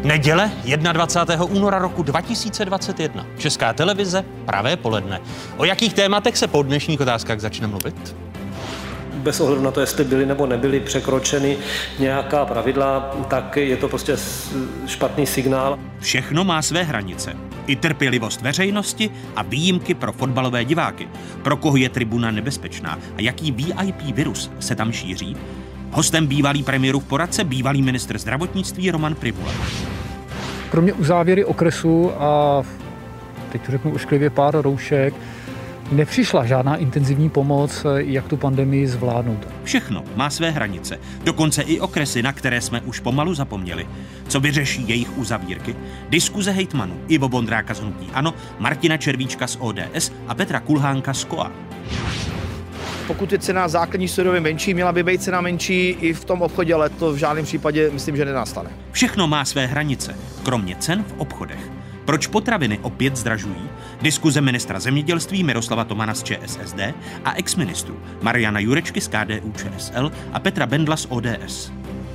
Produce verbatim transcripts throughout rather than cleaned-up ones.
Neděle dvacátého prvního února roku dva tisíce dvacet jedna. Česká televize, pravé poledne. O jakých tématech se po dnešních otázkách začne mluvit? Bez ohledu na to, jestli byly nebo nebyly překročeny nějaká pravidla, tak je to prostě špatný signál. Všechno má své hranice. I trpělivost veřejnosti a výjimky pro fotbalové diváky. Pro koho je tribuna nebezpečná a jaký V I P virus se tam šíří? Hostem bývalý premiérův poradce, bývalý ministr zdravotnictví Roman Prymula. Pro mě uzávěry okresu a teď řeknu ošklivě pár roušek, nepřišla žádná intenzivní pomoc, jak tu pandemii zvládnout. Všechno má své hranice, dokonce i okresy, na které jsme už pomalu zapomněli. Co vyřeší jejich uzavírky? Diskuze hejtmanů Ivo Vondráka z hnutí ANO, Martina Červíčka z O D S a Petra Kulhánka z K O A. Pokud je cena základní surovin menší, měla by být cena menší i v tom obchodě, ale to v žádném případě myslím, že nenastane. Všechno má své hranice, kromě cen v obchodech. Proč potraviny opět zdražují? Diskuze ministra zemědělství Miroslava Tomana z Č S S D a exministrů Mariana Jurečky z K D U Č S L a Petra Bendla z O D S.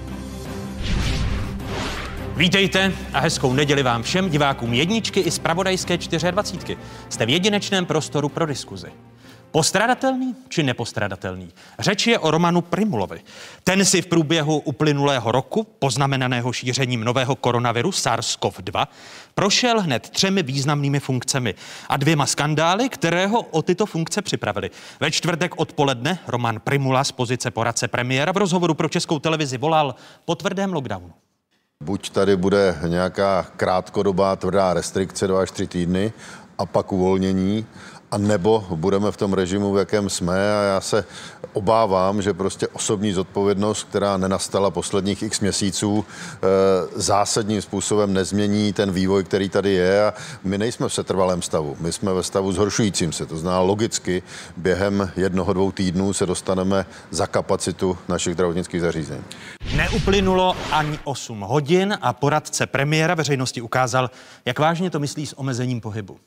Vítejte a hezkou neděli vám všem divákům jedničky i zpravodajské dvacítky čtyři. Jste v jedinečném prostoru pro diskuzi. Postradatelný či nepostradatelný? Řeč je o Romanu Prymulovi. Ten si v průběhu uplynulého roku, poznamenaného šířením nového koronaviru SARS CoV dva, prošel hned třemi významnými funkcemi a dvěma skandály, které ho o tyto funkce připravili. Ve čtvrtek odpoledne Roman Prymula z pozice poradce premiéra v rozhovoru pro Českou televizi volal po tvrdém lockdownu. Buď tady bude nějaká krátkodobá tvrdá restrikce dva až tři týdny a pak uvolnění, a nebo budeme v tom režimu, v jakém jsme, a já se obávám, že prostě osobní zodpovědnost, která nenastala posledních x měsíců, zásadním způsobem nezmění ten vývoj, který tady je, a my nejsme v setrvalém stavu. My jsme ve stavu zhoršujícím se. To znamená, logicky během jednoho, dvou týdnů se dostaneme za kapacitu našich zdravotnických zařízení. Neuplynulo ani osm hodin a poradce premiéra veřejnosti ukázal, jak vážně to myslí s omezením pohybu.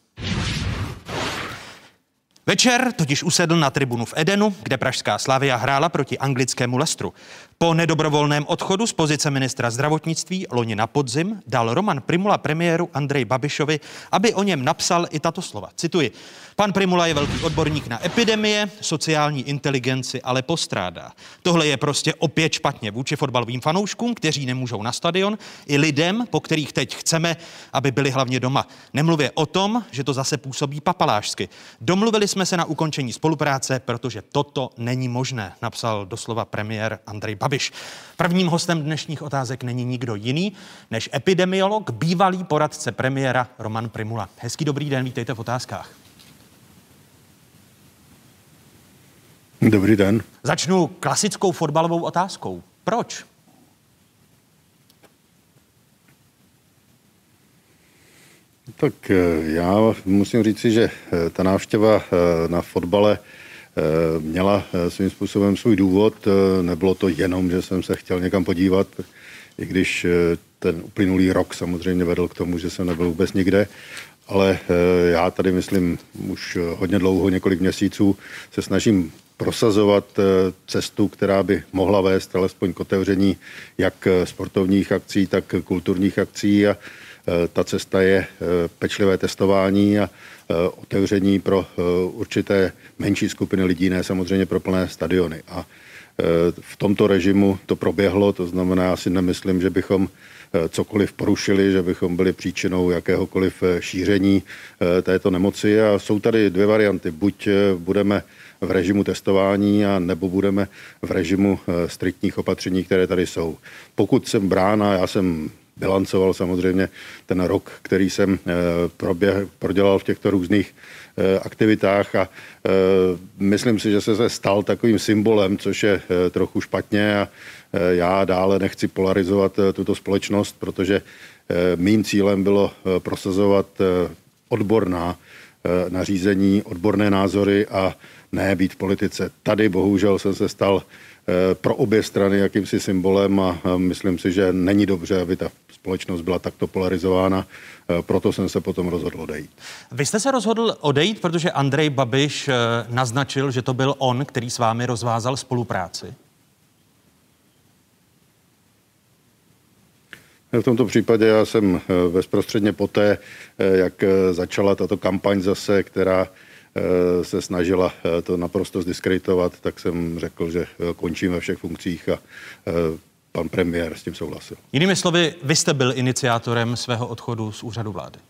Večer totiž usedl na tribunu v Edenu, kde pražská Slavia hrála proti anglickému Leicesteru. Po nedobrovolném odchodu z pozice ministra zdravotnictví loni na podzim dal Roman Prymula premiéru Andreji Babišovi, aby o něm napsal i tato slova. Cituji. Pan Prymula je velký odborník na epidemie, sociální inteligenci ale postrádá. Tohle je prostě opět špatně vůči fotbalovým fanouškům, kteří nemůžou na stadion, i lidem, po kterých teď chceme, aby byli hlavně doma. Nemluvě o tom, že to zase působí papalášsky. Domluvili jsme se na ukončení spolupráce, protože toto není možné, napsal doslova premiér Andrej Babiš. Prvním hostem dnešních otázek není nikdo jiný než epidemiolog, bývalý poradce premiéra Roman Prymula. Hezký dobrý den, vítejte v otázkách. Dobrý den. Začnu klasickou fotbalovou otázkou. Proč? Tak já musím říci, že ta návštěva na fotbale měla svým způsobem svůj důvod. Nebylo to jenom, že jsem se chtěl někam podívat, i když ten uplynulý rok samozřejmě vedl k tomu, že jsem nebyl vůbec nikde. Ale já tady myslím už hodně dlouho, několik měsíců, se snažím prosazovat cestu, která by mohla vést alespoň k otevření jak sportovních akcí, tak kulturních akcí, a ta cesta je pečlivé testování a otevření pro určité menší skupiny lidí, ne samozřejmě pro plné stadiony. A v tomto režimu to proběhlo, to znamená, já si nemyslím, že bychom cokoliv porušili, že bychom byli příčinou jakéhokoliv šíření této nemoci. A jsou tady dvě varianty. Buď budeme v režimu testování, a nebo budeme v režimu striktních opatření, které tady jsou. Pokud jsem brána, já jsem bilancoval samozřejmě ten rok, který jsem proběh, prodělal v těchto různých aktivitách, a myslím si, že se se stal takovým symbolem, což je trochu špatně, a já dále nechci polarizovat tuto společnost, protože mým cílem bylo prosazovat odborná nařízení, odborné názory a ne být v politice. Tady bohužel jsem se stal pro obě strany jakýmsi symbolem a myslím si, že není dobře, aby ta společnost byla takto polarizována. Proto jsem se potom rozhodl odejít. Vy jste se rozhodl odejít, protože Andrej Babiš naznačil, že to byl on, který s vámi rozvázal spolupráci? V tomto případě já jsem bezprostředně poté, jak začala tato kampaň zase, která se snažila to naprosto zdiskreditovat, tak jsem řekl, že končím ve všech funkcích a pan premiér s tím souhlasil. Jinými slovy, vy jste byl iniciátorem svého odchodu z úřadu vlády.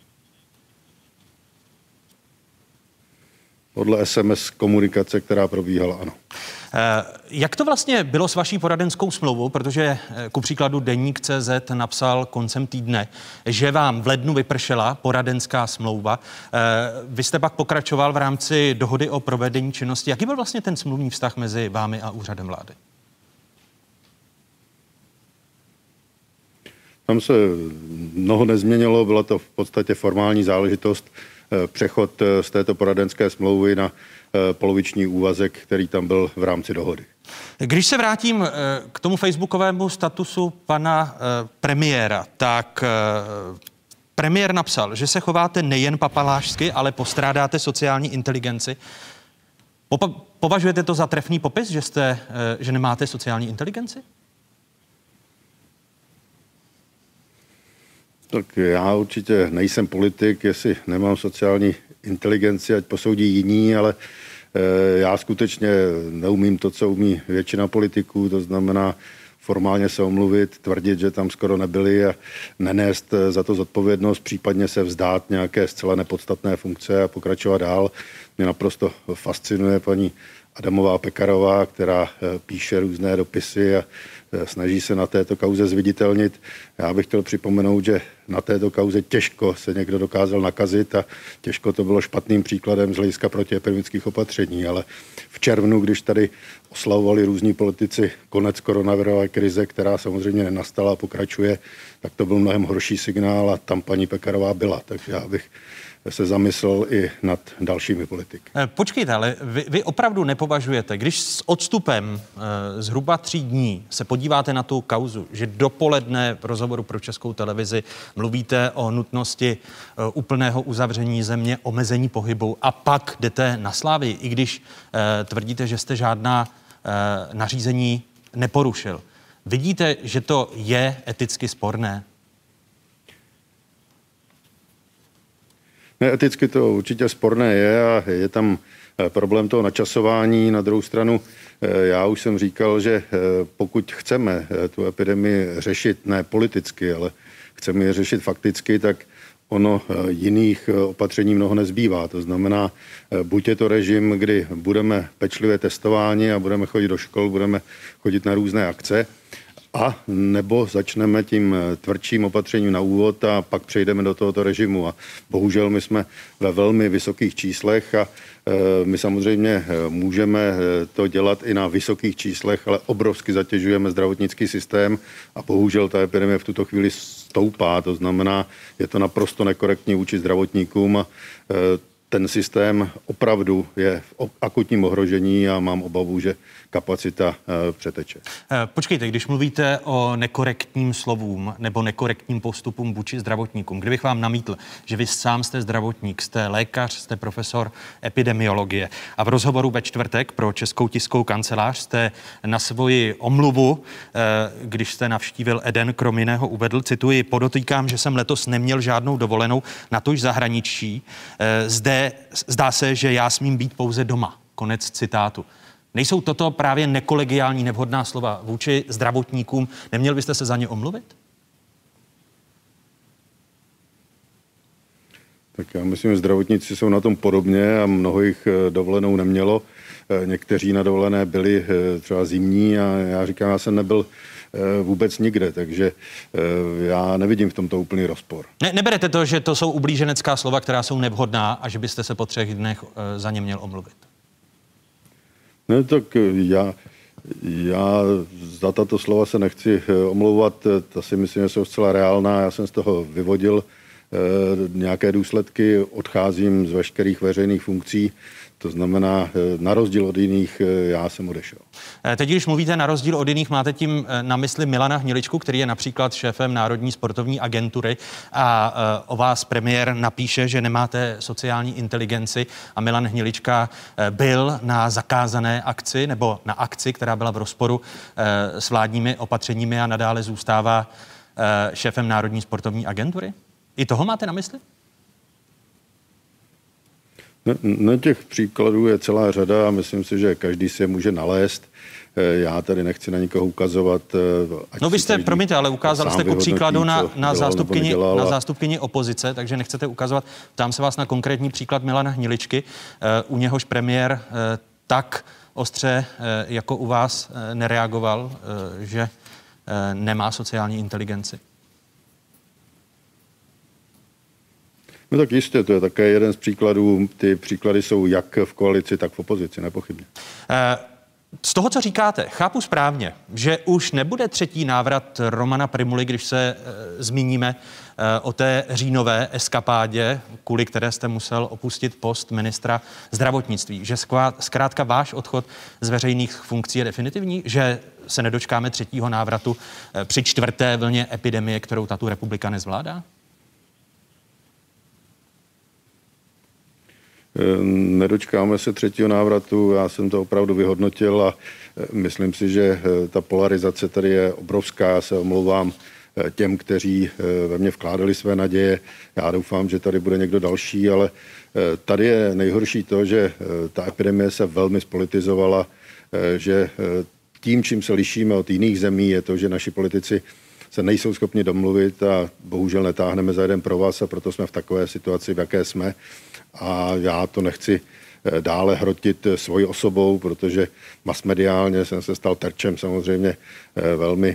Podle es em es komunikace, která probíhala, ano. Jak to vlastně bylo s vaší poradenskou smlouvou, protože ku příkladu Deník tečka cé zet napsal koncem týdne, že vám v lednu vypršela poradenská smlouva. Vy jste pak pokračoval v rámci dohody o provedení činnosti. Jaký byl vlastně ten smluvní vztah mezi vámi a úřadem vlády? Tam se mnoho nezměnilo, byla to v podstatě formální záležitost, přechod z této poradenské smlouvy na poloviční úvazek, který tam byl v rámci dohody. Když se vrátím k tomu facebookovému statusu pana premiéra, tak premiér napsal, že se chováte nejen papalášsky, ale postrádáte sociální inteligenci. Považujete to za trefný popis, že, jste, že nemáte sociální inteligenci? Tak já určitě nejsem politik, jestli nemám sociální inteligenci, ať posoudí jiní, ale e, já skutečně neumím to, co umí většina politiků, to znamená formálně se omluvit, tvrdit, že tam skoro nebyli a nenést za to zodpovědnost, případně se vzdát nějaké zcela nepodstatné funkce a pokračovat dál. Mě naprosto fascinuje paní Adamová Pekarová, která píše různé dopisy a snaží se na této kauze zviditelnit. Já bych chtěl připomenout, že na této kauze těžko se někdo dokázal nakazit a těžko to bylo špatným příkladem z hlediska protiepidemických opatření, ale v červnu, když tady oslavovali různí politici konec koronavirové krize, která samozřejmě nenastala a pokračuje, tak to byl mnohem horší signál a tam paní Pekarová byla. Takže já bych se zamyslel i nad dalšími politiky. Počkejte, ale vy, vy opravdu nepovažujete, když s odstupem e, zhruba tří dní se podíváte na tu kauzu, že dopoledne v rozhovoru pro Českou televizi mluvíte o nutnosti e, úplného uzavření země, omezení pohybu a pak jdete na Slávii, i když e, tvrdíte, že jste žádná e, nařízení neporušil. Vidíte, že to je eticky sporné? Ne, eticky to určitě sporné je a je tam problém toho načasování. Na druhou stranu já už jsem říkal, že pokud chceme tu epidemii řešit ne politicky, ale chceme ji řešit fakticky, tak ono jiných opatření mnoho nezbývá. To znamená, buď je to režim, kdy budeme pečlivě testováni a budeme chodit do škol, budeme chodit na různé akce, a nebo začneme tím tvrdším opatřením na úvod a pak přejdeme do tohoto režimu. A bohužel my jsme ve velmi vysokých číslech a e, my samozřejmě můžeme to dělat i na vysokých číslech, ale obrovsky zatěžujeme zdravotnický systém a bohužel ta epidemie v tuto chvíli stoupá. To znamená, je to naprosto nekorektní vůči zdravotníkům a e, ten systém opravdu je v akutním ohrožení a mám obavu, že kapacita e, přeteče. Počkejte, když mluvíte o nekorektním slovům nebo nekorektním postupům vůči zdravotníkům, kdybych vám namítl, že vy sám jste zdravotník, jste lékař, jste profesor epidemiologie a v rozhovoru ve čtvrtek pro Českou tiskovou kancelář jste na svoji omluvu, e, když jste navštívil Eden, krom jiného uvedl, cituji, podotýkám, že jsem letos neměl žádnou dovolenou, natož zahraničí. E, zde zdá se, že já smím být pouze doma. Konec citátu. Nejsou toto právě nekolegiální, nevhodná slova vůči zdravotníkům? Neměl byste se za ně omluvit? Tak já myslím, že zdravotníci jsou na tom podobně a mnoho jich dovolenou nemělo. Někteří na dovolené byli třeba zimní a já říkám, já jsem nebyl vůbec nikde, takže já nevidím v tomto úplný rozpor. Ne, neberete to, že to jsou ublíženecká slova, která jsou nevhodná a že byste se po třech dnech za ně měl omluvit? Ne, tak já, já za tato slova se nechci omlouvat, to si myslím, že jsou zcela reálná, já jsem z toho vyvodil nějaké důsledky, odcházím z veškerých veřejných funkcí, to znamená, na rozdíl od jiných, já jsem odešel. Teď, když mluvíte na rozdíl od jiných, máte tím na mysli Milana Hniličku, který je například šéfem Národní sportovní agentury a o vás premiér napíše, že nemáte sociální inteligenci a Milan Hnilička byl na zakázané akci nebo na akci, která byla v rozporu s vládními opatřeními a nadále zůstává šéfem Národní sportovní agentury? I toho máte na mysli? Na těch příkladů je celá řada a myslím si, že každý si je může nalézt. Já tady nechci na nikoho ukazovat. No vy jste, promiňte, ale ukázal jste ku příkladu na, na, zástupkyni, na zástupkyni opozice, takže nechcete ukazovat. Ptám se vás na konkrétní příklad Milana Hniličky, u něhož premiér tak ostře jako u vás nereagoval, že nemá sociální inteligenci. No tak jistě, to je také jeden z příkladů. Ty příklady jsou jak v koalici, tak v opozici, nepochybně. Z toho, co říkáte, chápu správně, že už nebude třetí návrat Romana Prymuly, když se e, zmíníme e, o té říjnové eskapádě, kvůli které jste musel opustit post ministra zdravotnictví. Že skvá, zkrátka váš odchod z veřejných funkcí je definitivní, že se nedočkáme třetího návratu e, při čtvrté vlně epidemie, kterou tato republika nezvládá? Nedočkáme se třetího návratu, já jsem to opravdu vyhodnotil a myslím si, že ta polarizace tady je obrovská. Já se omlouvám těm, kteří ve mně vkládali své naděje. Já doufám, že tady bude někdo další, ale tady je nejhorší to, že ta epidemie se velmi spolitizovala, že tím, čím se lišíme od jiných zemí, je to, že naši politici se nejsou schopni domluvit a bohužel netáhneme za jeden provaz a proto jsme v takové situaci, v jaké jsme. A já to nechci dále hrotit svojí osobou, protože masmediálně jsem se stal terčem samozřejmě velmi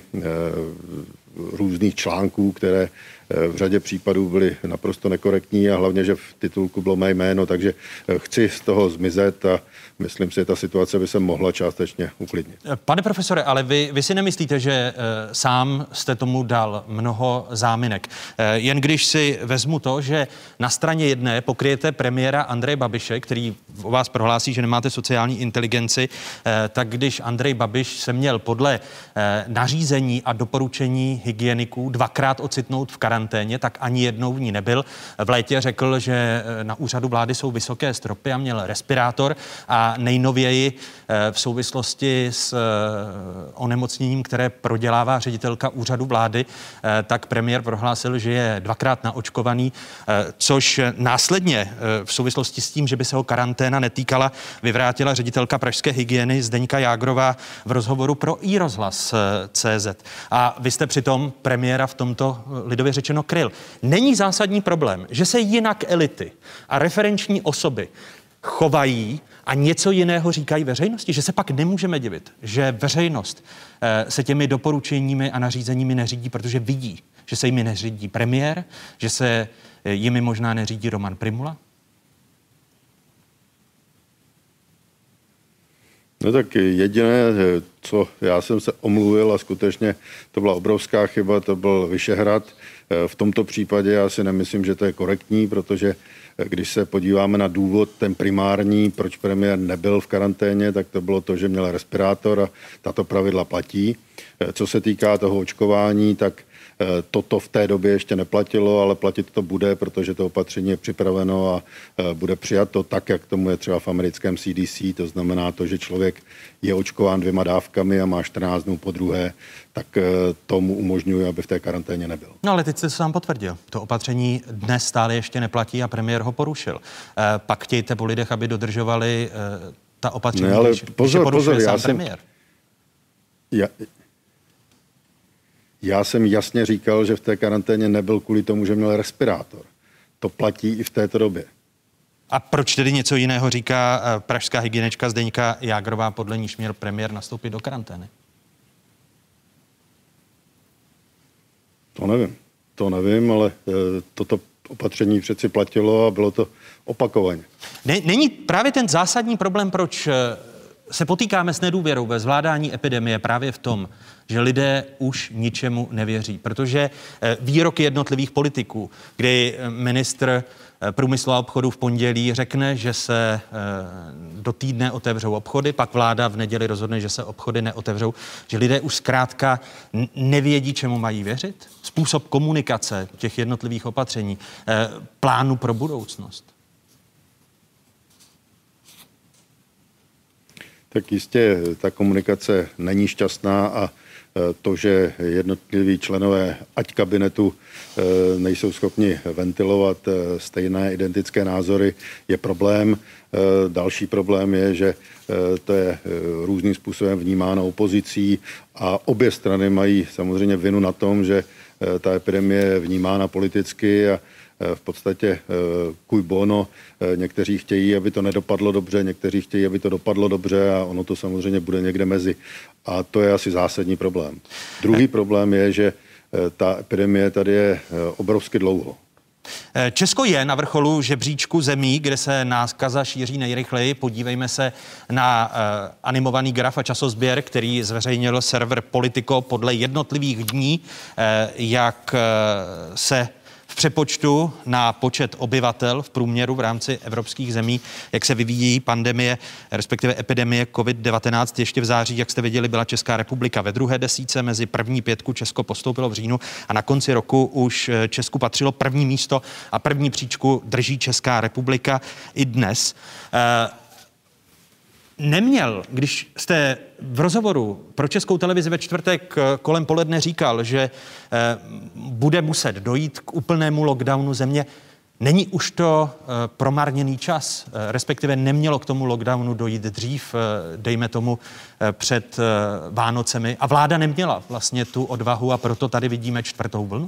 různých článků, které v řadě případů byly naprosto nekorektní a hlavně, že v titulku bylo mé jméno, takže chci z toho zmizet a myslím si, že ta situace by se mohla částečně uklidnit. Pane profesore, ale vy, vy si nemyslíte, že e, sám jste tomu dal mnoho záminek. E, jen když si vezmu to, že na straně jedné pokryjete premiéra Andreje Babiše, který o vás prohlásí, že nemáte sociální inteligenci, e, tak když Andrej Babiš se měl podle e, nařízení a doporučení hygieniků dvakrát ocitnout v karanténě, tak ani jednou v ní nebyl. V létě řekl, že na úřadu vlády jsou vysoké stropy a měl respirátor a nejnověji v souvislosti s onemocněním, které prodělává ředitelka úřadu vlády, tak premiér prohlásil, že je dvakrát naočkovaný, což následně v souvislosti s tím, že by se ho karanténa netýkala, vyvrátila ředitelka pražské hygieny Zdeňka Jágrová v rozhovoru pro iRozhlas tečka cé zet. A vy jste přitom premiéra v tomto lidově řečeno kryl. Není zásadní problém, že se jinak elity a referenční osoby chovají a něco jiného říkají veřejnosti, že se pak nemůžeme divit, že veřejnost eh, se těmi doporučeními a nařízeními neřídí, protože vidí, že se jimi neřídí premiér, že se eh, jimi možná neřídí Roman Prymula? No tak jediné, co já jsem se omluvil a skutečně to byla obrovská chyba, to byl Vyšehrad. V tomto případě já si nemyslím, že to je korektní, protože když se podíváme na důvod, ten primární, proč premiér nebyl v karanténě, tak to bylo to, že měl respirátor a tato pravidla platí. Co se týká toho očkování, tak toto v té době ještě neplatilo, ale platit to bude, protože to opatření je připraveno a bude přijato tak, jak tomu je třeba v americkém C D C. To znamená to, že člověk je očkován dvěma dávkami a má čtrnáct dnů po druhé, tak tomu umožňuje, aby v té karanténě nebyl. No ale teď jste to sám potvrdil. To opatření dnes stále ještě neplatí a premiér ho porušil. E, pak chtějte po lidech, aby dodržovali e, ta opatření, ne, ale když, pozor, když pozor, sám já jsem, premiér. Já, já jsem jasně říkal, že v té karanténě nebyl kvůli tomu, že měl respirátor. To platí i v této době. A proč tedy něco jiného říká pražská hygienička Zdeňka Jágrová, podle níž měl premiér nastoupit do karantény? To nevím. To nevím, ale e, toto opatření přeci platilo a bylo to opakovaně. Ne, není právě ten zásadní problém, proč se potýkáme s nedůvěrou ve zvládání epidemie, právě v tom, že lidé už ničemu nevěří, protože výroky jednotlivých politiků, kdy ministr průmyslu a obchodu v pondělí řekne, že se do týdne otevřou obchody, pak vláda v neděli rozhodne, že se obchody neotevřou, že lidé už zkrátka nevědí, čemu mají věřit? Způsob komunikace těch jednotlivých opatření, plánu pro budoucnost. Tak jistě ta komunikace není šťastná a To, že jednotliví členové ať kabinetu nejsou schopni ventilovat stejné identické názory, je problém. Další problém je, že to je různým způsobem vnímáno opozicí a obě strany mají samozřejmě vinu na tom, že ta epidemie je vnímána politicky a v podstatě cui bono. Někteří chtějí, aby to nedopadlo dobře, někteří chtějí, aby to dopadlo dobře a ono to samozřejmě bude někde mezi. A to je asi zásadní problém. Druhý problém je, že ta epidemie tady je obrovsky dlouho. Česko je na vrcholu žebříčku zemí, kde se nákaza šíří nejrychleji. Podívejme se na uh, animovaný graf a časozběr, který zveřejnil server Politico podle jednotlivých dní, uh, jak uh, se v přepočtu na počet obyvatel v průměru v rámci evropských zemí, jak se vyvíjí pandemie, respektive epidemie covid devatenáct. Ještě v září, jak jste viděli, byla Česká republika ve druhé desítce, mezi první pětku Česko postoupilo v říjnu a na konci roku už Česku patřilo první místo a první příčku drží Česká republika i dnes. Neměl, když jste v rozhovoru pro Českou televizi ve čtvrtek kolem poledne říkal, že eh, bude muset dojít k úplnému lockdownu země, není už to eh, promarněný čas, eh, respektive nemělo k tomu lockdownu dojít dřív, eh, dejme tomu eh, před eh, Vánocemi a vláda neměla vlastně tu odvahu a proto tady vidíme čtvrtou vlnu?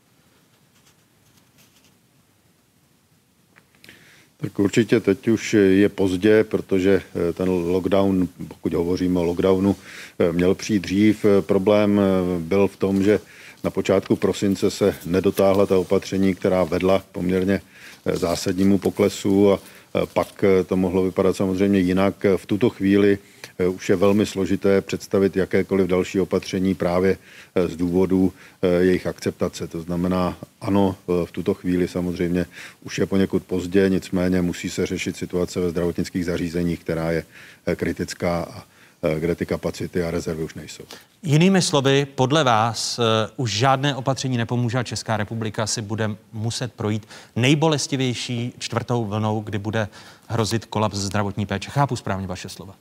Tak určitě teď už je pozdě, protože ten lockdown, pokud hovoříme o lockdownu, měl přijít dřív. Problém byl v tom, že na počátku prosince se nedotáhla ta opatření, která vedla k poměrně zásadnímu poklesu a pak to mohlo vypadat samozřejmě jinak. V tuto chvíli už je velmi složité představit jakékoliv další opatření právě z důvodu jejich akceptace. To znamená, ano, v tuto chvíli samozřejmě už je poněkud pozdě, nicméně musí se řešit situace ve zdravotnických zařízeních, která je kritická a kde ty kapacity a rezervy už nejsou. Jinými slovy, podle vás uh, už žádné opatření nepomůže a Česká republika si bude muset projít nejbolestivější čtvrtou vlnou, kdy bude hrozit kolaps zdravotní péče. Chápu správně vaše slova?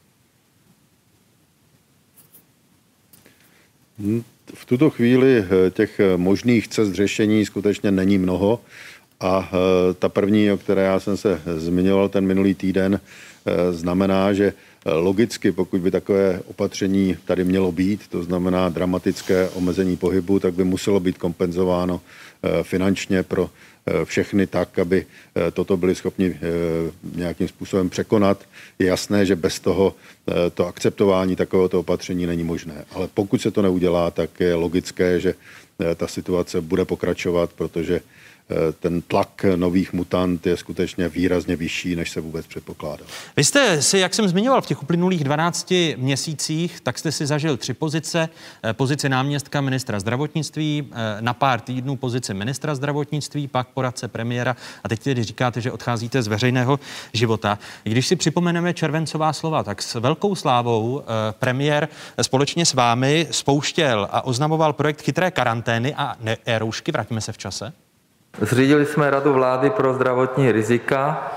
V tuto chvíli těch možných cest řešení skutečně není mnoho a ta první, o které já jsem se zmiňoval ten minulý týden, znamená, že logicky, pokud by takové opatření tady mělo být, to znamená dramatické omezení pohybu, tak by muselo být kompenzováno finančně pro všechny tak, aby toto byli schopni nějakým způsobem překonat. Je jasné, že bez toho to akceptování takovéhoto opatření není možné. Ale pokud se to neudělá, tak je logické, že ta situace bude pokračovat, protože ten tlak nových mutant je skutečně výrazně vyšší, než se vůbec předpokládal. Vy jste si, jak jsem zmiňoval, v těch uplynulých dvanácti měsících, tak jste si zažil tři pozice. Pozici náměstka ministra zdravotnictví, na pár týdnů pozici ministra zdravotnictví, pak poradce premiéra a teď tedy říkáte, že odcházíte z veřejného života. Když si připomeneme červencová slova, tak s velkou slávou premiér společně s vámi spouštěl a oznamoval projekt chytré karantény a e-roušky. Vrátíme se v čase. Zřídili jsme Radu vlády pro zdravotní rizika.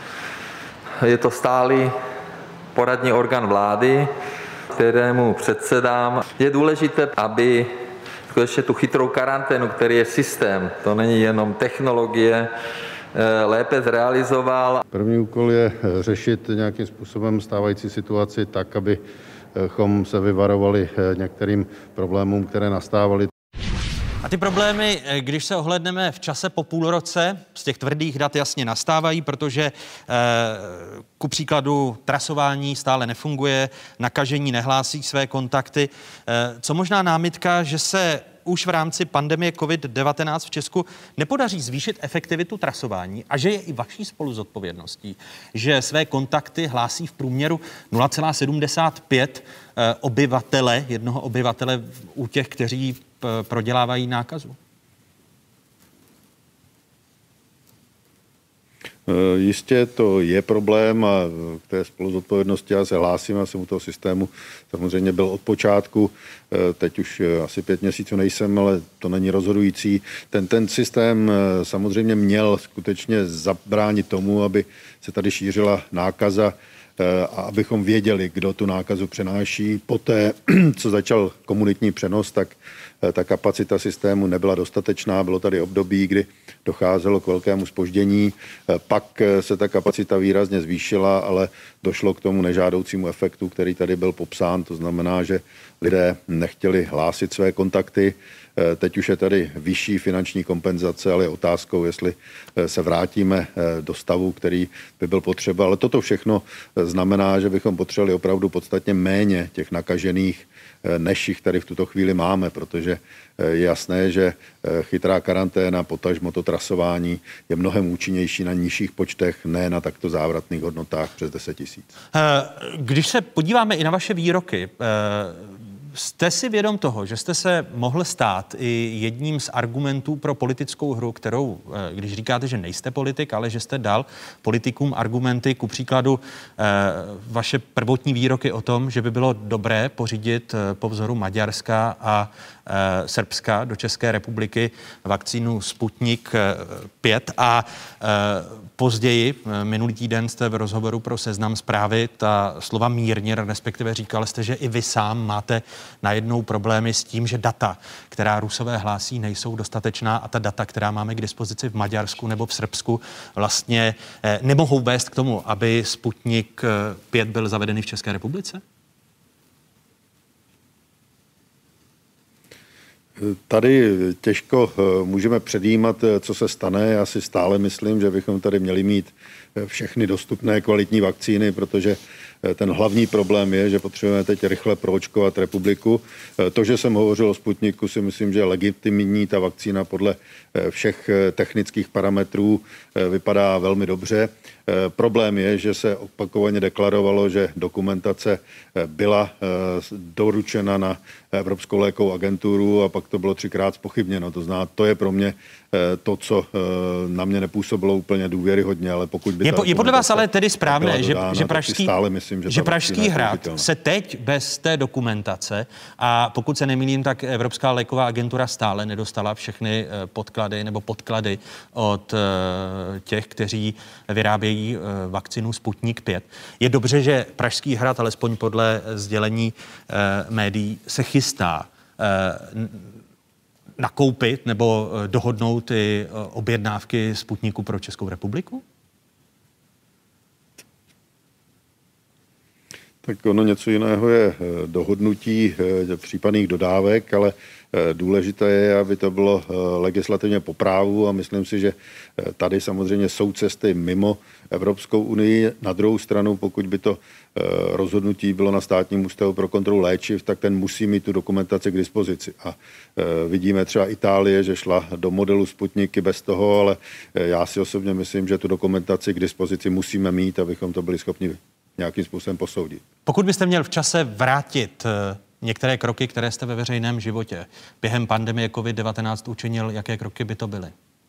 Je to stálý poradní orgán vlády, kterému předsedám. Je důležité, aby skutečně tu chytrou karanténu, který je systém, to není jenom technologie, lépe zrealizoval. První úkol je řešit nějakým způsobem stávající situaci tak, abychom se vyvarovali některým problémům, které nastávaly. A ty problémy, když se ohlédneme v čase po půl roce, z těch tvrdých dat jasně nastávají, protože eh, ku příkladu trasování stále nefunguje, nakažení nehlásí své kontakty. Eh, co možná námitka, že se už v rámci pandemie covid devatenáct v Česku nepodaří zvýšit efektivitu trasování a že je i vaší spoluzodpovědností, že své kontakty hlásí v průměru nula celá sedmdesát pět eh, obyvatele, jednoho obyvatele u těch, kteří prodělávají nákazu? Jistě to je problém a k té spoluzodpovědnosti já se hlásím, já jsem u toho systému samozřejmě byl od počátku, teď už asi pět měsíců nejsem, ale to není rozhodující. Ten, ten systém samozřejmě měl skutečně zabránit tomu, aby se tady šířila nákaza a abychom věděli, kdo tu nákazu přenáší. Poté, co začal komunitní přenos, tak ta kapacita systému nebyla dostatečná. Bylo tady období, kdy docházelo k velkému zpoždění. Pak se ta kapacita výrazně zvýšila, ale došlo k tomu nežádoucímu efektu, který tady byl popsán. To znamená, že lidé nechtěli hlásit své kontakty. Teď už je tady vyšší finanční kompenzace, ale je otázkou, jestli se vrátíme do stavu, který by byl potřeba. Ale toto všechno znamená, že bychom potřebovali opravdu podstatně méně těch nakažených, než jich tady v tuto chvíli máme, protože je jasné, že chytrá karanténa, potažmo to trasování je mnohem účinnější na nižších počtech, ne na takto závratných hodnotách přes deset tisíc. Když se podíváme i na vaše výroky, jste si vědom toho, že jste se mohl stát i jedním z argumentů pro politickou hru, kterou, když říkáte, že nejste politik, ale že jste dal politikům argumenty, ku příkladu vaše prvotní výroky o tom, že by bylo dobré pořídit po vzoru Maďarska a Srbska do České republiky vakcínu Sputnik pět a později, minulý týden jste v rozhovoru pro Seznam Zprávy ta slova mírně, respektive říkal jste, že i vy sám máte najednou problémy s tím, že data, která Rusové hlásí, nejsou dostatečná a ta data, která máme k dispozici v Maďarsku nebo v Srbsku, vlastně nemohou vést k tomu, aby Sputnik pět byl zavedený v České republice? Tady těžko můžeme předjímat, co se stane. Já si stále myslím, že bychom tady měli mít všechny dostupné kvalitní vakcíny, protože ten hlavní problém je, že potřebujeme teď rychle proočkovat republiku. To, že jsem hovořil o Sputniku, si myslím, že je legitimní. Ta vakcína podle všech technických parametrů vypadá velmi dobře. Problém je, že se opakovaně deklarovalo, že dokumentace byla doručena na Evropskou lékovou agenturu a pak to bylo třikrát zpochybněno. To znamená, to je pro mě to, co na mě nepůsobilo úplně důvěryhodně, ale pokud by... Je, po, je podle vás ale tedy správné, že, dodána, že Pražský, stále myslím, že že Pražský hrad se teď bez té dokumentace, a pokud se nemýlím, tak Evropská léková agentura stále nedostala všechny podklady nebo podklady od těch, kteří vyrábějí vakcínu Sputnik pět. Je dobře, že Pražský hrad, alespoň podle sdělení médií, se chystá nakoupit nebo dohodnout ty objednávky Sputniku pro Českou republiku? Tak ono něco jiného je dohodnutí případných dodávek, ale důležité je, aby to bylo legislativně po právu a myslím si, že tady samozřejmě jsou cesty mimo Evropskou unii. Na druhou stranu, pokud by to rozhodnutí bylo na Státním ústavu pro kontrolu léčiv, tak ten musí mít tu dokumentaci k dispozici. A vidíme třeba Itálie, že šla do modelu Sputniky bez toho, ale já si osobně myslím, že tu dokumentaci k dispozici musíme mít, abychom to byli schopni nějakým způsobem posoudit. Pokud byste měl v čase vrátit některé kroky, které jste ve veřejném životě během pandemie covid devatenáct učinil, jaké kroky by to byly?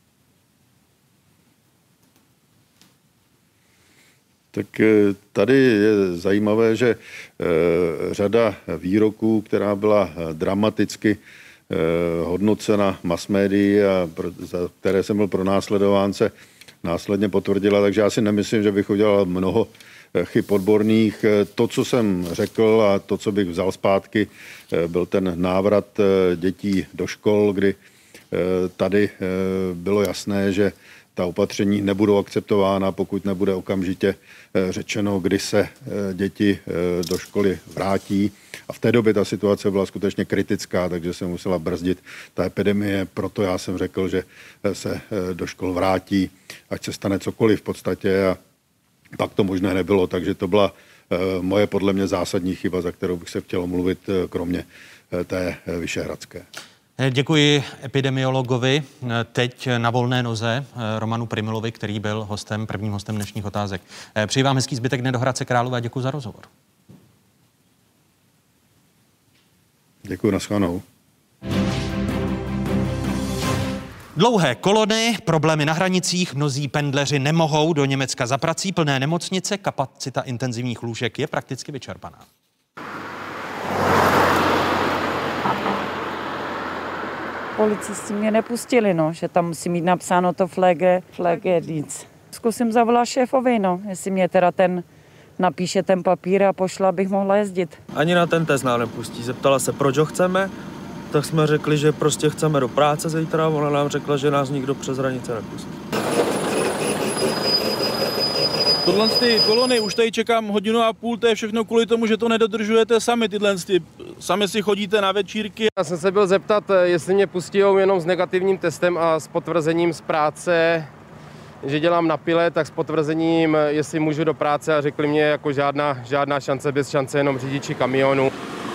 Tak tady je zajímavé, že řada výroků, která byla dramaticky hodnocena mass médií a za které jsem byl pronásledován, se následně potvrdila, takže já si nemyslím, že bych udělal mnoho chyb odborných. To, co jsem řekl a to, co bych vzal zpátky, byl ten návrat dětí do škol, kdy tady bylo jasné, že ta opatření nebudou akceptována, pokud nebude okamžitě řečeno, kdy se děti do školy vrátí. A v té době ta situace byla skutečně kritická, takže se musela brzdit ta epidemie. Proto já jsem řekl, že se do škol vrátí, ať se stane cokoliv v podstatě. A pak to možné nebylo, takže to byla moje podle mě zásadní chyba, za kterou bych se chtěl mluvit, kromě té vyšehradské. Děkuji epidemiologovi, teď na volné noze Romanu Prymulovi, který byl hostem, prvním hostem dnešních otázek. Přeji vám hezký zbytek dne do Hradce Králové a děkuji za rozhovor. Děkuji, nashledanou. Dlouhé kolony, problémy na hranicích, mnozí pendleři nemohou do Německa za prací, plné nemocnice, kapacita intenzivních lůžek je prakticky vyčerpaná. Policisti mě nepustili, no, že tam musí mít napsáno to Pflege, Pflegedienst. Zkusím zavolat šéfovi, no, jestli mě teda ten napíše ten papír a pošla, abych mohla jezdit. Ani na ten test nám nepustí. Zeptala se, proč ho chceme, tak jsme řekli, že prostě chceme do práce zítra, ona nám řekla, že nás nikdo přes hranice nepustí. Tohle ty kolony, už tady čekám hodinu a půl, to je všechno kvůli tomu, že to nedodržujete sami, tyhle ty, sami si chodíte na večírky. Já jsem se byl zeptat, jestli mě pustí jenom s negativním testem a s potvrzením z práce, že dělám na pile, tak s potvrzením, jestli můžu do práce, a řekli mě jako žádná, žádná šance, bez šance, jenom řidiči kamionu.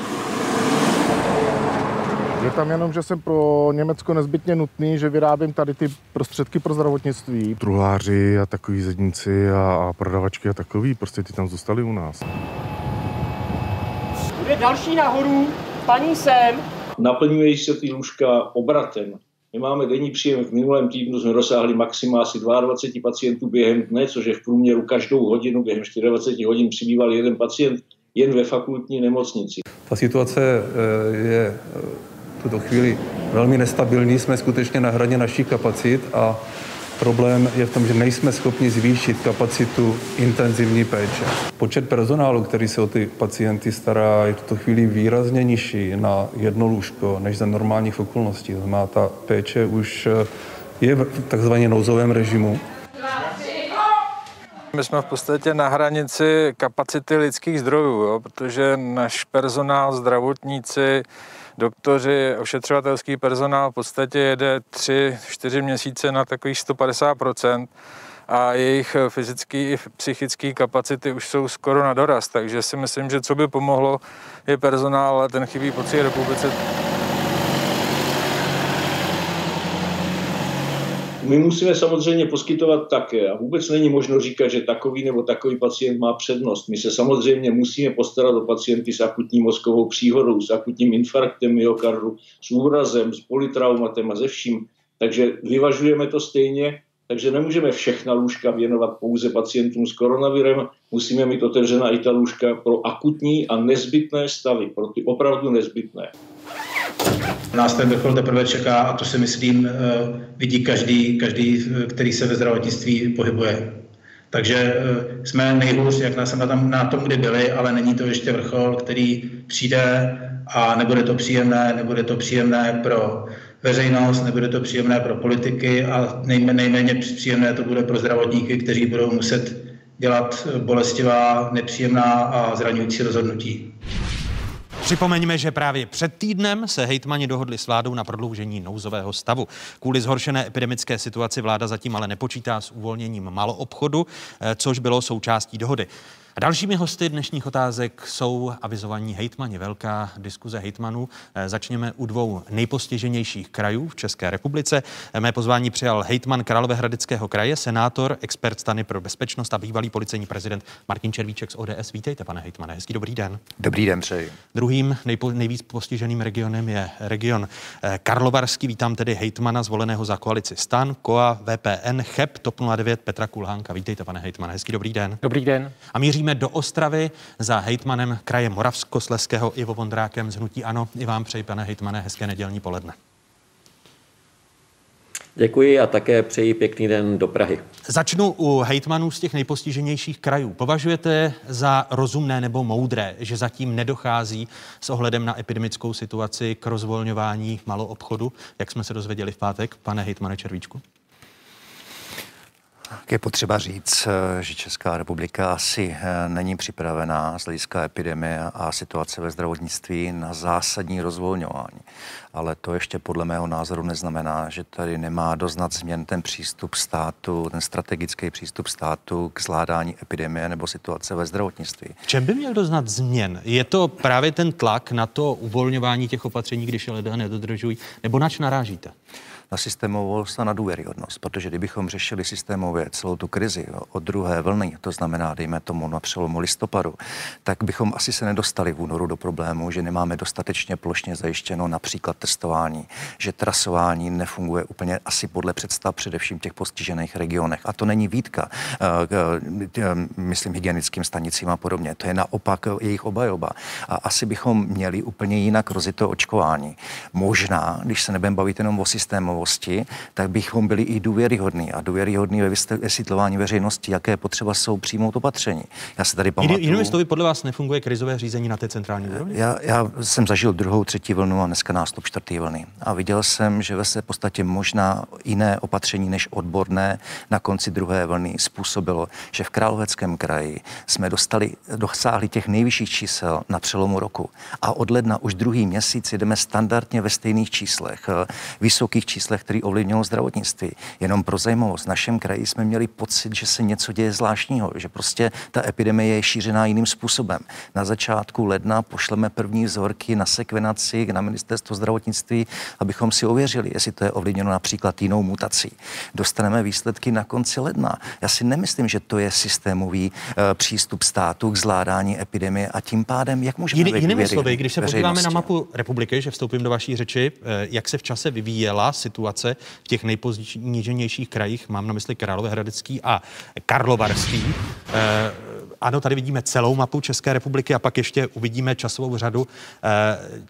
Je tam jenom, že jsem pro Německo nezbytně nutný, že vyrábím tady ty prostředky pro zdravotnictví. Truhláři a takový zedníci a, a prodavačky a takový, prostě ty tam zůstali u nás. Bude další nahoru, paní sem. Naplňují se ty lůžka obratem. My máme denní příjem, v minulém týdnu jsme dosáhli maxima asi dvacet dva pacientů během dne, což je v průměru každou hodinu, během dvacet čtyři hodin přibýval jeden pacient jen ve fakultní nemocnici. Ta situace je v tuto chvíli velmi nestabilní, jsme skutečně na hraně našich kapacit a problém je v tom, že nejsme schopni zvýšit kapacitu intenzivní péče. Počet personálu, který se o ty pacienty stará, je v tuto chvíli výrazně nižší na jedno lůžko než za normálních okolností. To znamená, ta péče už je v takzvaně nouzovém režimu. My jsme v podstatě na hranici kapacity lidských zdrojů, jo, protože náš personál, zdravotníci, doktoři, ošetřovatelský personál v podstatě jede tři, čtyři měsíce na takových sto padesát procent a jejich fyzický i psychický kapacity už jsou skoro na doraz, takže si myslím, že co by pomohlo je personál, ale ten chybí po celé republice. My musíme samozřejmě poskytovat také a vůbec není možno říkat, že takový nebo takový pacient má přednost. My se samozřejmě musíme postarat o pacienty s akutní mozkovou příhodou, s akutním infarktem myokardu, s úrazem, s polytraumatem a ze vším. Takže vyvažujeme to stejně, takže nemůžeme všechna lůžka věnovat pouze pacientům s koronavirem. Musíme mít otevřená i ta lůžka pro akutní a nezbytné stavy, pro ty opravdu nezbytné. Nás ten vrchol teprve čeká a to si myslím vidí každý, každý, který se ve zdravotnictví pohybuje. Takže jsme nejhůř, jak jsme tam na tom, kde byli, ale není to ještě vrchol, který přijde a nebude to příjemné, nebude to příjemné pro veřejnost, nebude to příjemné pro politiky a nejméně příjemné to bude pro zdravotníky, kteří budou muset dělat bolestivá, nepříjemná a zraňující rozhodnutí. Připomeňme, že právě před týdnem se hejtmani dohodli s vládou na prodloužení nouzového stavu. Kvůli zhoršené epidemické situaci vláda zatím ale nepočítá s uvolněním maloobchodu, což bylo součástí dohody. A dalšími hosty dnešních otázek jsou avizovaní hejtmani. Velká diskuze hejtmanů. Začněme u dvou nejpostiženějších krajů v České republice. Mé pozvání přijal hejtman Královéhradeckého kraje, senátor, expert Strany pro bezpečnost a bývalý policejní prezident Martin Červíček z O D S. Vítejte, pane hejtmane. Hezký dobrý den. Dobrý den, přeji. Druhým nejpo, nejvíc postiženým regionem je region Karlovarský. Vítám tedy hejtmana zvoleného za koalici STAN, K O A, V P N, Ch E P, TOP nula devět, Petra Kulhánka. Vítejte, pane hejtmane. Hezký dobrý den. Dobrý den. A míříme do Ostravy za hejtmanem kraje Moravskoslezského Ivo Vondrákem z hnutí ANO. I vám přeji, pane hejtmane, hezké nedělní poledne. Děkuji a také přeji pěkný den do Prahy. Začnu u hejtmanů z těch nejpostiženějších krajů. Považujete za rozumné nebo moudré, že zatím nedochází s ohledem na epidemickou situaci k rozvolňování maloobchodu, jak jsme se dozvěděli v pátek, pane hejtmane Červíčku? Je potřeba říct, že Česká republika asi není připravená z hlediska epidemie a situace ve zdravotnictví na zásadní rozvolňování. Ale to ještě podle mého názoru neznamená, že tady nemá doznat změn ten přístup státu, ten strategický přístup státu k zvládání epidemie nebo situace ve zdravotnictví. V čem by měl doznat změn? Je to právě ten tlak na to uvolňování těch opatření, když je lidé nedodržují, nebo nač narážíte? Na systémovost a na důvěryhodnost, protože kdybychom řešili systémově celou tu krizi od druhé vlny, to znamená, dejme tomu na přelomu listopadu, tak bychom asi se nedostali v únoru do problému, že nemáme dostatečně plošně zajištěno například testování, že trasování nefunguje úplně asi podle představ především v těch postižených regionech. A to není výtka, myslím, hygienickým stanicím a podobně. To je naopak jejich obhajoba. A asi bychom měli úplně jinak rozjet to očkování. Možná, když se nebudeme bavit jenom o systému, zajímavosti, tak bychom byli i důvěryhodní a důvěryhodní ve vysvětlování veřejnosti, jaké potřeba jsou přijmout opatření. Já se tady pamatuju. Jinými slovy, podle vás nefunguje krizové řízení na té centrální úrovni? Já, já jsem zažil druhou, třetí vlnu a dneska nástup čtvrtý vlny. A viděl jsem, že ve své podstatě možná jiné opatření než odborné na konci druhé vlny způsobilo, že v Královéckém kraji jsme dostali, dosáhli těch nejvyšších čísel na přelomu roku. A od ledna už druhý měsíc jdeme standardně ve stejných číslech, vysokých číslech, který ovlivnilo zdravotnictví. Jenom pro zajímavost, v našem kraji jsme měli pocit, že se něco děje zvláštního, že prostě ta epidemie je šířená jiným způsobem. Na začátku ledna pošleme první vzorky na sekvenaci na ministerstvo zdravotnictví, abychom si ověřili, jestli to je ovlivněno například jinou mutací. Dostaneme výsledky na konci ledna. Já si nemyslím, že to je systémový uh, přístup státu k zvládání epidemie a tím pádem, jak můžeme Jiný, Jinými slovy, když se podíváme na mapu republiky, že vstoupím do vaší řeči, jak se v čase vyvíjela situace v těch nejponíženějších krajích, mám na mysli Královéhradecký a Karlovarský. Eh, ano, tady vidíme celou mapu České republiky a pak ještě uvidíme časovou řadu eh,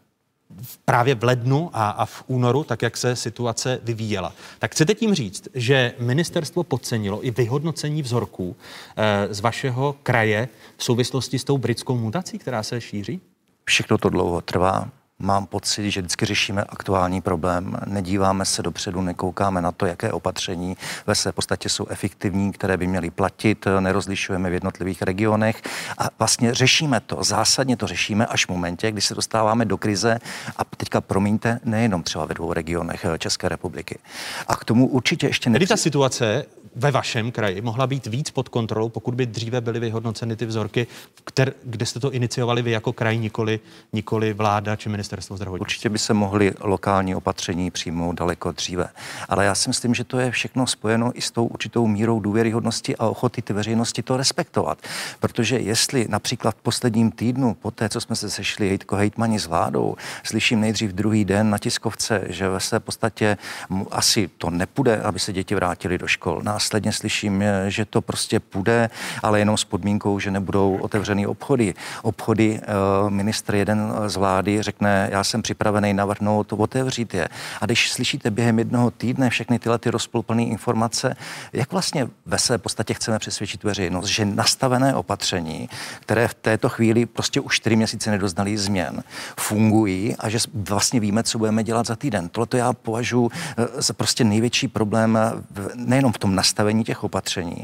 právě v lednu a, a v únoru, tak jak se situace vyvíjela. Tak chcete tím říct, že ministerstvo podcenilo i vyhodnocení vzorků eh, z vašeho kraje v souvislosti s tou britskou mutací, která se šíří? Všechno to dlouho trvá. Mám pocit, že vždycky řešíme aktuální problém, nedíváme se dopředu, nekoukáme na to, jaké opatření ve své podstatě jsou efektivní, které by měly platit, nerozlišujeme v jednotlivých regionech a vlastně řešíme to, zásadně to řešíme až v momentě, kdy se dostáváme do krize a teďka promiňte, nejenom třeba ve dvou regionech České republiky. A k tomu určitě ještě... Tedy ta situace ve vašem kraji mohla být víc pod kontrolou, pokud by dříve byly vyhodnoceny ty vzorky, kter, kde jste to iniciovali vy jako kraj, nikoli, nikoli vláda či ministerstvo zdravotnictví. Určitě by se mohly lokální opatření přijmout daleko dříve. Ale já si myslím, že to je všechno spojeno i s tou určitou mírou důvěryhodnosti a ochoty ty veřejnosti to respektovat. Protože jestli například v posledním týdnu, po té, co jsme se sešli hejtko hejtmani s vládou, slyším nejdřív druhý den na tiskovce, že ve své podstatě asi to nepůjde, aby se děti vrátily do škol. Následně slyším, že to prostě půjde, ale jenom s podmínkou, že nebudou otevřený obchody. Obchody, ministr jeden z vlády řekne, já jsem připravený navrhnout, otevřít je. A když slyšíte během jednoho týdne všechny tyhle ty rozpolplné informace, jak vlastně ve své podstatě chceme přesvědčit veřejnost, že nastavené opatření, které v této chvíli prostě už čtyři měsíce nedoznaly změn, fungují a že vlastně víme, co budeme dělat za týden. Tohle to já považuji za prostě největší problém nejenom v tom nastavení těch opatření,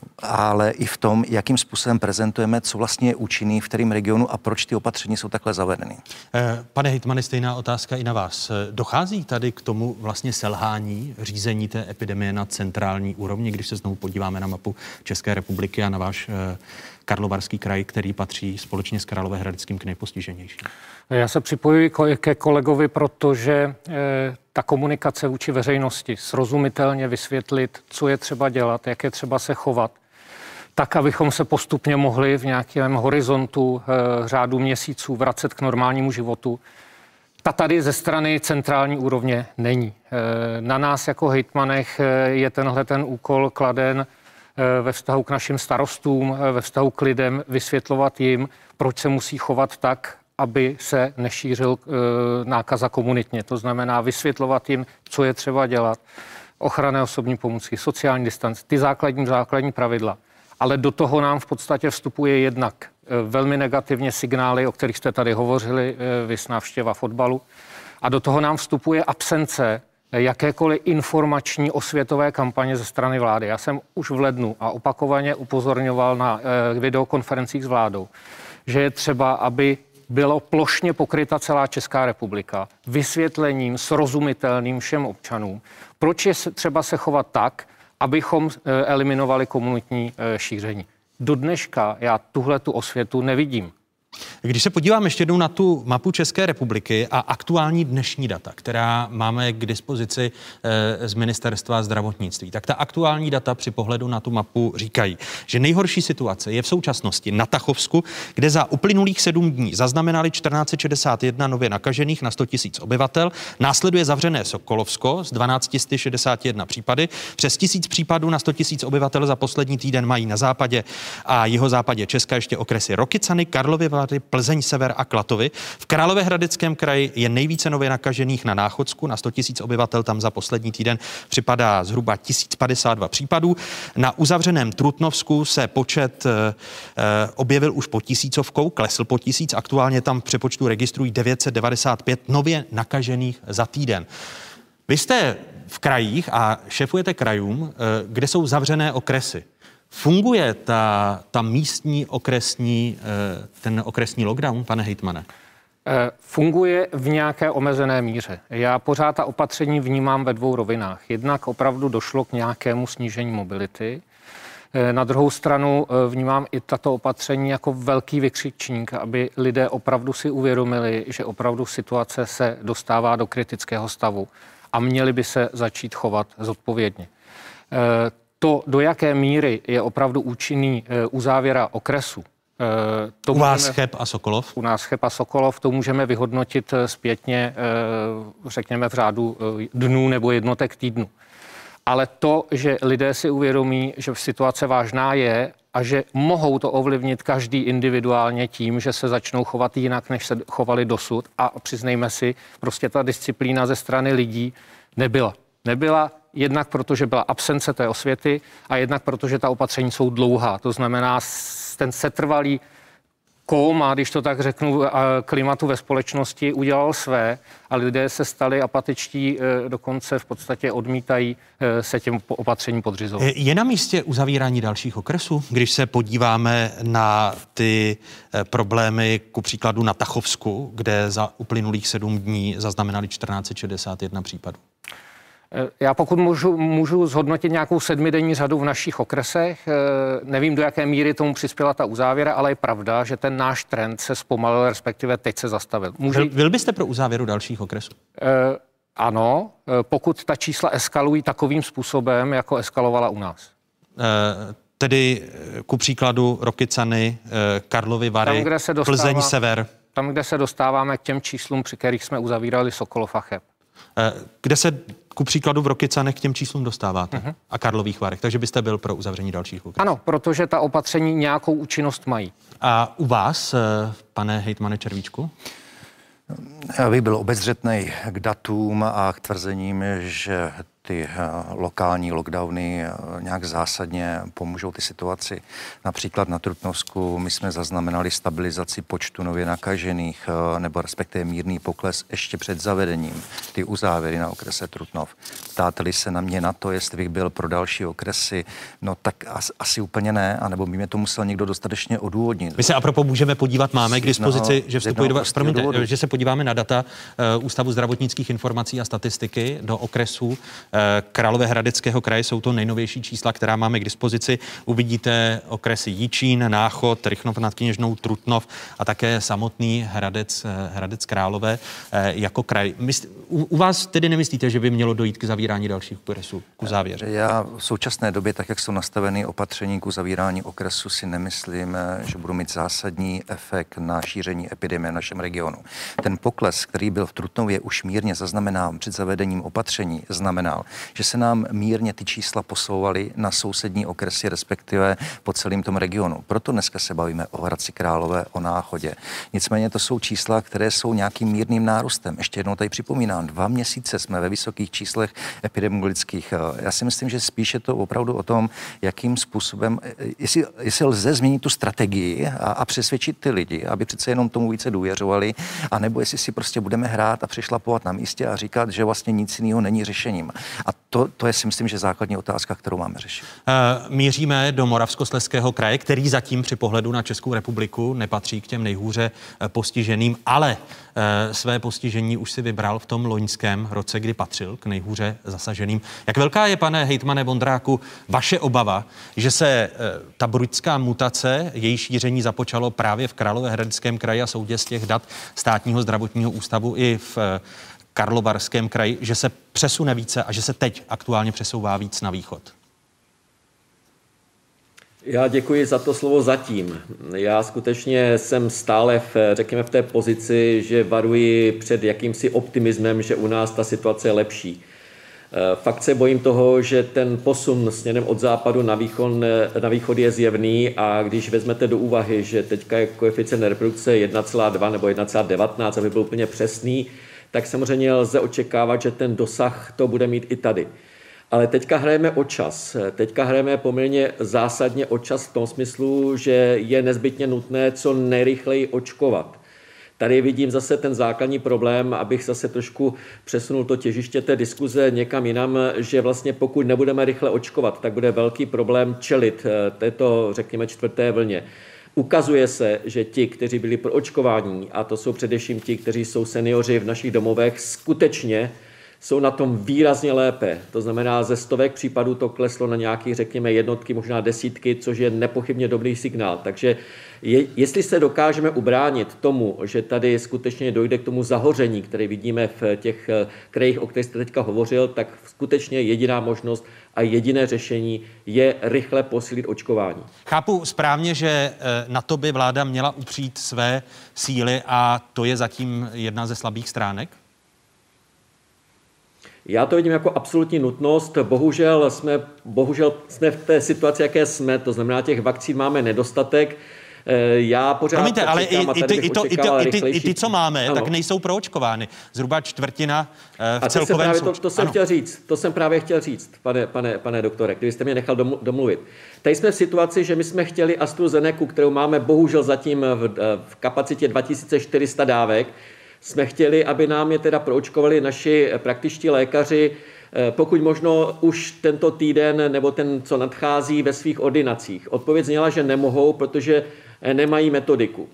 ale i v tom, jakým způsobem prezentujeme, co vlastně je účinný v kterém regionu a proč ty opatření jsou takhle zavedeny. Pane hejtmane, stejná otázka i na vás. Dochází tady k tomu vlastně selhání řízení té epidemie na centrální úrovni, když se znovu podíváme na mapu České republiky a na váš Karlovarský kraj, který patří společně s Královéhradeckým k nejpostiženějším? Já se připojuji ke kolegovi, protože ta komunikace vůči veřejnosti, srozumitelně vysvětlit, co je třeba dělat, jak je třeba se chovat, tak, abychom se postupně mohli v nějakém horizontu řádu měsíců vracet k normálnímu životu. Ta tady ze strany centrální úrovně není. Na nás jako hejtmanech je tenhle ten úkol kladen ve vztahu k našim starostům, ve vztahu k lidem, vysvětlovat jim, proč se musí chovat tak, aby se nešířil nákaza komunitně. To znamená vysvětlovat jim, co je třeba dělat, ochranné osobní pomůcky, sociální distanc, ty základní, základní pravidla. Ale do toho nám v podstatě vstupuje jednak velmi negativně signály, o kterých jste tady hovořili, viz návštěva fotbalu. A do toho nám vstupuje absence jakékoliv informační osvětové kampaně ze strany vlády. Já jsem už v lednu a opakovaně upozorňoval na videokonferencích s vládou, že je třeba, aby bylo plošně pokryta celá Česká republika vysvětlením srozumitelným všem občanům, proč je třeba se chovat tak, abychom eliminovali komunitní šíření. Do dneška já tuhletu osvětu nevidím. Když se podívám ještě jednou na tu mapu České republiky a aktuální dnešní data, která máme k dispozici z Ministerstva zdravotnictví, tak ta aktuální data při pohledu na tu mapu říkají, že nejhorší situace je v současnosti na Tachovsku, kde za uplynulých sedm dní zaznamenali čtrnáct set šedesát jedna nově nakažených na sto tisíc obyvatel, následuje zavřené Sokolovsko s dvanáct set šedesát jedna případy, přes tisíc případů na sto tisíc obyvatel za poslední týden mají na západě a jihozápadě Česka ještě okresy Rokycany, Karlovy Vary, Plzeň sever a Klatovy. V Královéhradeckém kraji je nejvíce nově nakažených na Náchodsku. Na sto tisíc obyvatel tam za poslední týden připadá zhruba tisíc padesát dva případů. Na uzavřeném Trutnovsku se počet e, objevil už po tisícovkou, klesl po tisíc. Aktuálně tam v přepočtu registrují devět set devadesát pět nově nakažených za týden. Vy jste v krajích a šefujete krajům, kde jsou zavřené okresy. Funguje ta, ta místní okresní, ten okresní lockdown, pane hejtmane? Funguje v nějaké omezené míře. Já pořád ta opatření vnímám ve dvou rovinách. Jednak opravdu došlo k nějakému snížení mobility. Na druhou stranu vnímám i tato opatření jako velký vykřičník, aby lidé opravdu si uvědomili, že opravdu situace se dostává do kritického stavu a měli by se začít chovat zodpovědně. To, do jaké míry je opravdu účinný uzávěra okresu, to u vás Cheb a Sokolov? U nás Cheb a Sokolov, to můžeme vyhodnotit zpětně, řekněme v řádu dnů nebo jednotek týdnu. Ale to, že lidé si uvědomí, že situace vážná je a že mohou to ovlivnit každý individuálně tím, že se začnou chovat jinak, než se chovali dosud. A přiznejme si, prostě ta disciplína ze strany lidí nebyla. Nebyla jednak proto, že byla absence té osvěty a jednak proto, že ta opatření jsou dlouhá. To znamená, ten setrvalý kóma, když to tak řeknu, klimatu ve společnosti udělal své a lidé se stali apatičtí, dokonce v podstatě odmítají se těm opatřením podřizovat. Je na místě uzavírání dalších okresů? Když se podíváme na ty problémy, ku příkladu na Tachovsku, kde za uplynulých sedm dní zaznamenali čtrnáct set šedesát jedna případů. Já pokud můžu, můžu zhodnotit nějakou sedmidenní řadu v našich okresech, nevím, do jaké míry tomu přispěla ta uzávěra, ale je pravda, že ten náš trend se zpomalil, respektive teď se zastavil. Může... Byl, byl byste pro uzávěru dalších okresů? Eh, ano, pokud ta čísla eskalují takovým způsobem, jako eskalovala u nás. Eh, tedy ku příkladu Rokycany, eh, Karlovy Vary, tam, kde se dostává, Plzeň sever. Tam, kde se dostáváme k těm číslům, při kterých jsme uzavírali Sokolov a Cheb. Eh, kde se ku příkladu v Rokycanech k těm číslům dostáváte uh-huh. a Karlových Varech, takže byste byl pro uzavření dalších okresů. Ano, protože ta opatření nějakou účinnost mají. A u vás, pane hejtmane Červíčku? Já bych byl obezřetnej k datům a k tvrzením, že ty lokální lockdowny nějak zásadně pomůžou ty situaci. Například na Trutnovsku my jsme zaznamenali stabilizaci počtu nově nakažených, nebo respektive mírný pokles ještě před zavedením ty uzávěry na okrese Trutnov. Ptáte-li se na mě na to, jestli bych byl pro další okresy, no tak as, asi úplně ne, anebo by mě to musel někdo dostatečně odůvodnit. My se apropo můžeme podívat, máme k dispozici, že vstupují do, promiňte, že se podíváme na data uh, Ústavu zdravotnických informací a statistiky do okresů Královéhradeckého kraje. Jsou to nejnovější čísla, která máme k dispozici. Uvidíte okresy Jičín, Náchod, Rychnov nad Kněžnou, Trutnov a také samotný Hradec, Hradec Králové jako kraj. U, u vás tedy nemyslíte, že by mělo dojít k zavírání dalších okresů, k uzávěře? Já v současné době, tak jak jsou nastaveny opatření k uzavírání okresu, si nemyslím, že budou mít zásadní efekt na šíření epidemie v našem regionu. Ten pokles, který byl v Trutnově už mírně zaznamenán před zavedením opatření, znamenal, že se nám mírně ty čísla posouvaly na sousední okresy, respektive po celém tom regionu. Proto dneska se bavíme o Hradci Králové, o Náchodě. Nicméně to jsou čísla, které jsou nějakým mírným nárůstem. Ještě jednou tady připomínám, dva měsíce jsme ve vysokých číslech epidemiologických. Já si myslím, že spíše to opravdu o tom, jakým způsobem, jestli, jestli lze změnit tu strategii a, a přesvědčit ty lidi, aby přece jenom tomu více důvěřovali, anebo jestli si prostě budeme hrát a přešlapovat na místě a říkat, že vlastně nic jiného není řešením. A to, to je si myslím, že základní otázka, kterou máme řešit. Uh, míříme do Moravskoslezského kraje, který zatím při pohledu na Českou republiku nepatří k těm nejhůře postiženým, ale uh, své postižení už si vybral v tom loňském roce, kdy patřil k nejhůře zasaženým. Jak velká je, pane hejtmane Vondráku, vaše obava, že se uh, ta britská mutace, její šíření započalo právě v Královéhradeckém kraji a soudě z těch dat Státního zdravotního ústavu i v uh, Karlovarském kraji, že se přesune více a že se teď aktuálně přesouvá víc na východ? Já děkuji za to slovo zatím. Já skutečně jsem stále v, řekněme, v té pozici, že varuji před jakýmsi optimismem, že u nás ta situace je lepší. Fakt se bojím toho, že ten posun směrem od západu na východ, na východ je zjevný a když vezmete do úvahy, že teďka je koeficient reprodukce jedna celá dva nebo jedna celá devatenáct, aby byl úplně přesný, tak samozřejmě lze očekávat, že ten dosah to bude mít i tady. Ale teďka hrajeme o čas. Teďka hrajeme poměrně zásadně o čas v tom smyslu, že je nezbytně nutné co nejrychleji očkovat. Tady vidím zase ten základní problém, abych zase trošku přesunul to těžiště té diskuze někam jinam, že vlastně pokud nebudeme rychle očkovat, tak bude velký problém čelit této, řekněme, čtvrté vlně. Ukazuje se, že ti, kteří byli pro očkování, a to jsou především ti, kteří jsou seniori v našich domovech, skutečně jsou na tom výrazně lépe. To znamená, ze stovek případů to kleslo na nějakých, řekněme, jednotky, možná desítky, což je nepochybně dobrý signál. Takže je, jestli se dokážeme ubránit tomu, že tady skutečně dojde k tomu zahoření, které vidíme v těch krajích, o kterých jste teďka hovořil, tak skutečně jediná možnost a jediné řešení je rychle posílit očkování. Chápu správně, že na to by vláda měla upřít své síly a to je zatím jedna ze slabých stránek? Já to vidím jako absolutní nutnost. Bohužel jsme, bohužel jsme v té situaci, jaké jsme, to znamená, těch vakcín máme nedostatek. Já pořád Promiňte, ale i, čekám, i, ty, i, to, i, to, i, ty, i ty, co máme, ano, tak nejsou proočkovány. Zhruba čtvrtina v a celkovém... To, to, to jsem chtěl říct, to jsem právě chtěl říct, pane, pane, pane doktore, kdybyste mě nechal domluvit. Tady jsme v situaci, že my jsme chtěli AstraZenecu, kterou máme bohužel zatím v, v kapacitě dva tisíce čtyři sta dávek, jsme chtěli, aby nám je teda proočkovali naši praktičtí lékaři, pokud možno už tento týden nebo ten, co nadchází, ve svých ordinacích. Odpověď zněla, že nemohou, protože nemají metodiku.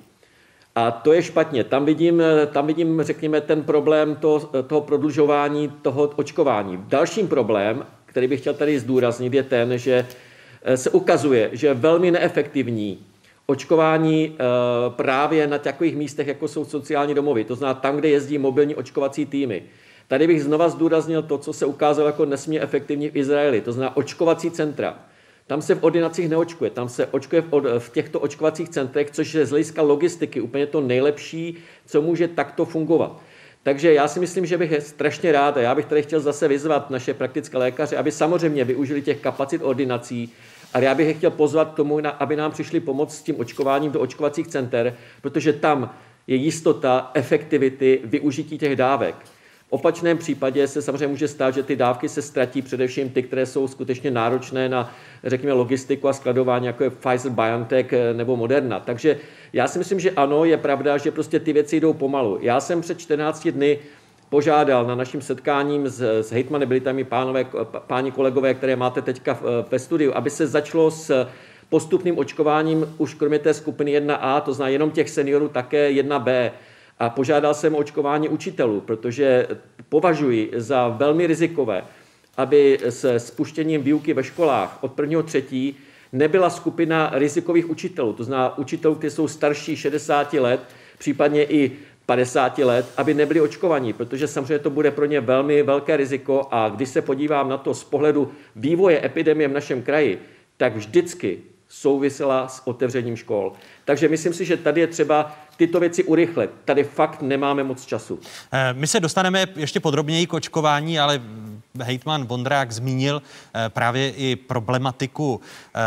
A to je špatně. Tam vidím, tam vidím řekněme, ten problém toho, toho prodlužování, toho očkování. Dalším problém, který bych chtěl tady zdůraznit, je ten, že se ukazuje, že je velmi neefektivní očkování právě na takových místech, jako jsou sociální domovy. To znamená tam, kde jezdí mobilní očkovací týmy. Tady bych znova zdůraznil to, co se ukázalo jako nesmírně efektivní v Izraeli. To znamená očkovací centra. Tam se v ordinacích neočkuje, tam se očkuje v, v těchto očkovacích centrech, což je z hlediska logistiky úplně to nejlepší, co může takto fungovat. Takže já si myslím, že bych strašně rád, a já bych tady chtěl zase vyzvat naše praktické lékaře, aby samozřejmě využili těch kapacit ordinací, ale já bych je chtěl pozvat k tomu, aby nám přišli pomoct s tím očkováním do očkovacích center, protože tam je jistota efektivity využití těch dávek. V opačném případě se samozřejmě může stát, že ty dávky se ztratí, především ty, které jsou skutečně náročné na, řekněme, logistiku a skladování, jako je Pfizer-BioNTech nebo Moderna. Takže já si myslím, že ano, je pravda, že prostě ty věci jdou pomalu. Já jsem před čtrnácti dny požádal na naším setkáním s, s hejtmany, byli tam i pánové, páni kolegové, které máte teďka ve studiu, aby se začalo s postupným očkováním už kromě té skupiny jedna A, to znamená jenom těch seniorů, také jedna B. A požádal jsem o očkování učitelů, protože považuji za velmi rizikové, aby se spuštěním výuky ve školách od prvního třetí nebyla skupina rizikových učitelů, to znamená učitelů, kteří jsou starší šedesáti let, případně i padesáti let, aby nebyli očkovaní, protože samozřejmě to bude pro ně velmi velké riziko a když se podívám na to z pohledu vývoje epidemie v našem kraji, tak vždycky souvisela s otevřením škol. Takže myslím si, že tady je třeba tyto věci urychlit. Tady fakt nemáme moc času. My se dostaneme ještě podrobněji k očkování, ale hejtman Vondrák zmínil právě i problematiku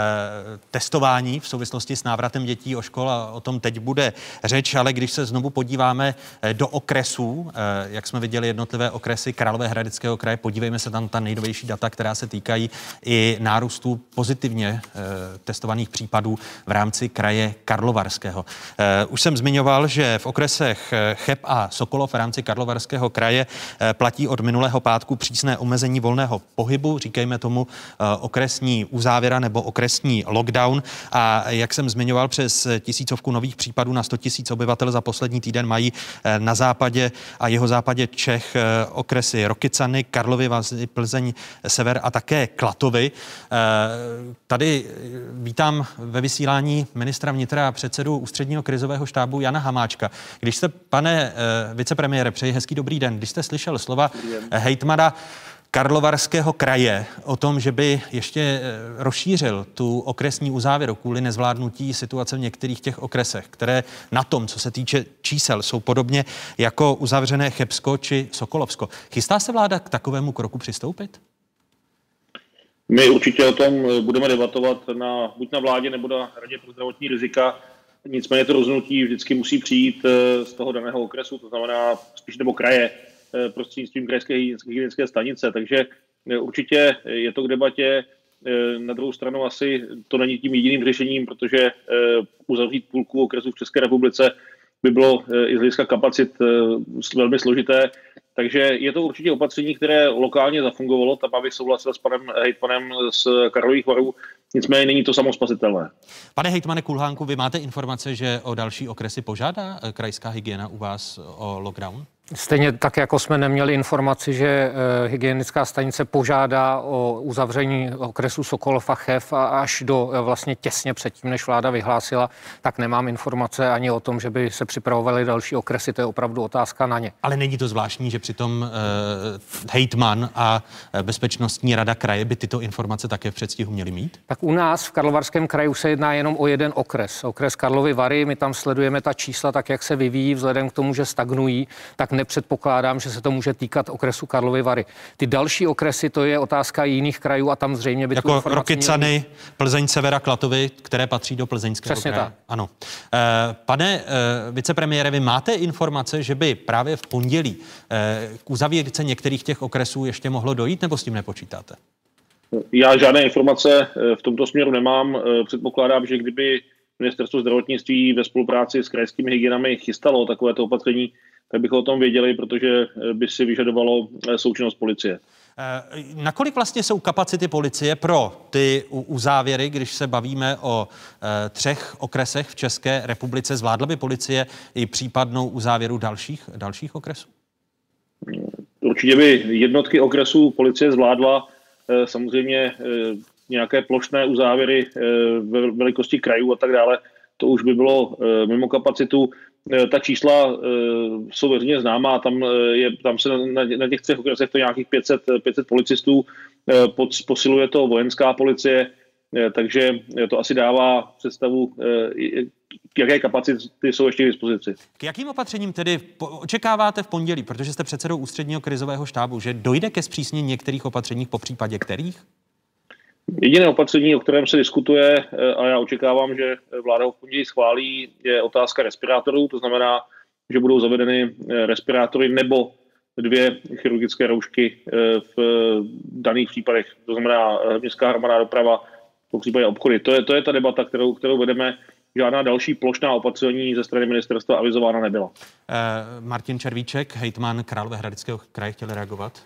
testování v souvislosti s návratem dětí o škol a o tom teď bude řeč, ale když se znovu podíváme do okresů, jak jsme viděli jednotlivé okresy Královéhradeckého kraje, podívejme se tam ta nejnovější data, která se týkají i nárůstu pozitivně testovaných případů v rámci kraje Karlovarského. Už jsem zmiňoval, že v okresech Cheb a Sokolov v rámci Karlovarského kraje platí od minulého pátku přísné omezení volného pohybu, říkejme tomu okresní uzávěra nebo okresní lockdown. A jak jsem zmiňoval, přes tisícovku nových případů na sto tisíc obyvatel za poslední týden mají na západě a jihozápadě Čech okresy Rokycany, Karlovy Vazy, Plzeň, Sever a také Klatovy. Tady vítám ve vysílání ministra vnitra a předsedu Ústředního krizového štábu Jana Hamáčka. Když jste, pane vicepremiére, přeji hezký dobrý den, když jste slyšel slova hejtmana Karlovarského kraje o tom, že by ještě rozšířil tu okresní uzávěru kvůli nezvládnutí situace v některých těch okresech, které na tom, co se týče čísel, jsou podobně jako uzavřené Chebsko či Sokolovsko. Chystá se vláda k takovému kroku přistoupit? My určitě o tom budeme debatovat na, buď na vládě nebo na Radě pro zdravotní rizika. Nicméně to rozhodnutí vždycky musí přijít z toho daného okresu, to znamená spíš nebo kraje, prostřednictvím krajské hygienické stanice. Takže určitě je to k debatě. Na druhou stranu asi to není tím jediným řešením, protože uzavřít půlku okresů v České republice by bylo i z hlediska kapacit velmi složité. Takže je to určitě opatření, které lokálně zafungovalo, tam abych souhlasil s panem hejtmanem z Karlových Varů, nicméně není to samospasitelné. Pane hejtmane Kulhánku, vy máte informace, že o další okresy požádá krajská hygiena u vás o lockdown? Stejně tak, jako jsme neměli informaci, že hygienická stanice požádá o uzavření okresu Sokolov a Chev a až do vlastně těsně předtím, než vláda vyhlásila, tak nemám informace ani o tom, že by se připravovaly další okresy. To je opravdu otázka na ně. Ale není to zvláštní, že přitom uh, hejtman a bezpečnostní rada kraje by tyto informace také v předstihu měly mít? Tak u nás v Karlovarském kraji se jedná jenom o jeden okres. Okres Karlovy Vary, my tam sledujeme ta čísla tak, jak se vyvíjí, vzhledem k tomu, že stagnují, tak nepředpokládám, že se to může týkat okresu Karlovy Vary. Ty další okresy, to je otázka jiných krajů a tam zřejmě by jako tu informaci Rokycany, měli... Plzeň, Severa, Klatovy, které patří do Plzeňského Přesně kraje. tak. Ano. Eh, pane eh, vicepremiére, vy máte informace, že by právě v pondělí eh, k uzavírce některých těch okresů ještě mohlo dojít, nebo s tím nepočítáte? Já žádné informace v tomto směru nemám. Předpokládám, že kdyby Ministerstvo zdravotnictví ve spolupráci s krajskými hygienami chystalo takovéto opatření, tak bychom o tom věděli, protože by si vyžadovalo součinnost policie. Nakolik vlastně jsou kapacity policie pro ty uzávěry, když se bavíme o e, třech okresech v České republice? Zvládla by policie i případnou uzávěru dalších, dalších okresů? Určitě by jednotky okresů policie zvládla. E, samozřejmě e, nějaké plošné uzávěry e, ve velikosti krajů a tak dále, to už by bylo e, mimo kapacitu. Ta čísla uh, jsou veřejně známá, tam, uh, je, tam se na, na těch třech okresech to nějakých pět set, pět set policistů, uh, pod, posiluje to vojenská policie, uh, takže to asi dává představu, uh, jaké kapacity jsou ještě k dispozici. K jakým opatřením tedy očekáváte v pondělí, protože jste předsedou ústředního krizového štábu, že dojde ke zpřísnění některých opatření, po případě kterých? Jediné opatření, o kterém se diskutuje, a já očekávám, že vláda ho v pondělí schválí, je otázka respirátorů. To znamená, že budou zavedeny respirátory nebo dvě chirurgické roušky v daných případech. To znamená městská hromadná doprava, po případě obchody. To je, to je ta debata, kterou, kterou vedeme. Žádná další plošná opatření ze strany ministerstva avizována nebyla. Eh, Martin Červíček, hejtman Královéhradeckého kraje, chtěl reagovat?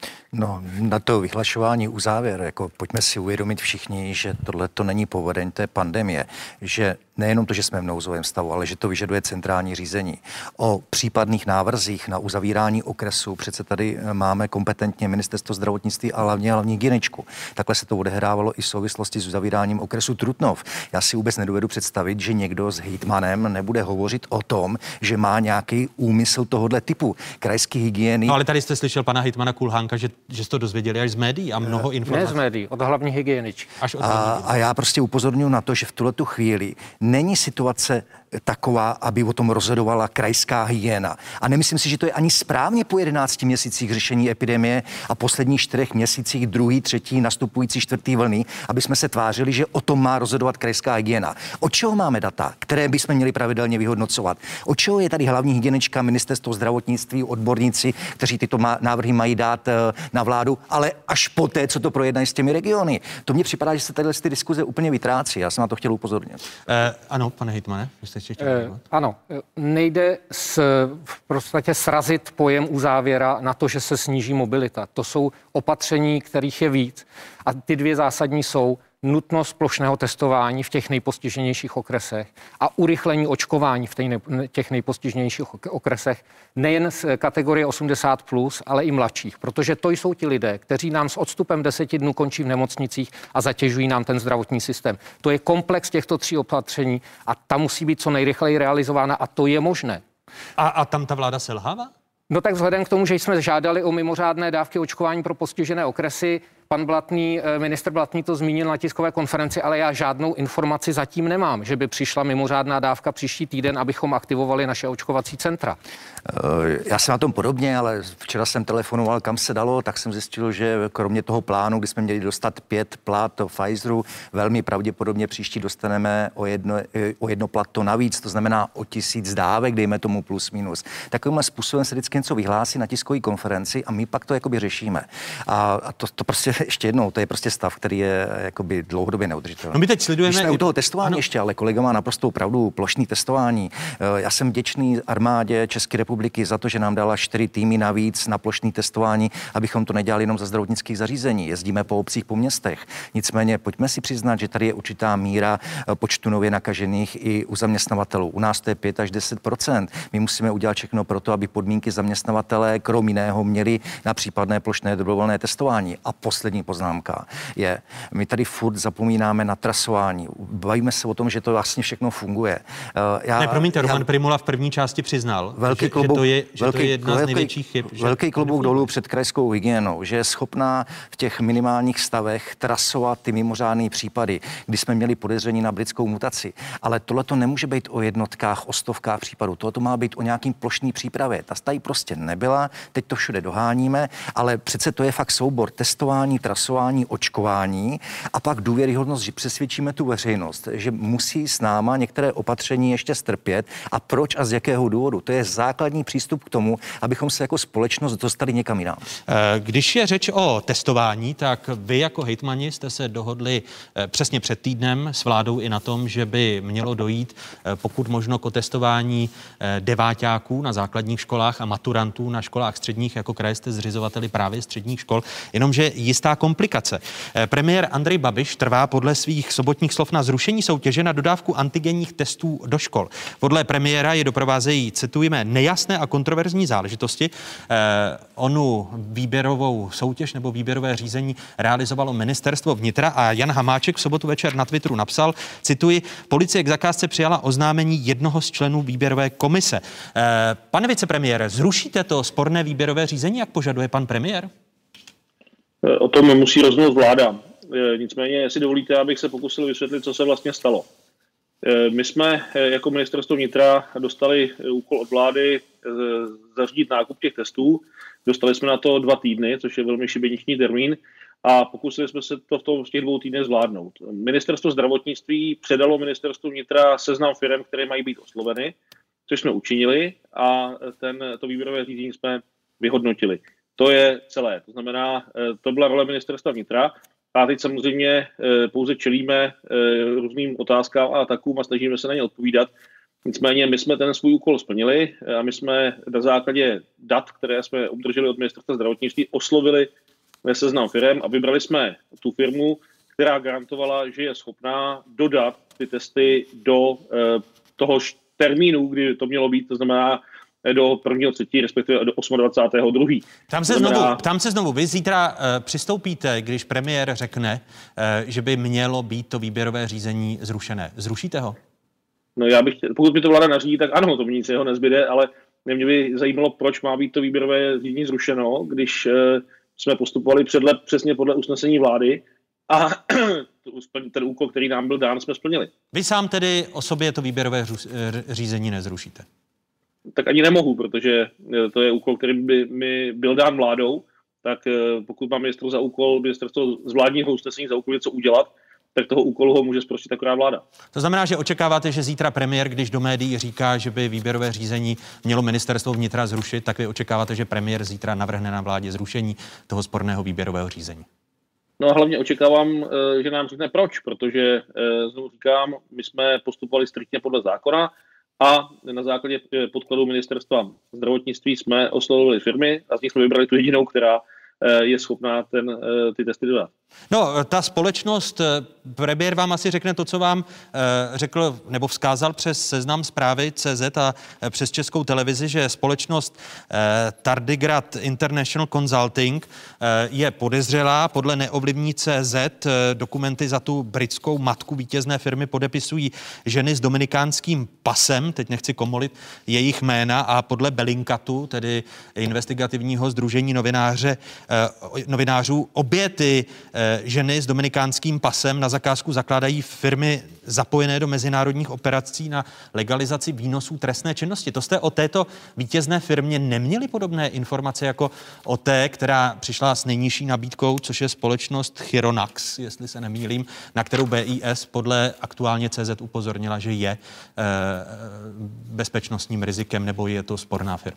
No, na to vyhlašování uzávěr, jako pojďme si uvědomit všichni, že tohle to není povodeň té pandemie, že nejenom to, že jsme v nouzovém stavu, ale že to vyžaduje centrální řízení. O případných návrzích na uzavírání okresu přece tady máme kompetentně Ministerstvo zdravotnictví a hlavně hlavní hygieničku. Takhle se to odehrávalo i v souvislosti s uzavíráním okresu Trutnov. Já si vůbec nedovedu představit, že někdo s hejtmanem nebude hovořit o tom, že má nějaký úmysl tohohle typu. Krajský hygieny. No ale tady jste slyšel pana hejtmana Kulhánka, že, že jste to dozvěděli až z médií a mnoho informací. Ne z médií, od hlavní hygieničky. Až od a, a já prostě upozorňuji na to, že v tuhletu chvíli není situace taková, aby o tom rozhodovala krajská hygiena. A nemyslím si, že to je ani správně po jedenácti měsících řešení epidemie a posledních čtyřech měsících druhý, třetí, nastupující čtvrtý vlny, aby jsme se tvářili, že o tom má rozhodovat krajská hygiena. Od čeho máme data, které bychom měli pravidelně vyhodnocovat? Od čeho je tady hlavní hygienička, Ministerstvo zdravotnictví, odborníci, kteří tyto má, návrhy mají dát na vládu, ale až poté, co to projednají s těmi regiony. To mně připadá, že se tady ty diskuze úplně vytrácí. Já jsem na to chtěl upozornit. Eh, ano, pane hejtmane, vy jste ještě chtěl eh, Ano, nejde s, v podstatě srazit pojem uzávěra na to, že se sníží mobilita. To jsou opatření, kterých je víc. A ty dvě zásadní jsou nutnost plošného testování v těch nejpostiženějších okresech a urychlení očkování v těch nejpostiženějších okresech nejen z kategorie osmdesát plus, ale i mladších, protože to jsou ti lidé, kteří nám s odstupem deseti dnů končí v nemocnicích a zatěžují nám ten zdravotní systém. To je komplex těchto tří opatření a ta musí být co nejrychleji realizována a to je možné. A, a tam ta vláda selhává? No tak vzhledem k tomu, že jsme žádali o mimořádné dávky očkování pro postižené okresy, pan Blatný, ministr Blatný to zmínil na tiskové konferenci, ale já žádnou informaci zatím nemám, že by přišla mimořádná dávka příští týden, abychom aktivovali naše očkovací centra. Já jsem na tom podobně, ale včera jsem telefonoval, kam se dalo, tak jsem zjistil, že kromě toho plánu, kdy jsme měli dostat pět plát Pfizeru, velmi pravděpodobně příští dostaneme o jedno, o jedno plato navíc, to znamená o tisíc dávek, dejme tomu plus minus. Takovým způsobem se vždycky něco vyhlásí na tiskové konferenci a my pak to jakoby řešíme. A, a to, to prostě ještě jednou, to je prostě stav, který je jakoby dlouhodobě neudržitelný. No my teď sledujeme... Když jsme u toho testování ano. ještě, ale kolega má naprostou pravdu, plošný testování. Já jsem vděčný armádě České republiky za to, že nám dala čtyři týmy navíc na plošný testování, abychom to nedělali jenom za zdravotnických zařízení. Jezdíme po obcích, po městech. Nicméně pojďme si přiznat, že tady je určitá míra počtu nově nakažených i u zaměstnavatelů. U nás to je pět až deset procent. My musíme udělat všechno pro to, aby podmínky zaměstnavatele krom jiného měli na případné plošné dobrovolné testování. A poslední poznámka je, my tady furt zapomínáme na trasování. Bavíme se o tom, že to vlastně všechno funguje. Já, ne, promiňte, Roman já, Primula v první části přiznal, velký že, klobouk, že, to je, že velký, to je jedna velký, z největších chyb. Velký klobouk dolů před krajskou hygienou, že je schopná v těch minimálních stavech trasovat ty mimořádné případy, kdy jsme měli podezření na britskou mutaci. Ale tohle to nemůže být o jednotkách, o stovkách případů. Tohle to má být o nějakým plošný přípravě. Ta tady prostě nebyla, teď to všude doháníme, ale přece to je fakt soubor testování, trasování, očkování a pak důvěryhodnost, že přesvědčíme tu veřejnost, že musí s náma některé opatření ještě strpět a proč a z jakého důvodu. To je základní přístup k tomu, abychom se jako společnost dostali někam jinam. Když je řeč o testování, tak vy jako hejtmani jste se dohodli přesně před týdnem s vládou i na tom, že by mělo dojít pokud možno k testování deváťáků na základních školách a maturantů na školách středních, jako kraje jste zřizovateli právě středních škol, jenomže jistá komplikace. Premiér Andrej Babiš trvá podle svých sobotních slov na zrušení soutěže na dodávku antigenních testů do škol. Podle premiéra je doprovázejí, citujeme, nejasné a kontroverzní záležitosti. Eh, onu výběrovou soutěž nebo výběrové řízení realizovalo ministerstvo vnitra a Jan Hamáček v sobotu večer na Twitteru napsal, cituji, policie k zakázce přijala oznámení jednoho z členů výběrové komise. Eh, pane vicepremiére, zrušíte to sporné výběrové řízení, jak požaduje pan premiér? O tom musí rozhodnout vláda. Nicméně, jestli dovolíte, abych se pokusil vysvětlit, co se vlastně stalo. My jsme jako ministerstvo vnitra dostali úkol od vlády zařídit nákup těch testů. Dostali jsme na to dva týdny, což je velmi šibeniční termín, a pokusili jsme se to v, tom, v těch dvou týdnech zvládnout. Ministerstvo zdravotnictví předalo ministerstvu vnitra seznam firem, které mají být osloveny, což jsme učinili, a ten, to výběrové řízení jsme vyhodnotili. To je celé. To znamená, to byla role ministerstva vnitra. A teď samozřejmě pouze čelíme různým otázkám a atakům a snažíme se na ně odpovídat. Nicméně my jsme ten svůj úkol splnili a my jsme na základě dat, které jsme obdrželi od ministerstva zdravotnictví, oslovili seznam firem a vybrali jsme tu firmu, která garantovala, že je schopná dodat ty testy do toho termínu, kdy to mělo být, to znamená do prvního třetí, respektive do dvacátého osmého druhého Tam se, znamená... znovu, tam se znovu, vy zítra uh, přistoupíte, když premiér řekne, uh, že by mělo být to výběrové řízení zrušené. Zrušíte ho? No já bych, pokud by to vláda nařídí, tak ano, to nic jeho nezbyde, ale mě by zajímalo, proč má být to výběrové řízení zrušeno, když uh, jsme postupovali předle, přesně podle usnesení vlády a ten úkol, který nám byl dán, jsme splnili. Vy sám tedy o sobě to výběrové řízení nezrušíte? Tak ani nemohu, protože to je úkol, který by mi byl dán vládou, tak pokud má ministerstvo za úkol, ministerstvo z vládního usnesení za úkol něco udělat, tak toho úkolu ho může zprostit akorát vláda. To znamená, že očekáváte, že zítra premiér, když do médií říká, že by výběrové řízení mělo ministerstvo vnitra zrušit, tak vy očekáváte, že premiér zítra navrhne na vládě zrušení toho sporného výběrového řízení? No a hlavně očekávám, že nám řekne proč, protože znovu říkám, my jsme postupovali striktně podle zákona, a na základě podkladu ministerstva zdravotnictví jsme oslovili firmy a z nich jsme vybrali tu jedinou, která je schopná ten, ty testy dodat. No, ta společnost, premiér vám asi řekne to, co vám řekl nebo vzkázal přes Seznam Zprávy C Z a přes Českou televizi, že společnost Tardigrad International Consulting je podezřelá. Podle neovlivní C Z dokumenty za tu britskou matku vítězné firmy podepisují ženy s dominikánským pasem, teď nechci komolit jejich jména, a podle Bellingcatu, tedy investigativního sdružení novináře, novinářů, obě ty ženy s dominikánským pasem na zakázku zakládají firmy zapojené do mezinárodních operací na legalizaci výnosů trestné činnosti. To jste o této vítězné firmě neměli podobné informace jako o té, která přišla s nejnižší nabídkou, což je společnost Chironax, jestli se nemýlím, na kterou B I S podle aktuálně C Z upozornila, že je eh, bezpečnostním rizikem, nebo je to sporná firma?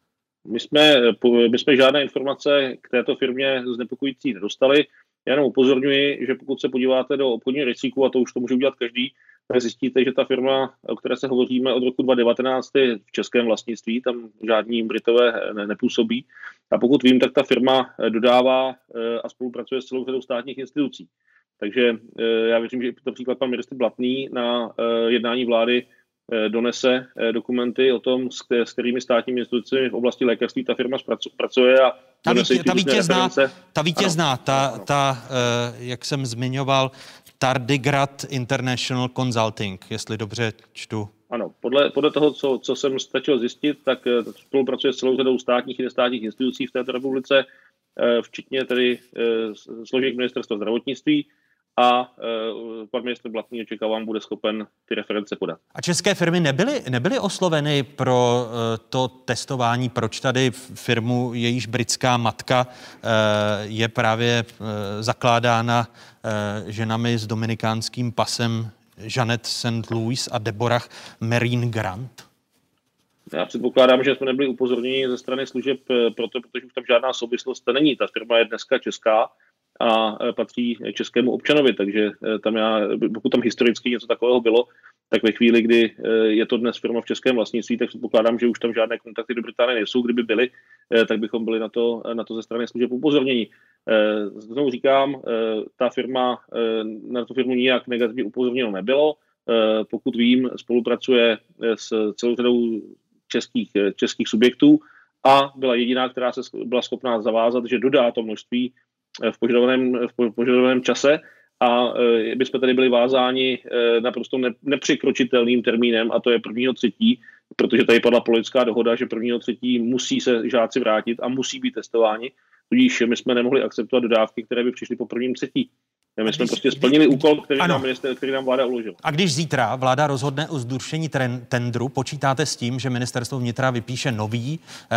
My jsme, my jsme žádné informace k této firmě znepokojící nedostali. Já jenom upozorňuji, že pokud se podíváte do obchodního rejstříku, a to už to může udělat každý, tak zjistíte, že ta firma, o které se hovoříme od roku dva tisíce devatenáct, je v českém vlastnictví, tam žádní Britové ne, nepůsobí. A pokud vím, tak ta firma dodává a spolupracuje s celou řadou státních institucí. Takže já věřím, že například pan ministr Blatný na jednání vlády donese dokumenty o tom, s kterými státními institucemi v oblasti lékařství ta firma pracuje a ta, vítě, ta vítězná, ta, vítězná ta, ta, jak jsem zmiňoval, Tardigrad International Consulting, jestli dobře čtu. Ano, podle, podle toho, co, co jsem stačil zjistit, tak spolupracuje s celou řadou státních i nestátních institucí v této republice, včetně tedy složek ministerstva zdravotnictví, a uh, pan ministr Blatný, očekávám, bude schopen ty reference podat. A české firmy nebyly, nebyly osloveny pro uh, to testování? Proč tady firmu, jejíž britská matka uh, je právě uh, zakládána uh, ženami s dominikánským pasem Jeanette Saint Louis a Deborah Marine Grant? Já předpokládám, že jsme nebyli upozorněni ze strany služeb proto, protože už tam žádná souvislost není. Ta firma je dneska česká a patří českému občanovi, takže tam já, pokud tam historicky něco takového bylo, tak ve chvíli, kdy je to dnes firma v českém vlastnictví, tak předpokládám, že už tam žádné kontakty do Británie nejsou. Kdyby byly, tak bychom byli na to, na to ze strany služeb upozornění. Znovu říkám, ta firma, na tu firmu nijak negativně upozorněno nebylo. Pokud vím, spolupracuje s celou řadou českých, českých subjektů a byla jediná, která se byla schopná zavázat, že dodá to množství v požadovaném, v požadovaném čase, a e, bychom tady byli vázáni e, naprosto ne, nepřekročitelným termínem, a to je prvního třetí, protože tady padla politická dohoda, že prvního třetí musí se žáci vrátit a musí být testováni, tudíž my jsme nemohli akceptovat dodávky, které by přišly po prvním třetí. My když, jsme prostě splnili když, úkol, který nám, minister, který nám vláda uložila. A když zítra vláda rozhodne o zrušení tendru, počítáte s tím, že ministerstvo vnitra vypíše nový eh,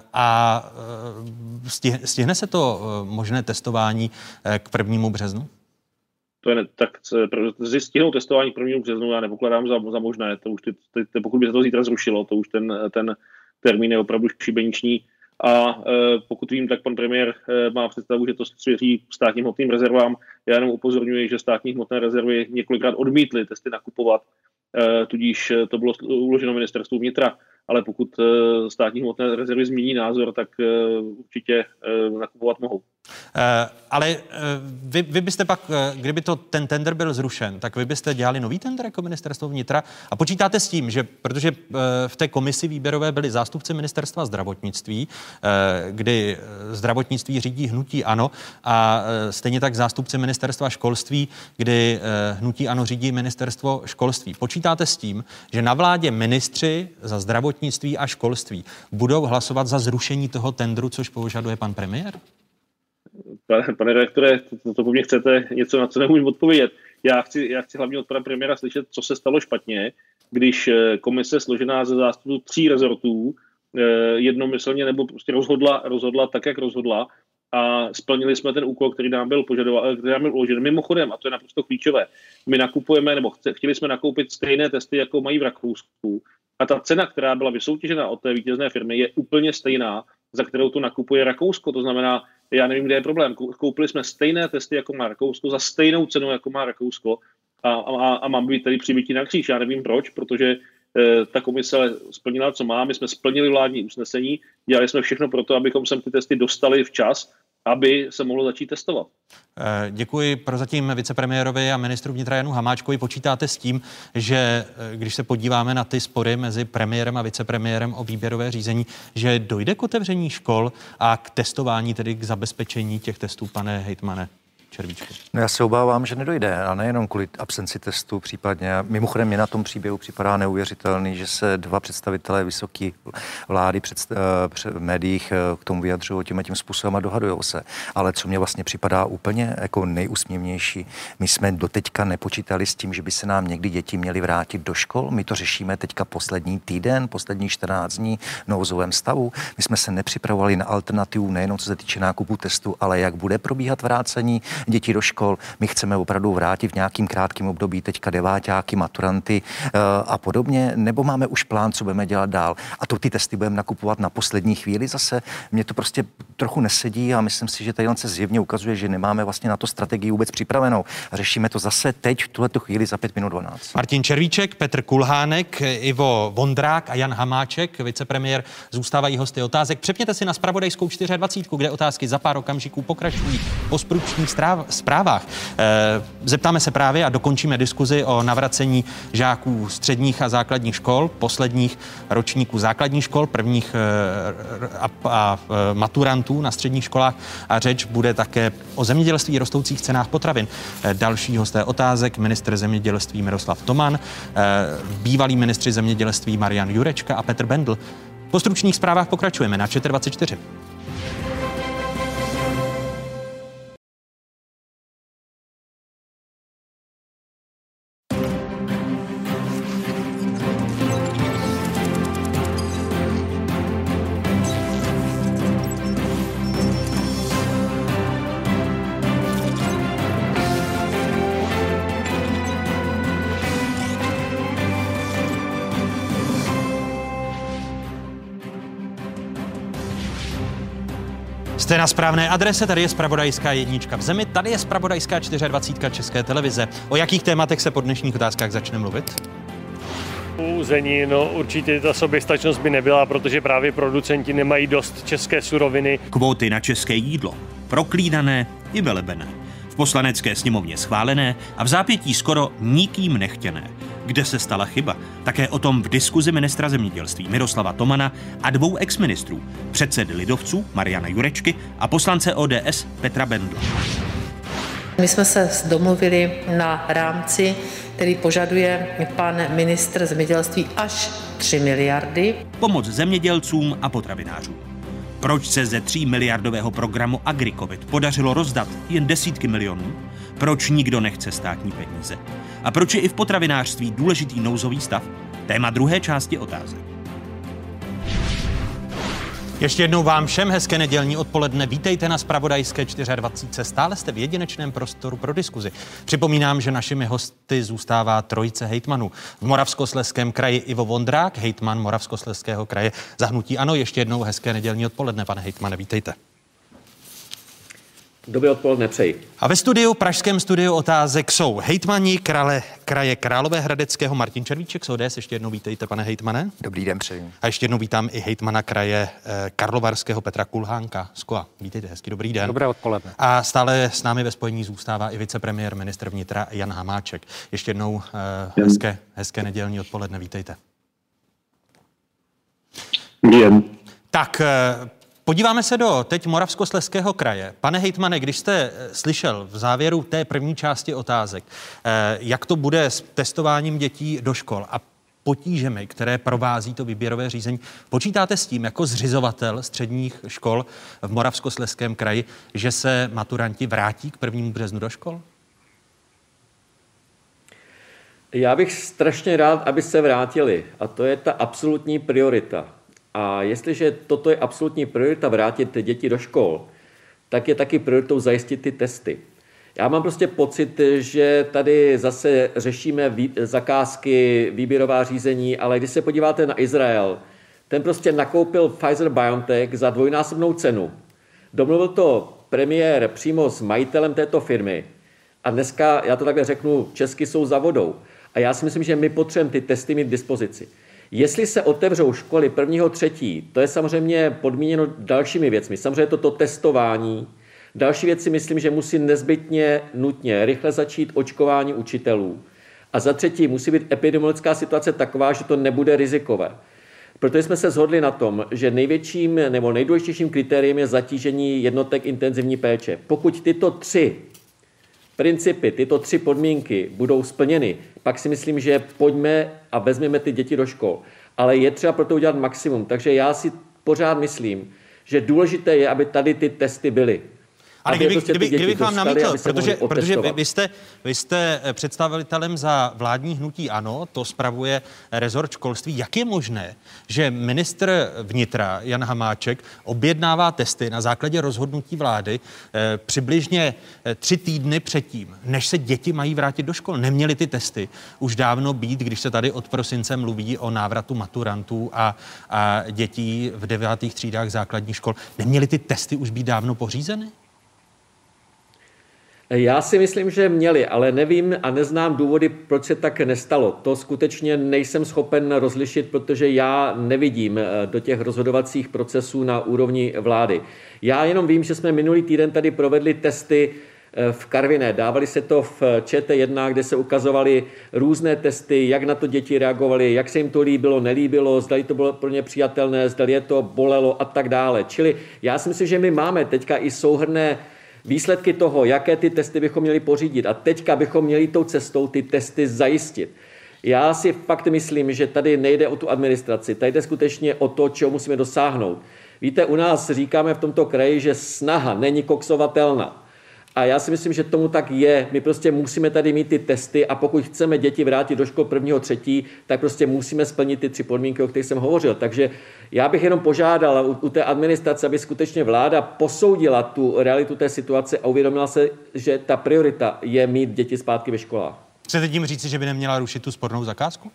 a stihne, stihne se to eh, možné testování eh, k prvnímu březnu? To je ne, tak stihnout testování k prvnímu březnu já nepokládám za, za možné. To už ty, ty, ty, pokud by se to zítra zrušilo, to už ten, ten termín je opravdu šibeniční. A e, pokud vím, tak pan premiér e, má představu, že to svěří státním hmotným rezervám. Já jenom upozorňuji, že státní hmotné rezervy několikrát odmítly testy nakupovat, e, tudíž to bylo uloženo ministerstvu vnitra. Ale pokud e, státní hmotné rezervy změní názor, tak e, určitě e, nakupovat mohou. E, ale e, vy, vy byste pak, e, kdyby to ten tender byl zrušen, tak vy byste dělali nový tender jako ministerstvo vnitra a počítáte s tím, že protože e, v té komisi výběrové byli zástupci ministerstva zdravotnictví, e, kdy zdravotnictví řídí hnutí ANO, a e, stejně tak zástupci ministerstva školství, kdy e, hnutí ANO řídí ministerstvo školství. Počítáte s tím, že na vládě ministři za zdravotnictví a školství budou hlasovat za zrušení toho tendru, což požaduje pan premiér? Pane, pane redaktore, to, to po mně chcete něco, na co nemůžu odpovědět. Já chci, já chci hlavně od pana premiéra slyšet, co se stalo špatně, když komise složená ze zástupců tří rezortů jednomyslně nebo prostě rozhodla, rozhodla tak, jak rozhodla, a splnili jsme ten úkol, který nám byl požadován, který nám byl uložen. Mimochodem, a to je naprosto klíčové, my nakupujeme, nebo chtěli jsme nakoupit stejné testy, jako mají v Rakousku, a ta cena, která byla vysoutěžena od té vítězné firmy, je úplně stejná, za kterou to nakupuje Rakousko. To znamená, já nevím, kde je problém. Koupili jsme stejné testy, jako má Rakousko, za stejnou cenu, jako má Rakousko, a, a, a mám být tady přibití na kříž. Já nevím proč, protože e, ta komise splnila, co má. My jsme splnili vládní usnesení, dělali jsme všechno pro to, abychom sem ty testy dostali včas, aby se mohlo začít testovat. Děkuji prozatím vicepremiérovi a ministru vnitra Janu Hamáčkovi. Počítáte s tím, že když se podíváme na ty spory mezi premiérem a vicepremiérem o výběrové řízení, že dojde k otevření škol a k testování, tedy k zabezpečení těch testů, pane hejtmane Červíčku? No já se obávám, že nedojde, a nejenom kvůli absenci testů případně. Mimochodem mě na tom příběhu připadá neuvěřitelný, že se dva představitelé vysoké vlády před, před, v médiích k tomu vyjadřují tím a tím způsobem a dohadujou se. Ale co mě vlastně připadá úplně jako nejúsměvnější, my jsme doteďka nepočítali s tím, že by se nám někdy děti měly vrátit do škol. My to řešíme teďka poslední týden, poslední čtrnáct dní v nouzovém stavu. My jsme se nepřipravovali na alternativu, nejenom co se týče nákupu testů, ale jak bude probíhat vrácení děti do škol. My chceme opravdu vrátit v nějakým krátkém období teďka deváťáky, maturanty e, a podobně, nebo máme už plán, co budeme dělat dál. A to ty testy budeme nakupovat na poslední chvíli zase. Mně to prostě trochu nesedí a myslím si, že tady se zjevně ukazuje, že nemáme vlastně na to strategii vůbec připravenou. A řešíme to zase teď, v tuhletu chvíli za pět minut dvanáct. Martin Červíček, Petr Kulhánek, Ivo Vondrák a Jan Hamáček, vicepremiér, zůstávají hosty otázek. Přepněte si na zpravodajskou dvacet čtyři, kde otázky za pár okamžiků pokračují po spručných zprávách. Zeptáme se právě a dokončíme diskuzi o navracení žáků středních a základních škol, posledních ročníků základních škol, prvních a, a maturantů na středních školách a řeč bude také o zemědělství, rostoucích cenách potravin. Další hosté otázek, ministr zemědělství Miroslav Toman, bývalí ministři zemědělství Marian Jurečka a Petr Bendl. Po stručných zprávách pokračujeme na dvacet čtyři. Jste na správné adrese, tady je zpravodajská jednička v zemi, tady je zpravodajská dvacet čtyři České televize. O jakých tématech se po dnešních otázkách začne mluvit? Úzení, no určitě ta soběstačnost by nebyla, protože právě producenti nemají dost české suroviny. Kvóty na české jídlo, proklínané i velebené. V poslanecké sněmovně schválené a v zápětí skoro nikým nechtěné. Kde se stala chyba? Také o tom v diskuzi ministra zemědělství Miroslava Tomana a dvou exministrů, předsedy lidovců Mariana Jurečky a poslance O D S Petra Bendla. My jsme se domluvili na rámci, který požaduje pan ministr zemědělství až tři miliardy. Pomoc zemědělcům a potravinářům. Proč se ze tří miliardového programu AgriCovid podařilo rozdat jen desítky milionů? Proč nikdo nechce státní peníze? A proč je i v potravinářství důležitý nouzový stav? Téma druhé části otázek. Ještě jednou vám všem hezké nedělní odpoledne. Vítejte na zpravodajské dvacet čtyři. Stále jste v jedinečném prostoru pro diskuzi. Připomínám, že našimi hosty zůstává trojice hejtmanů. V Moravskoslezském kraji Ivo Vondrák, hejtman Moravskoslezského kraje za hnutí ANO. Ještě jednou hezké nedělní odpoledne, pane hejtmane, vítejte. Dobré odpoledne přeji. A ve studiu, pražském studiu otázek jsou hejtmani krale, kraje Královéhradeckého Martin Červíček z O D S. Ještě jednou vítejte, pane hejtmane. Dobrý den, přeji. A ještě jednou vítám i hejtmana kraje eh, Karlovarského Petra Kulhánka z K O A. Vítejte, hezký dobrý den. Dobré odpoledne. A stále s námi ve spojení zůstává i vicepremiér, ministr vnitra Jan Hamáček. Ještě jednou eh, hezké, hezké nedělní odpoledne, vítejte. Jen. Tak, eh, podíváme se do teď Moravskoslezského kraje. Pane hejtmane, když jste slyšel v závěru té první části otázek, jak to bude s testováním dětí do škol a potížemi, které provází to výběrové řízení, počítáte s tím jako zřizovatel středních škol v Moravskoslezském kraji, že se maturanti vrátí k prvnímu březnu do škol? Já bych strašně rád, aby se vrátili. A to je ta absolutní priorita. A jestliže toto je absolutní priorita vrátit děti do škol, tak je taky prioritou zajistit ty testy. Já mám prostě pocit, že tady zase řešíme vý, zakázky, výběrová řízení, ale když se podíváte na Izrael, ten prostě nakoupil Pfizer-BioNTech za dvojnásobnou cenu. Domluvil to premiér přímo s majitelem této firmy a dneska, já to takhle řeknu, česky jsou za vodou. A já si myslím, že my potřebujeme ty testy mít k dispozici. Jestli se otevřou školy prvního třetí, to je samozřejmě podmíněno dalšími věcmi. Samozřejmě toto testování, Další věc si myslím, že musí nezbytně nutně rychle začít očkování učitelů. A za třetí musí být epidemiologická situace taková, že to nebude rizikové. Protože jsme se shodli na tom, že největším nebo nejdůležitějším kritériem je zatížení jednotek intenzivní péče. Pokud tyto tři principy, tyto tři podmínky budou splněny, pak si myslím, že pojďme a vezmeme ty děti do škol. Ale je třeba pro to udělat maximum. Takže já si pořád myslím, že důležité je, aby tady ty testy byly. Ale kdyby, kdyby, kdybych vám namítl, protože, protože vy, vy, jste, vy jste představitelem za vládní hnutí ANO, to spravuje rezort školství. Jak je možné, že ministr vnitra Jan Hamáček objednává testy na základě rozhodnutí vlády eh, přibližně tři týdny předtím, než se děti mají vrátit do škol? Neměly ty testy už dávno být, když se tady od prosince mluví o návratu maturantů a, a dětí v devátých třídách základních škol. Neměly ty testy už být dávno pořízeny? Já si myslím, že měli, ale nevím a neznám důvody, proč se tak nestalo. To skutečně nejsem schopen rozlišit, protože já nevidím do těch rozhodovacích procesů na úrovni vlády. Já jenom vím, že jsme minulý týden tady provedli testy v Karviné. Dávali se to v Č T jedna, kde se ukazovaly různé testy, jak na to děti reagovaly, jak se jim to líbilo, nelíbilo, zdali to bylo pro ně přijatelné, zdali je to bolelo a tak dále. Čili já si myslím, že my máme teďka i souhrnné výsledky toho, jaké ty testy bychom měli pořídit a teďka bychom měli tou cestou ty testy zajistit. Já si fakt myslím, že tady nejde o tu administraci, tady jde skutečně o to, čeho musíme dosáhnout. Víte, u nás říkáme v tomto kraji, že snaha není koksovatelná. A já si myslím, že tomu tak je. My prostě musíme tady mít ty testy a pokud chceme děti vrátit do škol prvního třetí, tak prostě musíme splnit ty tři podmínky, o kterých jsem hovořil. Takže já bych jenom požádal u, u té administrace, aby skutečně vláda posoudila tu realitu té situace a uvědomila se, že ta priorita je mít děti zpátky ve školách. Chcete tím říci, že by neměla rušit tu spornou zakázku?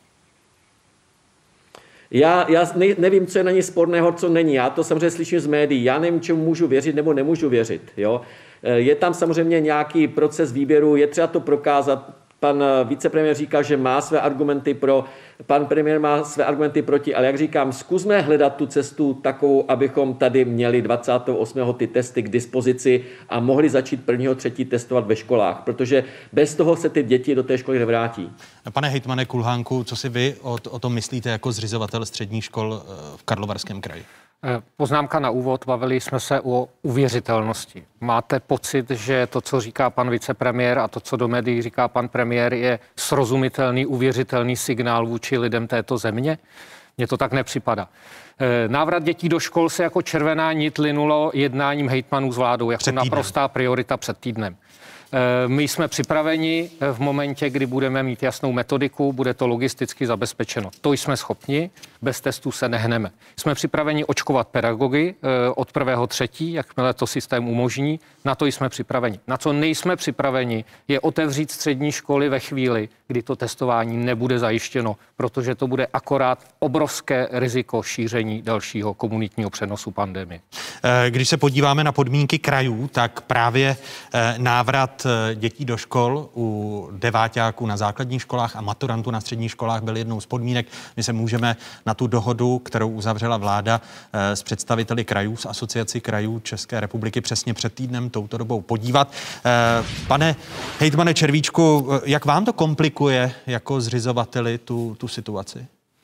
Já, já ne, nevím, co je na ní sporného, co není. Já to samozřejmě slyším z médií. Já nevím, čemu můžu věřit nebo nemůžu věřit. Jo? Je tam samozřejmě nějaký proces výběru, je třeba to prokázat. Pan vicepremiér říkal, že má své argumenty pro, pan premiér má své argumenty proti, ale jak říkám, zkusme hledat tu cestu takovou, abychom tady měli dvacátého osmého ty testy k dispozici a mohli začít prvního třetí testovat ve školách, protože bez toho se ty děti do té školy nevrátí. Pane hejtmane Kulhánku, co si vy o, o tom myslíte jako zřizovatel středních škol v Karlovarském kraji? Poznámka na úvod, bavili jsme se o uvěřitelnosti. Máte pocit, že to, co říká pan vicepremiér a to, co do médií říká pan premiér, je srozumitelný, uvěřitelný signál vůči lidem této země? Mně to tak nepřipadá. Návrat dětí do škol se jako červená nit linulo jednáním hejtmanů s vládou, jako naprostá priorita před týdnem. My jsme připraveni v momentě, kdy budeme mít jasnou metodiku, bude to logisticky zabezpečeno. To jsme schopni, bez testů se nehneme. Jsme připraveni očkovat pedagogy od prvého třetí, jakmile to systém umožní, na to jsme připraveni. Na co nejsme připraveni, je otevřít střední školy ve chvíli, kdy to testování nebude zajištěno, protože to bude akorát obrovské riziko šíření dalšího komunitního přenosu pandemie. Když se podíváme na podmínky krajů, tak právě návrat dětí do škol u deváťáků na základních školách a maturantů na středních školách byl jednou z podmínek. My se můžeme na tu dohodu, kterou uzavřela vláda s představiteli krajů, s Asociací krajů České republiky přesně před týdnem touto dobou podívat. Pane hejtmane Červíčku, jak vám to komplikuje jako zřizovateli tu, tu situaci?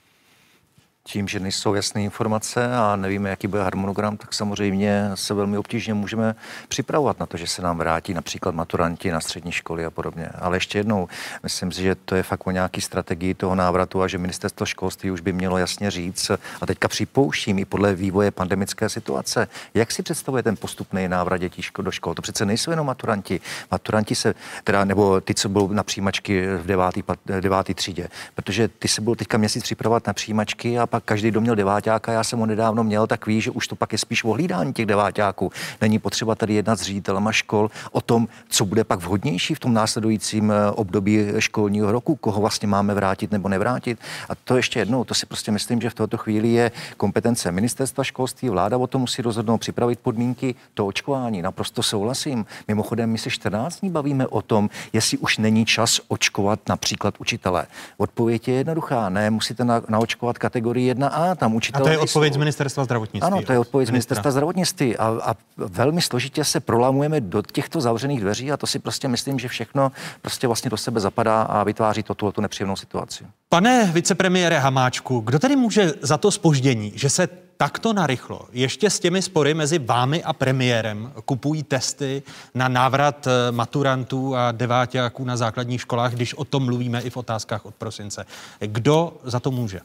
Tím, že nejsou jasné informace a nevíme, jaký bude harmonogram, tak samozřejmě se velmi obtížně můžeme připravovat na to, že se nám vrátí například maturanti na střední školy a podobně. Ale ještě jednou, myslím si, že to je fakt o nějaký strategii toho návratu a že ministerstvo školství už by mělo jasně říct, a teďka připouštím i podle vývoje pandemické situace, jak si představuje ten postupný návrat dětí do škol. To přece nejsou jenom maturanti. Maturanti se, teda, nebo ty, co budou na přijímačky v devátý, devátý třídě, protože ty se budou teďka měsíc připravovat na přijímačky a pak každý, kdo měl deváťáka, já jsem ho nedávno měl, tak ví, že už to pak je spíš ohlídání těch deváťáků. Není potřeba tady jednat s ředitelema škol o tom, co bude pak vhodnější v tom následujícím období školního roku, koho vlastně máme vrátit nebo nevrátit. A to ještě jednou, to si prostě myslím, že v této chvíli je kompetence ministerstva školství, vláda o tom musí rozhodnout, připravit podmínky, to očkování. Naprosto souhlasím. Mimochodem, my se čtrnáct dní bavíme o tom, jestli už není čas očkovat například učitele. Odpověď je jednoduchá, ne, musíte na, naočkovat kategorii jedna A, tam učitelé. A to je odpověď z ministerstva zdravotnictví. Ano, to je odpověď z ministerstva zdravotnictví a, a velmi složitě se prolamujeme do těchto zavřených dveří a to si prostě myslím, že všechno prostě vlastně do sebe zapadá a vytváří to tu, tu nepříjemnou situaci. Pane vicepremiére Hamáčku, kdo tedy může za to zpoždění, že se takto narychlo, ještě s těmi spory mezi vámi a premiérem, kupují testy na návrat maturantů a deváťáků na základních školách, když o tom mluvíme i v otázkách od prosince. Kdo za to může?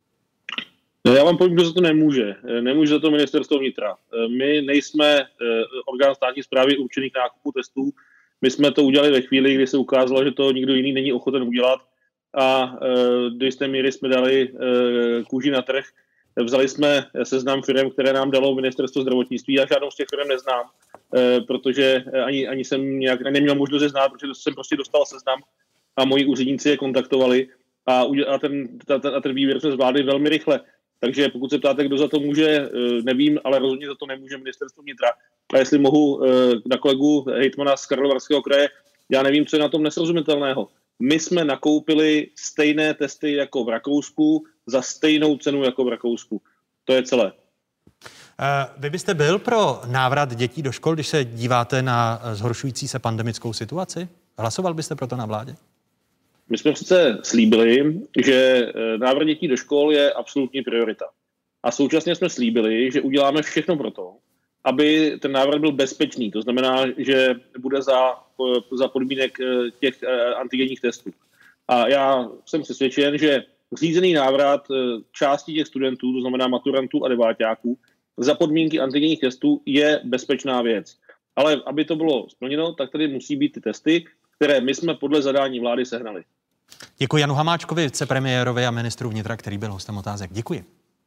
No, já vám povím, kdo za to nemůže. Nemůže za to ministerstvo vnitra. My nejsme orgán státní správy určený k nákupu testů. My jsme to udělali ve chvíli, kdy se ukázalo, že to nikdo jiný není ochoten udělat a do jisté míry jsme dali kůži na trh. Vzali jsme seznam firm, které nám dalo ministerstvo zdravotnictví. Já žádnou z těch firm neznám, protože ani, ani jsem nějak neměl možnost je znát, protože jsem prostě dostal seznam a moji úředníci je kontaktovali a, a, ten, a ten výběr jsme zvládli velmi rychle. Takže pokud se ptáte, kdo za to může, nevím, ale rozhodně za to nemůže ministerstvo vnitra. A jestli mohu na kolegu hejtmana z Karlovarského kraje, já nevím, co je na tom nesrozumitelného. My jsme nakoupili stejné testy jako v Rakousku za stejnou cenu jako v Rakousku. To je celé. Vy byste byl pro návrat dětí do škol, když se díváte na zhoršující se pandemickou situaci? Hlasoval byste pro to na vládě? My jsme přece slíbili, že návrat dětí do škol je absolutní priorita. A současně jsme slíbili, že uděláme všechno pro to, aby ten návrat byl bezpečný. To znamená, že bude za, za podmínek těch antigenních testů. A já jsem přesvědčen, že řízený návrat části těch studentů, to znamená maturantů a deváťáků, za podmínky antigenních testů je bezpečná věc. Ale aby to bylo splněno, tak tady musí být ty testy, které my jsme podle zadání vlády sehnali. Děkuji Janu Hamáčkovi, vicepremiérovi a ministru vnitra, který byl hostem Otázek. Děkuji.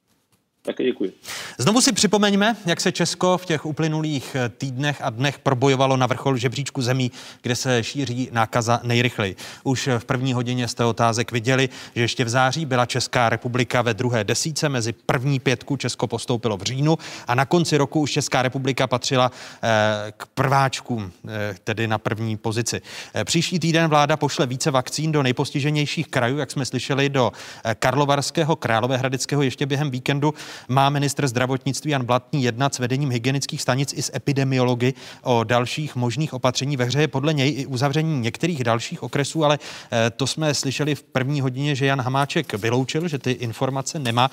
Také děkuji. Znovu si připomeňme, jak se Česko v těch uplynulých týdnech a dnech probojovalo na vrchol žebříčku zemí, kde se šíří nákaza nejrychleji. Už v první hodině jste Otázek viděli, že ještě v září byla Česká republika ve druhé desítce, mezi první pětku Česko postoupilo v říjnu a na konci roku už Česká republika patřila eh, k prváčkům, eh, tedy na první pozici. Eh, příští týden vláda pošle více vakcín do nejpostiženějších krajů, jak jsme slyšeli, do eh, Karlovarského, Královéhradeckého ještě během víkendu. Má ministr zdravotnictví Jan Blatný jednat s vedením hygienických stanic i s epidemiology o dalších možných opatření. Ve hře je podle něj i uzavření některých dalších okresů, ale to jsme slyšeli v první hodině, že Jan Hamáček vyloučil, že ty informace nemá.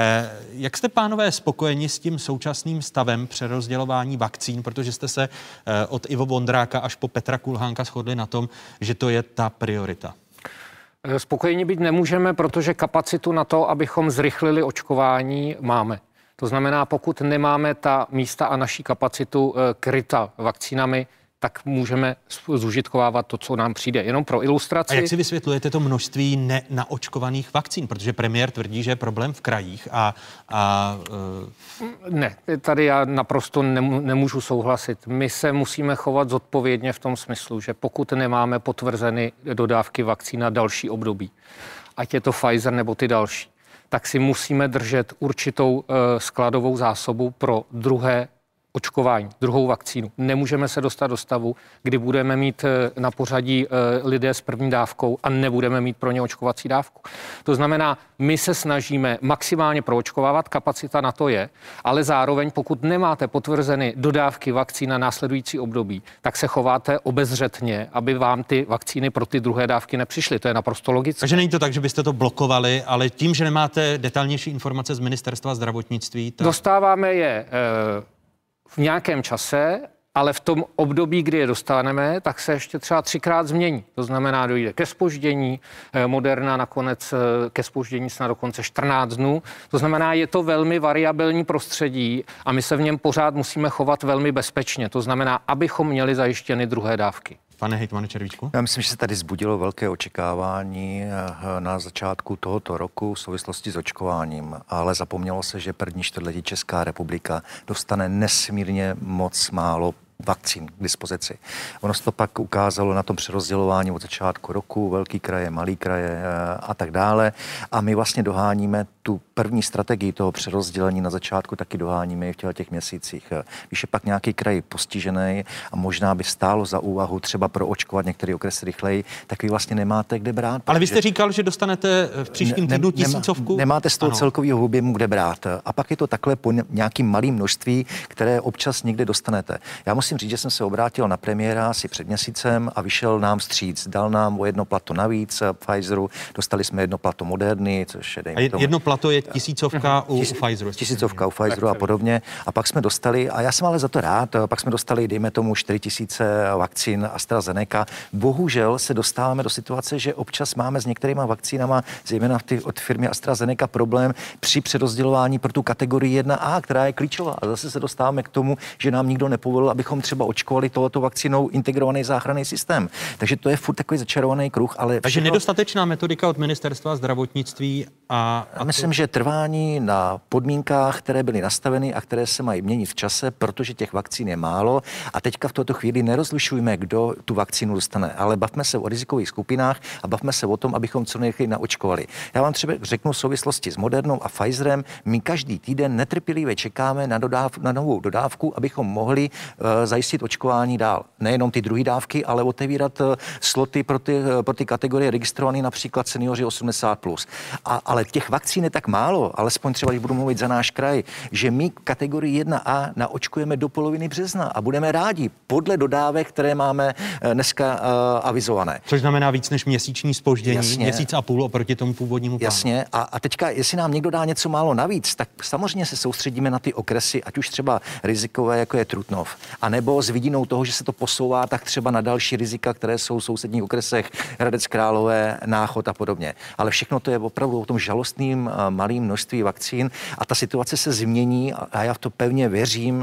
Jak jste, pánové, spokojeni s tím současným stavem přerozdělování vakcín, protože jste se od Ivo Vondráka až po Petra Kulhánka shodli na tom, že to je ta priorita? Spokojeni být nemůžeme, protože kapacitu na to, abychom zrychlili očkování, máme. To znamená, pokud nemáme ta místa a naší kapacitu kryta vakcínami, tak můžeme zužitkovávat to, co nám přijde. Jenom pro ilustraci. A jak si vysvětlujete to množství nenaočkovaných vakcín? Protože premiér tvrdí, že je problém v krajích a... a uh... Ne, tady já naprosto nemůžu souhlasit. My se musíme chovat zodpovědně v tom smyslu, že pokud nemáme potvrzeny dodávky vakcín na další období, ať je to Pfizer nebo ty další, tak si musíme držet určitou uh, skladovou zásobu pro druhé očkování, druhou vakcínu. Nemůžeme se dostat do stavu, kdy budeme mít na pořadí lidé s první dávkou a nebudeme mít pro ně očkovací dávku. To znamená, my se snažíme maximálně proočkovávat, kapacita na to je, ale zároveň, pokud nemáte potvrzeny dodávky vakcín na následující období, tak se chováte obezřetně, aby vám ty vakcíny pro ty druhé dávky nepřišly. To je naprosto logické. Takže není to tak, že byste to blokovali, ale tím, že nemáte detailnější informace z ministerstva zdravotnictví, tak... Dostáváme je e- v nějakém čase, ale v tom období, kdy je dostaneme, tak se ještě třeba třikrát změní. To znamená, dojde ke zpoždění, Moderna nakonec ke zpoždění snad dokonce čtrnáct dnů. To znamená, je to velmi variabilní prostředí a my se v něm pořád musíme chovat velmi bezpečně. To znamená, abychom měli zajištěny druhé dávky. Pane hejtmane Červíčku? Já myslím, že se tady zbudilo velké očekávání na začátku tohoto roku v souvislosti s očkováním, ale zapomnělo se, že první čtvrtletí Česká republika dostane nesmírně moc málo vakcín k dispozici. Ono se to pak ukázalo na tom přerozdělování od začátku roku, velký kraje, malý kraje a tak dále. A my vlastně doháníme tu první strategii toho přerozdělení na začátku, taky doháníme i v těchto těch měsících. Když je pak nějaký kraj postižený a možná by stálo za úvahu třeba proočkovat některé okresy rychleji, tak vy vlastně nemáte kde brát. Ale vy jste říkal, že dostanete v příštím ne, týdnu ne, tisícovku? Nemáte z toho ano. celkového objemu kde brát. A pak je to takhle po nějakým malým množství, které občas někde dostanete. Já musím říct, že jsem se obrátil na premiéra asi před měsícem a vyšel nám vstříc. Dal nám o jedno plato navíc Pfizeru, dostali jsme jedno plato Moderny, což je dejme tomu. Jedno plato je tisícovka u Tis, Pfizeru. Tisícovka u Pfizeru a podobně. A pak jsme dostali, a já jsem ale za to rád, pak jsme dostali, dejme tomu, čtyři tisíce vakcín AstraZeneca. Bohužel se dostáváme do situace, že občas máme s některýma vakcínama, zejména ty, od firmy AstraZeneca, problém při přerozdělování pro tu kategorii jedna A, která je klíčová. A zase se dostáváme k tomu, že nám nikdo nepovolil, abychom třeba očkovali tohoto vakcínou integrovaný záchranný systém. Takže to je furt takový začarovaný kruh, ale Takže všechno... nedostatečná metodika od ministerstva zdravotnictví a, a myslím, to... že trvání na podmínkách, které byly nastaveny a které se mají měnit v čase, protože těch vakcín je málo a teďka v této chvíli nerozlišujeme, kdo tu vakcínu dostane, ale bavme se o rizikových skupinách a bavme se o tom, abychom co nejrychleji naočkovali. Já vám třeba řeknu v souvislosti s Modernou a Pfizerem, my každý týden netrpělivě čekáme na, dodáv, na novou dodávku, abychom mohli uh, zajistit očkování dál. Nejenom ty druhé dávky, ale otevírat uh, sloty pro ty, uh, pro ty kategorie registrované, například seniori osmdesát plus. A, ale těch vakcín je tak málo, alespoň třeba, když budu mluvit za náš kraj, že my kategorii jedna A naočkujeme do poloviny března a budeme rádi podle dodávek, které máme uh, dneska uh, avizované. Což znamená víc než měsíční zpoždění, Jasně. měsíc a půl oproti tomu původnímu plánu. Jasně. A, a teďka, jestli nám někdo dá něco málo navíc, tak samozřejmě se soustředíme na ty okresy, ať už třeba rizikové, jako je Trutnov, anebo s vidinou toho, že se to posouvá, tak třeba na další rizika, které jsou v sousedních okresech, Hradec Králové, Náchod a podobně. Ale všechno to je opravdu o tom žalostným malým množství vakcín a ta situace se změní a já v to pevně věřím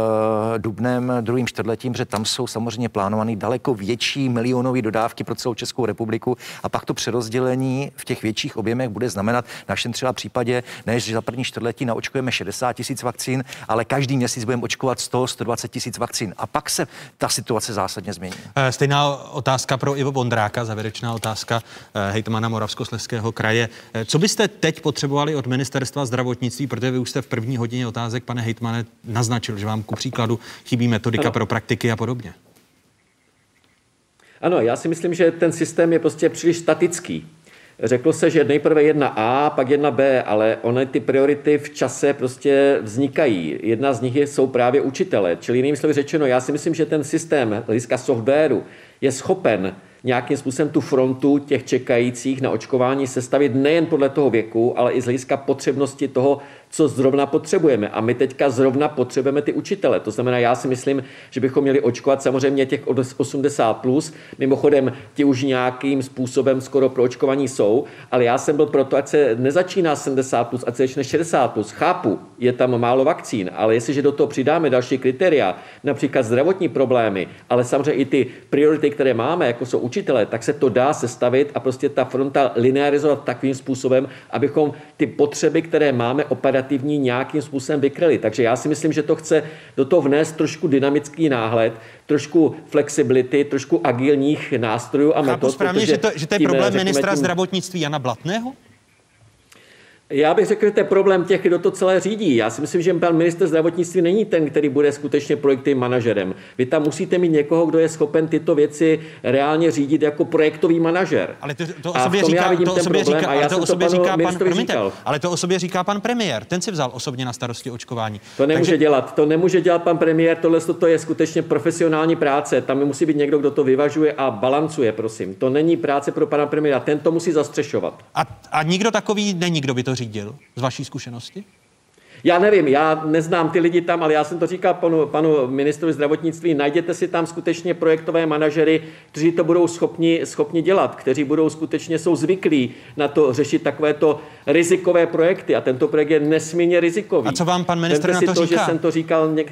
dubnem, druhým čtvrtletím, protože tam jsou samozřejmě plánované daleko větší milionové dodávky pro celou Českou republiku a pak to přerozdělení v těch větších objemech bude znamenat v našem třeba případě, než za první čtvrtletí naočkujeme šedesát tisíc vakcín, ale každý měsíc budeme očkovat sto, sto dvacet tisíc vakcín. A pak se ta situace zásadně změní. Stejná otázka pro Ivo Vondráka, závěrečná otázka hejtmana Moravskoslezského kraje. Co byste teď potřebovali od ministerstva zdravotnictví, protože vy už jste v první hodině otázek, pane hejtmane, naznačil, že vám ku příkladu chybí metodika ano. pro praktiky a podobně. Ano, já si myslím, že ten systém je prostě příliš statický. Řeklo se, že nejprve jedna A, pak jedna B, ale ony ty priority v čase prostě vznikají. Jedna z nich je, jsou právě učitelé. Čili jinými slovy řečeno, já si myslím, že ten systém hlediska softwaru je schopen nějakým způsobem tu frontu těch čekajících na očkování sestavit nejen podle toho věku, ale i z hlediska potřebnosti toho, co zrovna potřebujeme. A my teďka zrovna potřebujeme ty učitele. To znamená, já si myslím, že bychom měli očkovat samozřejmě těch osmdesát plus. Mimochodem, ti už nějakým způsobem skoro pro očkování jsou, ale já jsem byl proto, ať se nezačíná sedmdesát plus, ať se začne šedesát plus. Chápu, je tam málo vakcín, ale jestliže do toho přidáme další kritéria, například zdravotní problémy, ale samozřejmě i ty priority, které máme, jako jsou učitelé, tak se to dá sestavit a prostě ta fronta linearizovat takovým způsobem, abychom ty potřeby, které máme operativně nějakým způsobem vykryli. Takže já si myslím, že to chce do toho vnést trošku dynamický náhled, trošku flexibility, trošku agilních nástrojů a metod. Chápu správně, že to, že to je tím, problém ministra tím... zdravotnictví Jana Blatného? Já bych řekl, že to je problém těch, kdo to celé řídí. Já si myslím, že pan ministr zdravotnictví není ten, který bude skutečně projektovým manažerem. Vy tam musíte mít někoho, kdo je schopen tyto věci reálně řídit jako projektový manažer. Ale to, to o sobě říká, to o sobě říká, ale to o sobě říká pan, promiňte, ale to o sobě říká pan premiér. Ten si vzal osobně na starosti očkování. To nemůže Takže... dělat. To nemůže dělat pan premiér. Tohle to je skutečně profesionální práce. Tam musí být někdo, kdo to vyvažuje a balancuje, prosím. To není práce pro pana premiéra. Ten to musí zastřešovat. A, a nikdo takový není, kdo by to řídil z vaší zkušenosti? Já nevím, já neznám ty lidi tam, ale já jsem to říkal panu, panu ministru zdravotnictví, najděte si tam skutečně projektové manažery, kteří to budou schopni, schopni dělat, kteří budou skutečně, jsou zvyklí na to řešit takovéto rizikové projekty a tento projekt je nesmírně rizikový. A co vám pan ministr na to, to říká? Že jsem to říkal něk...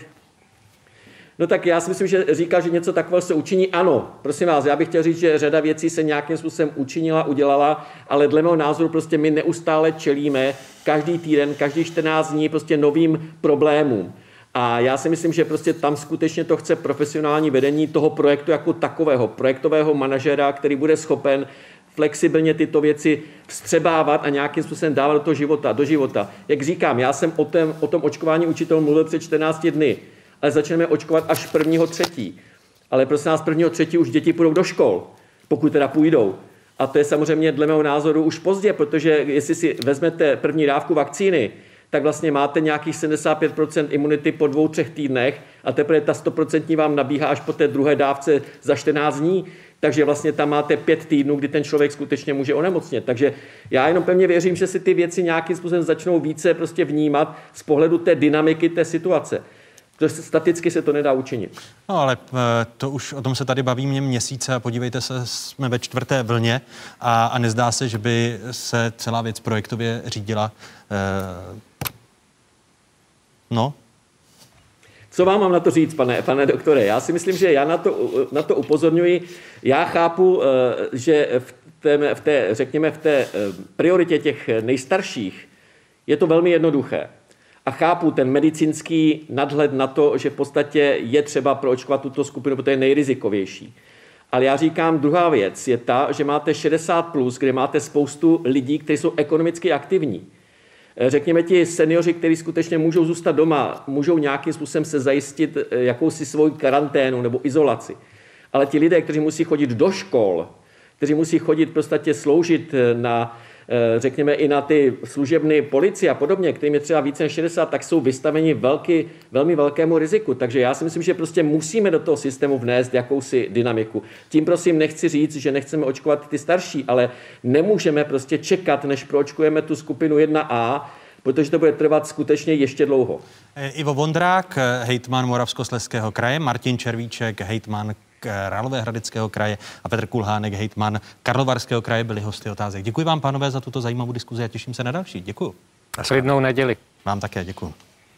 No tak já si myslím, že říká, že něco takového se učiní. Ano, prosím vás, já bych chtěl říct, že řada věcí se nějakým způsobem učinila, udělala, ale dle mého názoru prostě my neustále čelíme každý týden, každý čtrnáct dní prostě novým problémům. A já si myslím, že prostě tam skutečně to chce profesionální vedení toho projektu jako takového, projektového manažera, který bude schopen flexibilně tyto věci vstřebávat a nějakým způsobem dávat do toho života, do života. Jak říkám, já jsem o tom, o tom očkování učitelů mluvil před čtrnácti dny, ale začneme očkovat až prvního třetí. Ale prosím nás, prvního třetí už děti půjdou do škol, pokud teda půjdou. A to je samozřejmě dle mého názoru už pozdě, protože jestli si vezmete první dávku vakcíny, tak vlastně máte nějakých sedmdesát pět procent imunity po dvou, třech týdnech a teprve ta sto procent vám nabíhá až po té druhé dávce za čtrnáct dní, takže vlastně tam máte pět týdnů, kdy ten člověk skutečně může onemocnět. Takže já jenom pevně věřím, že si ty věci nějakým způsobem začnou více prostě vnímat z pohledu té dynamiky té situace. Protože staticky se to nedá učinit. No ale to už o tom se tady bavíme měsíce a podívejte se, jsme ve čtvrté vlně a, a nezdá se, že by se celá věc projektově řídila. Eh, no. Co vám mám na to říct, pane, pane doktore? Já si myslím, že já na to, na to upozorňuji. Já chápu, že v té, v té, řekněme, v té prioritě těch nejstarších je to velmi jednoduché. A chápu ten medicínský nadhled na to, že v podstatě je třeba proočkovat tuto skupinu, protože je nejrizikovější. Ale já říkám, druhá věc je ta, že máte šedesát plus, kde máte spoustu lidí, kteří jsou ekonomicky aktivní. Řekněme ti seniori, kteří skutečně můžou zůstat doma, můžou nějakým způsobem se zajistit jakousi svou karanténu nebo izolaci. Ale ti lidé, kteří musí chodit do škol, kteří musí chodit v podstatě sloužit na, řekněme, i na ty služebny policie a podobně, kterým je třeba více než šedesát, tak jsou vystaveni velký, velmi velkému riziku. Takže já si myslím, že prostě musíme do toho systému vnést jakousi dynamiku. Tím prosím nechci říct, že nechceme očkovat ty starší, ale nemůžeme prostě čekat, než proočkujeme tu skupinu jedna A, protože to bude trvat skutečně ještě dlouho. Ivo Vondrák, hejtman Moravskoslezského kraje, Martin Červíček, hejtman Královéhradeckého kraje a Petr Kulhánek, hejtman Karlovarského kraje, byli hosty Otázek. Děkuji vám, pánové, za tuto zajímavou diskuzi a těším se na další. Děkuji. A slibnou neděli. Vám také děkuji.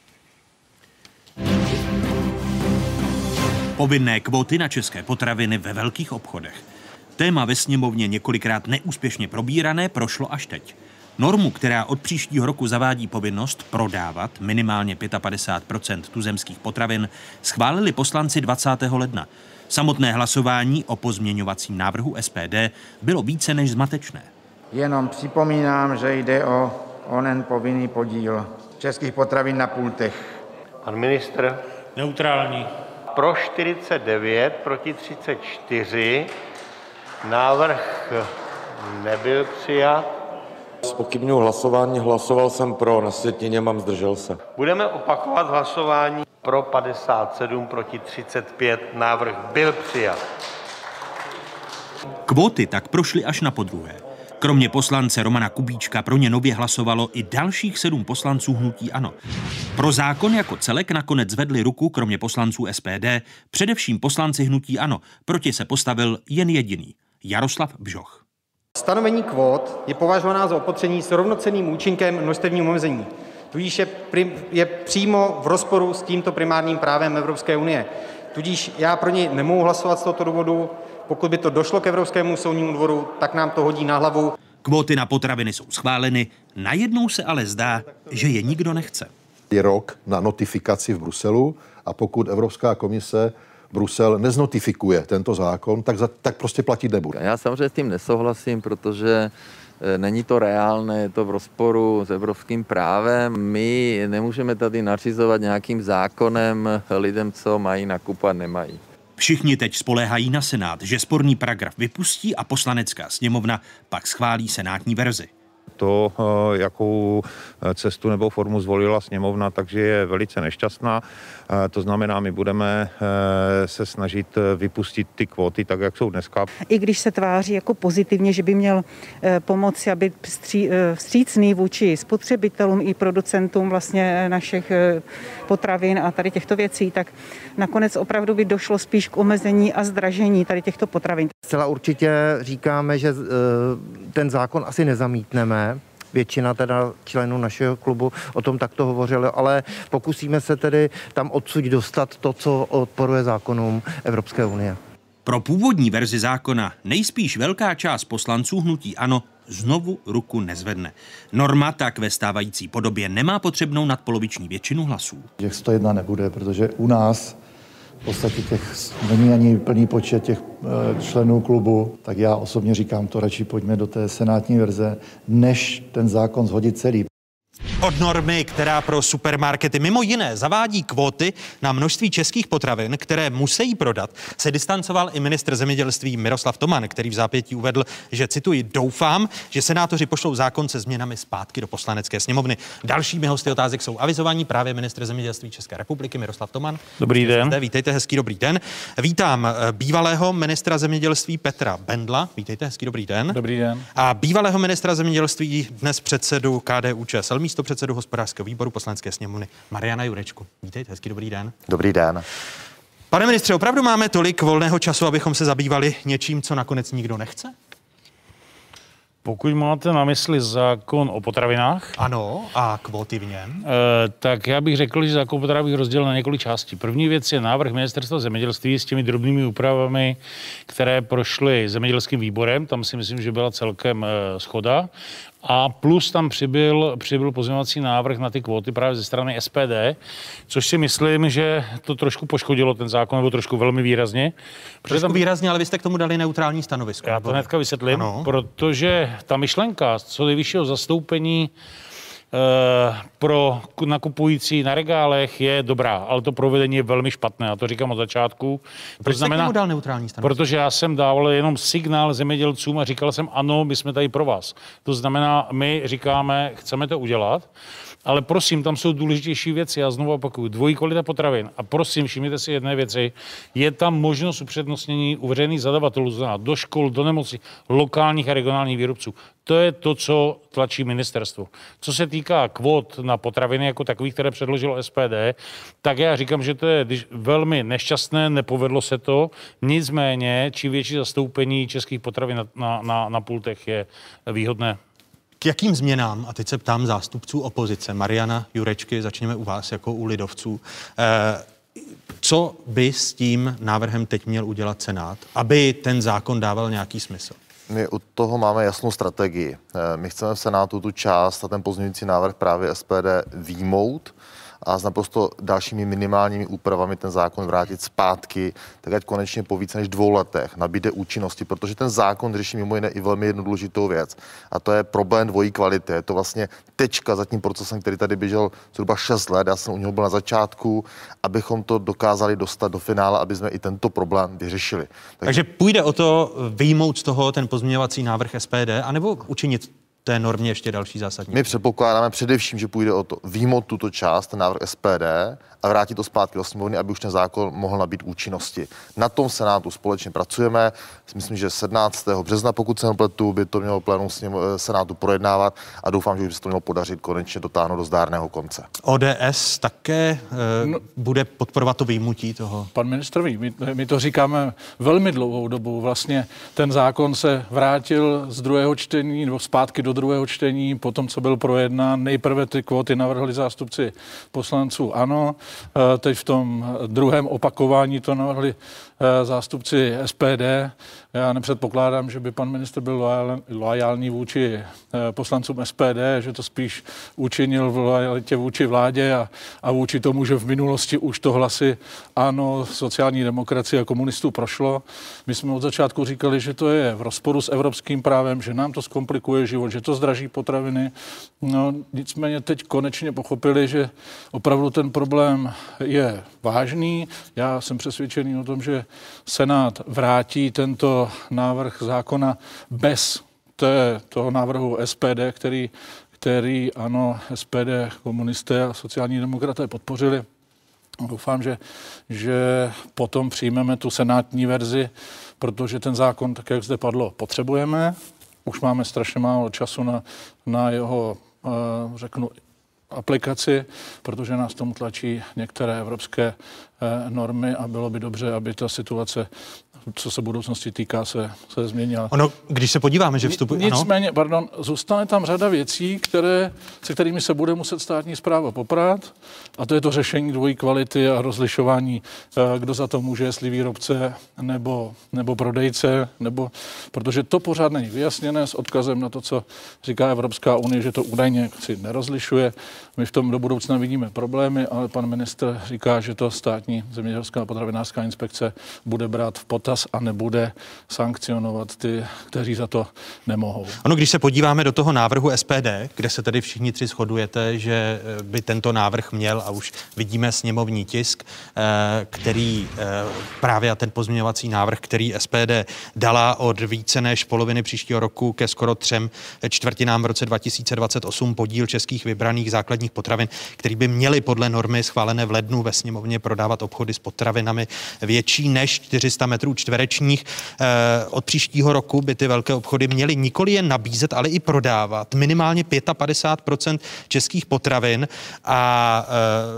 Povinné kvóty na české potraviny ve velkých obchodech. Téma ve sněmovně několikrát neúspěšně probírané prošlo až teď. Normu, která od příštího roku zavádí povinnost prodávat minimálně padesát pět procent tuzemských potravin, schválili poslanci dvacátého ledna. Samotné hlasování o pozměňovacím návrhu S P D bylo více než zmatečné. Jenom připomínám, že jde o onen povinný podíl českých potravin na pultech. Pan ministr? Neutrální. Pro čtyřicet devět, proti třicet čtyři. Návrh nebyl přijat. Zpochybňuji hlasování, hlasoval jsem pro, na sjetině mám zdržel se. Budeme opakovat hlasování. Pro padesát sedm, proti třicet pět, návrh byl přijat. Kvóty tak prošly až na podruhé. Kromě poslance Romana Kubíčka pro ně nově hlasovalo i dalších sedm poslanců hnutí ANO. Pro zákon jako celek nakonec zvedli ruku, kromě poslanců S P D, především poslanci hnutí ANO. Proti se postavil jen jediný, Jaroslav Bžoch. Stanovení kvót je považovaná za opatření s rovnocenným účinkem množstevního omezení. Tudíž je, prim, je přímo v rozporu s tímto primárním právem Evropské unie. Tudíž já pro něj nemohu hlasovat z tohoto důvodu. Pokud by to došlo k Evropskému soudnímu dvoru, tak nám to hodí na hlavu. Kvóty na potraviny jsou schváleny, najednou se ale zdá, že je nikdo nechce. Je rok na notifikaci v Bruselu a pokud Evropská komise Brusel neznotifikuje tento zákon, tak, za, tak prostě platit nebude. Já samozřejmě s tím nesouhlasím, protože není to reálné, je to v rozporu s evropským právem. My nemůžeme tady nařizovat nějakým zákonem lidem, co mají nakupovat, nemají. Všichni teď spoléhají na Senát, že sporný paragraf vypustí a poslanecká sněmovna pak schválí senátní verzi. To, jakou cestu nebo formu zvolila sněmovna, takže je velice nešťastná. To znamená, my budeme se snažit vypustit ty kvóty tak, jak jsou dneska. I když se tváří jako pozitivně, že by měl pomoci a být vstřícný vůči spotřebitelům i producentům vlastně našich potravin a tady těchto věcí, tak nakonec opravdu by došlo spíš k omezení a zdražení tady těchto potravin. Zcela určitě říkáme, že ten zákon asi nezamítneme. Většina teda členů našeho klubu o tom takto hovořili, ale pokusíme se tedy tam odsud dostat to, co odporuje zákonům Evropské unie. Pro původní verzi zákona nejspíš velká část poslanců hnutí ANO znovu ruku nezvedne. Norma tak ve stávající podobě nemá potřebnou nadpoloviční většinu hlasů. Těch sto jedna nebude, protože u nás v podstatě těch není ani plný počet těch členů klubu, tak já osobně říkám, to radši pojďme do té senátní verze, než ten zákon shodit celý. Od normy, která pro supermarkety mimo jiné zavádí kvóty na množství českých potravin, které musí prodat, se distancoval i ministr zemědělství Miroslav Toman, který v zápětí uvedl, že cituji, doufám, že senátoři pošlou zákon se změnami zpátky do Poslanecké sněmovny. Dalšími hosty otázek jsou avizovaní právě ministr zemědělství České republiky Miroslav Toman. Dobrý den. Zde, vítejte, hezký dobrý den. Vítám bývalého ministra zemědělství Petra Bendla. Vítejte, hezký dobrý den. Dobrý den. A bývalého ministra zemědělství, dnes předsedu K D U Č S L, místo předsedu hospodářského výboru Poslanecké sněmovny Mariana Jurečku. Vítejte, hezký dobrý den. Dobrý den. Pane ministře, opravdu máme tolik volného času, abychom se zabývali něčím, co nakonec nikdo nechce? Pokud máte na mysli zákon o potravinách. Ano, a kvóty v něm. E, tak já bych řekl, že zákon o potravinách bych rozdělil na několik částí. První věc je návrh ministerstva zemědělství s těmi drobnými úpravami, které prošly zemědělským výborem. Tam si myslím, že byla celkem e, shoda. A plus tam přibyl, přibyl pozměňovací návrh na ty kvóty právě ze strany S P D, což si myslím, že to trošku poškodilo ten zákon, nebo trošku velmi výrazně. Trošku tam výrazně, ale vy jste k tomu dali neutrální stanovisko. Já to hnedka vysvětlím, ano. Protože ta myšlenka co nejvyššího zastoupení pro nakupující na regálech je dobrá, ale to provedení je velmi špatné. Já to říkám od začátku. Proč jste k tomu dal neutrální stanovisko? Protože já jsem dával jenom signál zemědělcům a říkal jsem, ano, my jsme tady pro vás. To znamená, my říkáme, chceme to udělat, ale prosím, tam jsou důležitější věci. Já znovu opakuju, dvojí kvalita potravin. A prosím, všimněte si jedné věci. Je tam možnost upřednostnění u veřejných zadavatelů, znamená do škol, do nemocí, lokálních a regionálních výrobců. To je to, co tlačí ministerstvo. Co se týká kvót na potraviny jako takových, které předložilo S P D, tak já říkám, že to je velmi nešťastné, nepovedlo se to. Nicméně, čím větší zastoupení českých potravin na, na, na, na pultech je výhodné. K jakým změnám, a teď se ptám zástupců opozice, Mariana Jurečky, začněme u vás jako u lidovců, eh, co by s tím návrhem teď měl udělat Senát, aby ten zákon dával nějaký smysl? My u toho máme jasnou strategii. My chceme v Senátu tu část a ten pozměňující návrh právě S P D výjmout a s naprosto dalšími minimálními úpravami ten zákon vrátit zpátky, tak ať konečně po více než dvou letech nabíde účinnosti, protože ten zákon řeší mimo jiné i velmi jednu důležitou věc. A to je problém dvojí kvality. Je to vlastně tečka za tím procesem, který tady běžel zhruba šest let. Já jsem u něho byl na začátku, abychom to dokázali dostat do finále, aby jsme i tento problém vyřešili. Takže, Takže půjde o to vyjmout z toho ten pozměňovací návrh S P D, anebo učinit té normě ještě další zásadní? My předpokládáme především, že půjde o to výjmout tuto část, ten návrh S P D, a vrátit to zpátky do sněmovny, aby už ten zákon mohl nabít účinnosti. Na tom Senátu společně pracujeme. Myslím, že sedmnáctého března, pokud se nepletu, by to mělo plénum Senátu projednávat a doufám, že by se to mělo podařit konečně dotáhnout do zdárného konce. O D S také e, no, bude podporovat to vyjmutí toho? Pan ministr ví, my, my to říkáme velmi dlouhou dobu. Vlastně ten zákon se vrátil z druhého čtení nebo zpátky do druhého čtení, potom, co byl projednán. Nejprve ty kvóty navrhli zástupci poslanců ANO, teď v tom druhém opakování to navrhli zástupci S P D. Já nepředpokládám, že by pan ministr byl loajální vůči poslancům S P D, že to spíš učinil v lojalitě vůči vládě a, a vůči tomu, že v minulosti už to hlasy ANO, sociální demokracie a komunistů prošlo. My jsme od začátku říkali, že to je v rozporu s evropským právem, že nám to zkomplikuje život, že to zdraží potraviny. No, nicméně teď konečně pochopili, že opravdu ten problém je vážný. Já jsem přesvědčený o tom, že Senát vrátí tento návrh zákona bez té, toho návrhu S P D, který, který ano, S P D, komunisté a sociální demokraté podpořili. Doufám, že, že potom přijmeme tu senátní verzi, protože ten zákon, tak jak zde padlo, potřebujeme. Už máme strašně málo času na, na jeho, řeknu, aplikaci, protože nás tomu tlačí některé evropské normy a bylo by dobře, aby ta situace co se budoucnosti týká, se, se změnila. Ono, když se podíváme, že vstupuje... Nicméně, ano? pardon, zůstane tam řada věcí, které, se kterými se bude muset státní správa poprat, a to je to řešení dvojí kvality a rozlišování, kdo za to může, jestli výrobce nebo, nebo prodejce, nebo, protože to pořád není vyjasněné s odkazem na to, co říká Evropská unie, že to údajně si nerozlišuje. My v tom do budoucna vidíme problémy, ale pan ministr říká, že to státní zemědělská a potravinářská inspekce bude brát v potaz a nebude sankcionovat ty, kteří za to nemohou. Ono, když se podíváme do toho návrhu S P D, kde se tedy všichni tři shodujete, že by tento návrh měl, a už vidíme sněmovní tisk, který právě a ten pozměňovací návrh, který S P D dala od více než poloviny příštího roku ke skoro třem čtvrtinám v roce dva tisíce dvacet osm podíl českých vybraných základních potravin, který by měly podle normy schválené v lednu ve sněmovně prodávat obchody s potravinami větší než čtyři sta metrů čtverečních. Od příštího roku by ty velké obchody měly nikoli jen nabízet, ale i prodávat minimálně padesát pět procent českých potravin a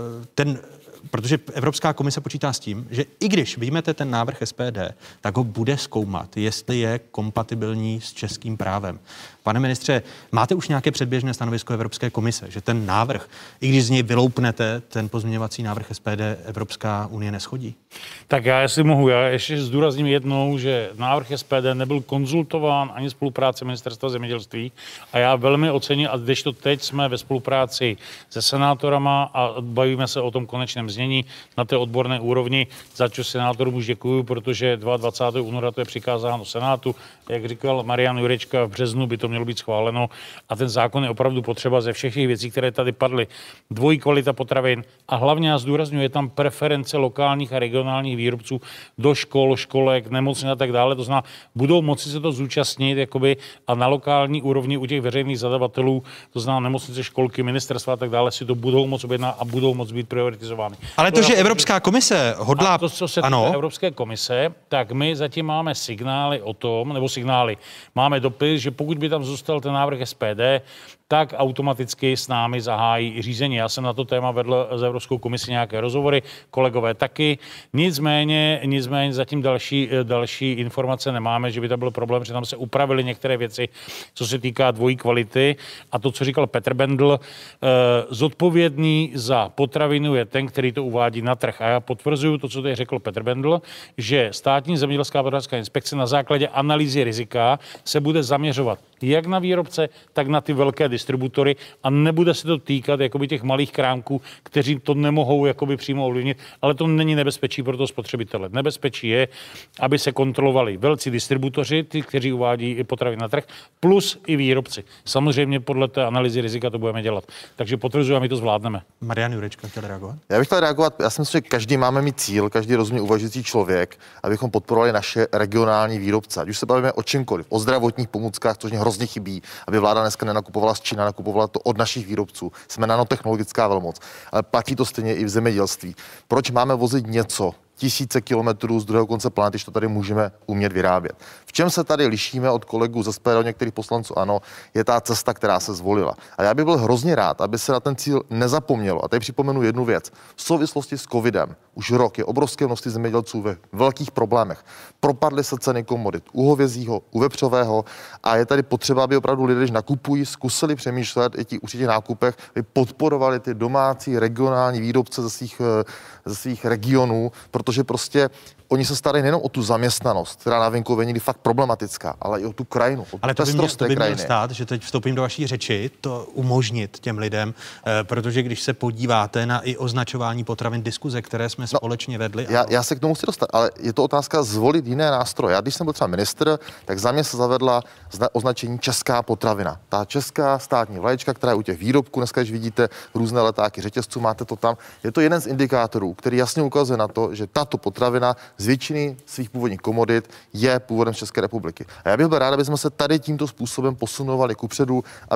ten protože Evropská komise počítá s tím, že i když vyjmete ten návrh S P D, tak ho bude zkoumat, jestli je kompatibilní s českým právem. Pane ministře, máte už nějaké předběžné stanovisko Evropské komise, že ten návrh, i když z něj vyloupnete ten pozměňovací návrh S P D, Evropská unie neschodí? Tak já jestli mohu, já ještě zdůrazním jednou, že návrh S P D nebyl konzultován ani spolupráce Ministerstva zemědělství a já velmi ocením, a kdežto teď jsme ve spolupráci se senátorama a bavíme se o tom konečném znění na té odborné úrovni, za čo senátorům už děkuju, protože dvacátého druhého února to je přikázáno Senátu. Jak říkal Marian Jurečka, v březnu by to mělo být schváleno a ten zákon je opravdu potřeba ze všech těch věcí, které tady padly. Dvojí kvalita potravin a hlavně já zdůrazňuji, je tam preference lokálních a regionálních výrobců do škol, školek, nemocnic a tak dále. To znamená, budou moci se to zúčastnit jakoby, a na lokální úrovni u těch veřejných zadavatelů, to znamená nemocnice, školky, ministerstva a tak dále, si to budou moci objednat a budou moci být prioritizovány. Ale to, to že Evropská komise hodlá... A to, co se týká Evropské komise, tak my zatím máme signály o tom, nebo signály, máme dopis, že pokud by tam zůstal ten návrh S P D, tak automaticky s námi zahájí i řízení. Já jsem na to téma vedl z Evropskou komisi nějaké rozhovory, kolegové taky. Nicméně, nicméně zatím další, další informace nemáme, že by to byl problém, že tam se upravily některé věci, co se týká dvojí kvality. A to, co říkal Petr Bendl, eh, zodpovědný za potravinu je ten, který to uvádí na trh. A já potvrzuju to, co tady řekl Petr Bendl, že státní zemědělská a potravinářská inspekce na základě analýzy rizika se bude zaměřovat jak na výrobce, tak na ty velké distributory a nebude se to týkat jakoby těch malých krámků, kteří to nemohou jakoby přímo ovlivnit, ale to není nebezpečí pro toho spotřebitele. Nebezpečí je, aby se kontrolovali velcí distributoři, ty, kteří uvádí i potraviny na trh, plus i výrobci. Samozřejmě podle té analýzy rizika to budeme dělat. Takže potvrzuji a my to zvládneme. Marian Jurečka chtěl reagovat? Já bych chtěl reagovat. Já si myslím, že každý máme mít cíl, každý rozumně uvažující člověk, abychom podporovali naše regionální výrobce. Ať už se bavíme o čemkoliv, o zdravotních pomůckách, což mě hrozně chybí, aby vláda dneska nenakupovala z Číny, nakupovala to od našich výrobců. Jsme nanotechnologická velmoc, ale platí to stejně i v zemědělství. Proč máme vozit něco tisíce kilometrů z druhého konce planety, když to tady můžeme umět vyrábět? V čem se tady lišíme od kolegů z S P D, od některých poslanců? Ano, je ta cesta, která se zvolila. A já bych byl hrozně rád, aby se na ten cíl nezapomnělo. A tady připomenu jednu věc. V souvislosti s covidem už rok je obrovské množství zemědělců ve velkých problémech. Propadly se ceny komodit u hovězího, u vepřového a je tady potřeba, aby opravdu lidé, když nakupují, zkusili přemýšlet i ti určitě nákupech, aby podporovali ty domácí regionální výrobce ze svých, ze svých regionů, protože prostě oni se starají nejenom o tu zaměstnanost, která na venkově je někdy fakt problematická, ale i o tu krajinu. O ale to by, mě, to by měl stát, že teď vstoupím do vaší řeči, to umožnit těm lidem, eh, protože když se podíváte na i označování potravin, diskuze, které jsme no, společně vedli. Já, já se k tomu chci dostat, ale je to otázka zvolit jiné nástroje. Já když jsem byl třeba ministr, tak za mě se zavedla označení česká potravina. Ta česká státní vlaječka, která je u těch výrobků, dneska, když vidíte různé letáky řetězců, máte to tam. Je to jeden z indikátorů, který jasně ukazuje na to, že tato potravina z většiny svých původních komodit je původem z České republiky. A já bych byl rád, aby jsme se tady tímto způsobem posunovali kupředu, aby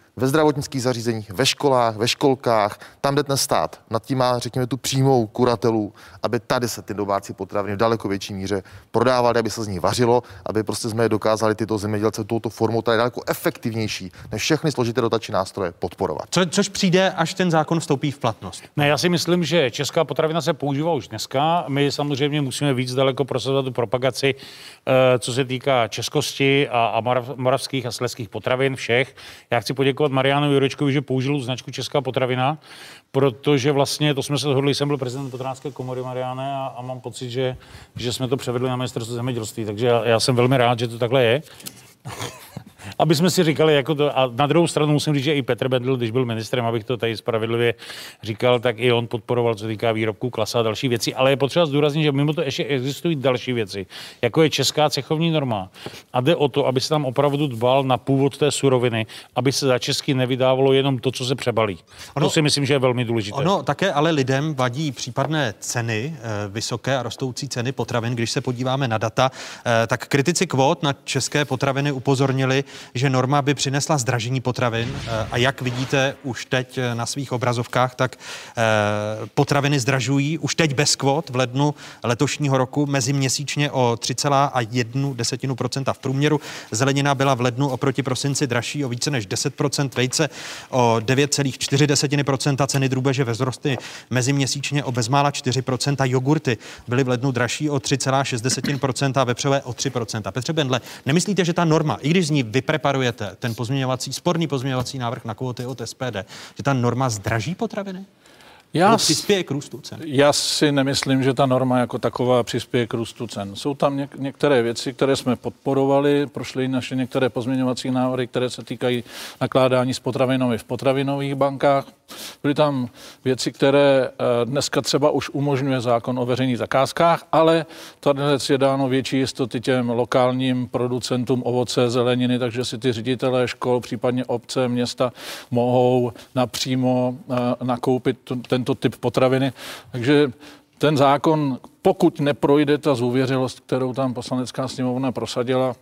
ve zdravotnických zařízeních, ve školách, ve školkách, tam, kde ten stát nad tím má, řekněme, tu přímou kuratelu, aby tady se ty domácí potraviny v daleko větší míře prodávaly, aby se z nich vařilo, aby prostě jsme je dokázali tyto zemědělce touto formou, tady daleko efektivnější než všechny složité dotační nástroje podporovat. Co, což přijde, až ten zákon vstoupí v platnost. Ne, já si myslím, že česká potravina se používá už dneska. My samozřejmě musíme víc daleko prosazovat tu propagaci, co se týká českosti a, a moravských a slezských potravin všech. Já chci poděkovat Marianu Jurečkovi, že použil značku Česká potravina, protože vlastně, to jsme se shodli, jsem byl prezident Potravinářské komory, Mariane, a, a mám pocit, že, že jsme to převedli na ministerstvo zemědělství, takže já, já jsem velmi rád, že to takhle je. Aby jsme si říkali, jako to, a na druhou stranu musím říct, že i Petr Bendl, když byl ministrem, abych to tady spravedlivě říkal, tak i on podporoval, co týká výrobků klasa a další věci, ale je potřeba zdůraznit, že mimo to ještě existují další věci, jako je česká cechovní norma. A jde o to, aby se tam opravdu dbal na původ té suroviny, aby se za česky nevydávalo jenom to, co se přebalí. Ono, to si myslím, že je velmi důležité. Ono také ale lidem vadí případné ceny, vysoké a rostoucí ceny potravin. Když se podíváme na data, tak kritici kvót na české potraviny upozornili, že norma by přinesla zdražení potravin a jak vidíte už teď na svých obrazovkách, tak potraviny zdražují už teď bez kvót v lednu letošního roku meziměsíčně o tři celá jedna procenta v průměru. Zelenina byla v lednu oproti prosinci dražší o více než deset procent, vejce o devět celá čtyři procenta, ceny drůbeže vzrostly meziměsíčně o bezmála čtyři procenta, jogurty byly v lednu dražší o tři celá šest procenta a vepřové o tři procenta. Petře Bendle, nemyslíte, že ta norma, i když z ní vypreparujete ten pozměňovací, sporný pozměňovací návrh na kvóty od S P D, že ta norma zdraží potraviny? Já, přispěje k růstu cen? Já si nemyslím, že ta norma jako taková přispěje k růstu cen. Jsou tam něk- některé věci, které jsme podporovali, prošly naše některé pozměňovací návrhy, které se týkají nakládání s potravinami v potravinových bankách. Byly tam věci, které dneska třeba už umožňuje zákon o veřejných zakázkách, ale tady je dáno větší jistoty těm lokálním producentům ovoce, zeleniny, takže si ty ředitelé škol, případně obce, města mohou napřímo nakoupit ten tento typ potraviny. Takže ten zákon, pokud neprojde ta zůvěřilost, kterou tam Poslanecká sněmovna prosadila,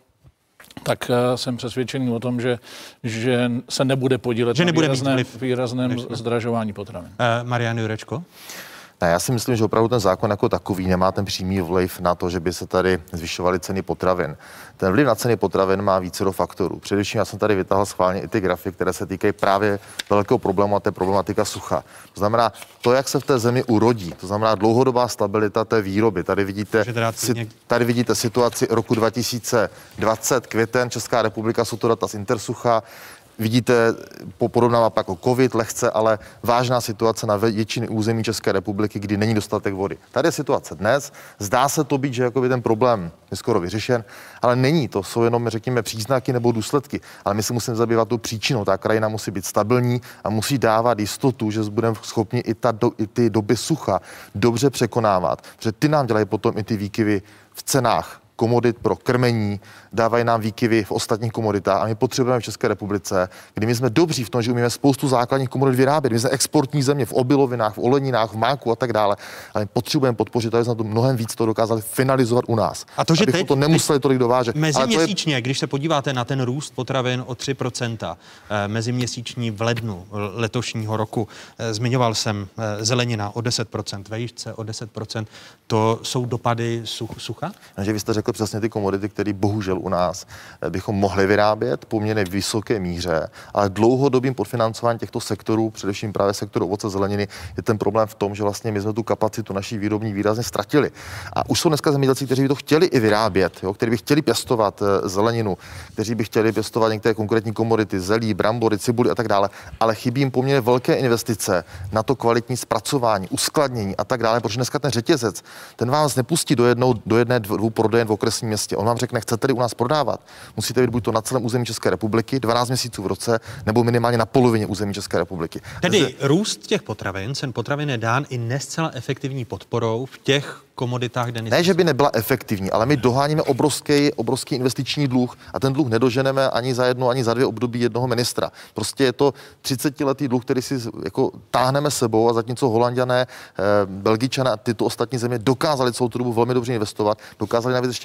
tak jsem přesvědčený o tom, že, že se nebude podílet že na nebude výrazném, výrazném zdražování potravin. Uh, Marian Jurečko? Ne, já si myslím, že opravdu ten zákon jako takový nemá ten přímý vliv na to, že by se tady zvyšovaly ceny potravin. Ten vliv na ceny potravin má vícero faktorů. Především já jsem tady vytáhl schválně i ty grafy, které se týkají právě velkého problému, a to je problematika sucha. To znamená to, jak se v té zemi urodí, to znamená dlouhodobá stabilita té výroby. Tady vidíte, si, tady vidíte situaci roku dva tisíce dvacet, květen, Česká republika, jsou to data z Intersucha. Vidíte podobná mapa jako covid, lehce, ale vážná situace na většině území České republiky, kdy není dostatek vody. Tady je situace dnes. Zdá se to být, že jakoby ten problém je skoro vyřešen, ale není to. Jsou jenom, řekněme, příznaky nebo důsledky. Ale my se musíme zabývat tou příčinou. Ta krajina musí být stabilní a musí dávat jistotu, že budeme schopni i, ta do, i ty doby sucha dobře překonávat. Protože ty nám dělají potom i ty výkyvy v cenách komodit pro krmení, dávají nám výkyvy v ostatních komoditách a my potřebujeme v České republice, kdy my jsme dobří v tom, že umíme spoustu základních komodit vyrábět. My jsme exportní země v obilovinách, v oleninách, v máku a tak dále, ale my potřebujeme podpořit, aby jsme to mnohem víc to dokázali finalizovat u nás. A to, že abychom teď, to nemuseli tolik dovážet. Meziměsíčně, je... když se podíváte na ten růst potravin o tři procenta, eh, meziměsíční v lednu letošního roku, eh, zmiňoval jsem eh, zelenina o deset procent, vejšce o deset procent, to jsou dopady such, sucha? Takže vy jste řekl přesně ty komodity, které bohužel u nás bychom mohli vyrábět poměrně vysoké míře, ale dlouhodobým podfinancování těchto sektorů, především právě sektoru ovoce zeleniny, je ten problém v tom, že vlastně my jsme tu kapacitu naší výrobní výrazně ztratili. A už jsou dneska zemědělci, kteří by to chtěli i vyrábět, jo, kteří by chtěli pěstovat zeleninu, kteří by chtěli pěstovat některé konkrétní komodity, zelí, brambory, cibuli a tak dále, ale chybí jim poměrně velké investice na to kvalitní zpracování, uskladnění a tak dále, protože dneska ten řetězec, ten vás nepustí do, jednou, do jedné dvou prodejen v okresním městě. On vám řekne, chcete tady u nás prodávat, musíte být buď to na celém území České republiky, dvanáct měsíců v roce, nebo minimálně na polovině území České republiky. Tedy Zde... růst těch potravin, cen potravin je dán i nescela efektivní podporou v těch komoditách, kde ne, že by nebyla efektivní, ale my doháníme obrovský, obrovský investiční dluh a ten dluh nedoženeme ani za jedno, ani za dvě období jednoho ministra. Prostě je to třicetiletý dluh, který si jako táhneme sebou a zatímco Holanďané, eh, Belgičané a tyto ostatní země dokázali celou tu dobu velmi dobře investovat, dokázali navíc ještě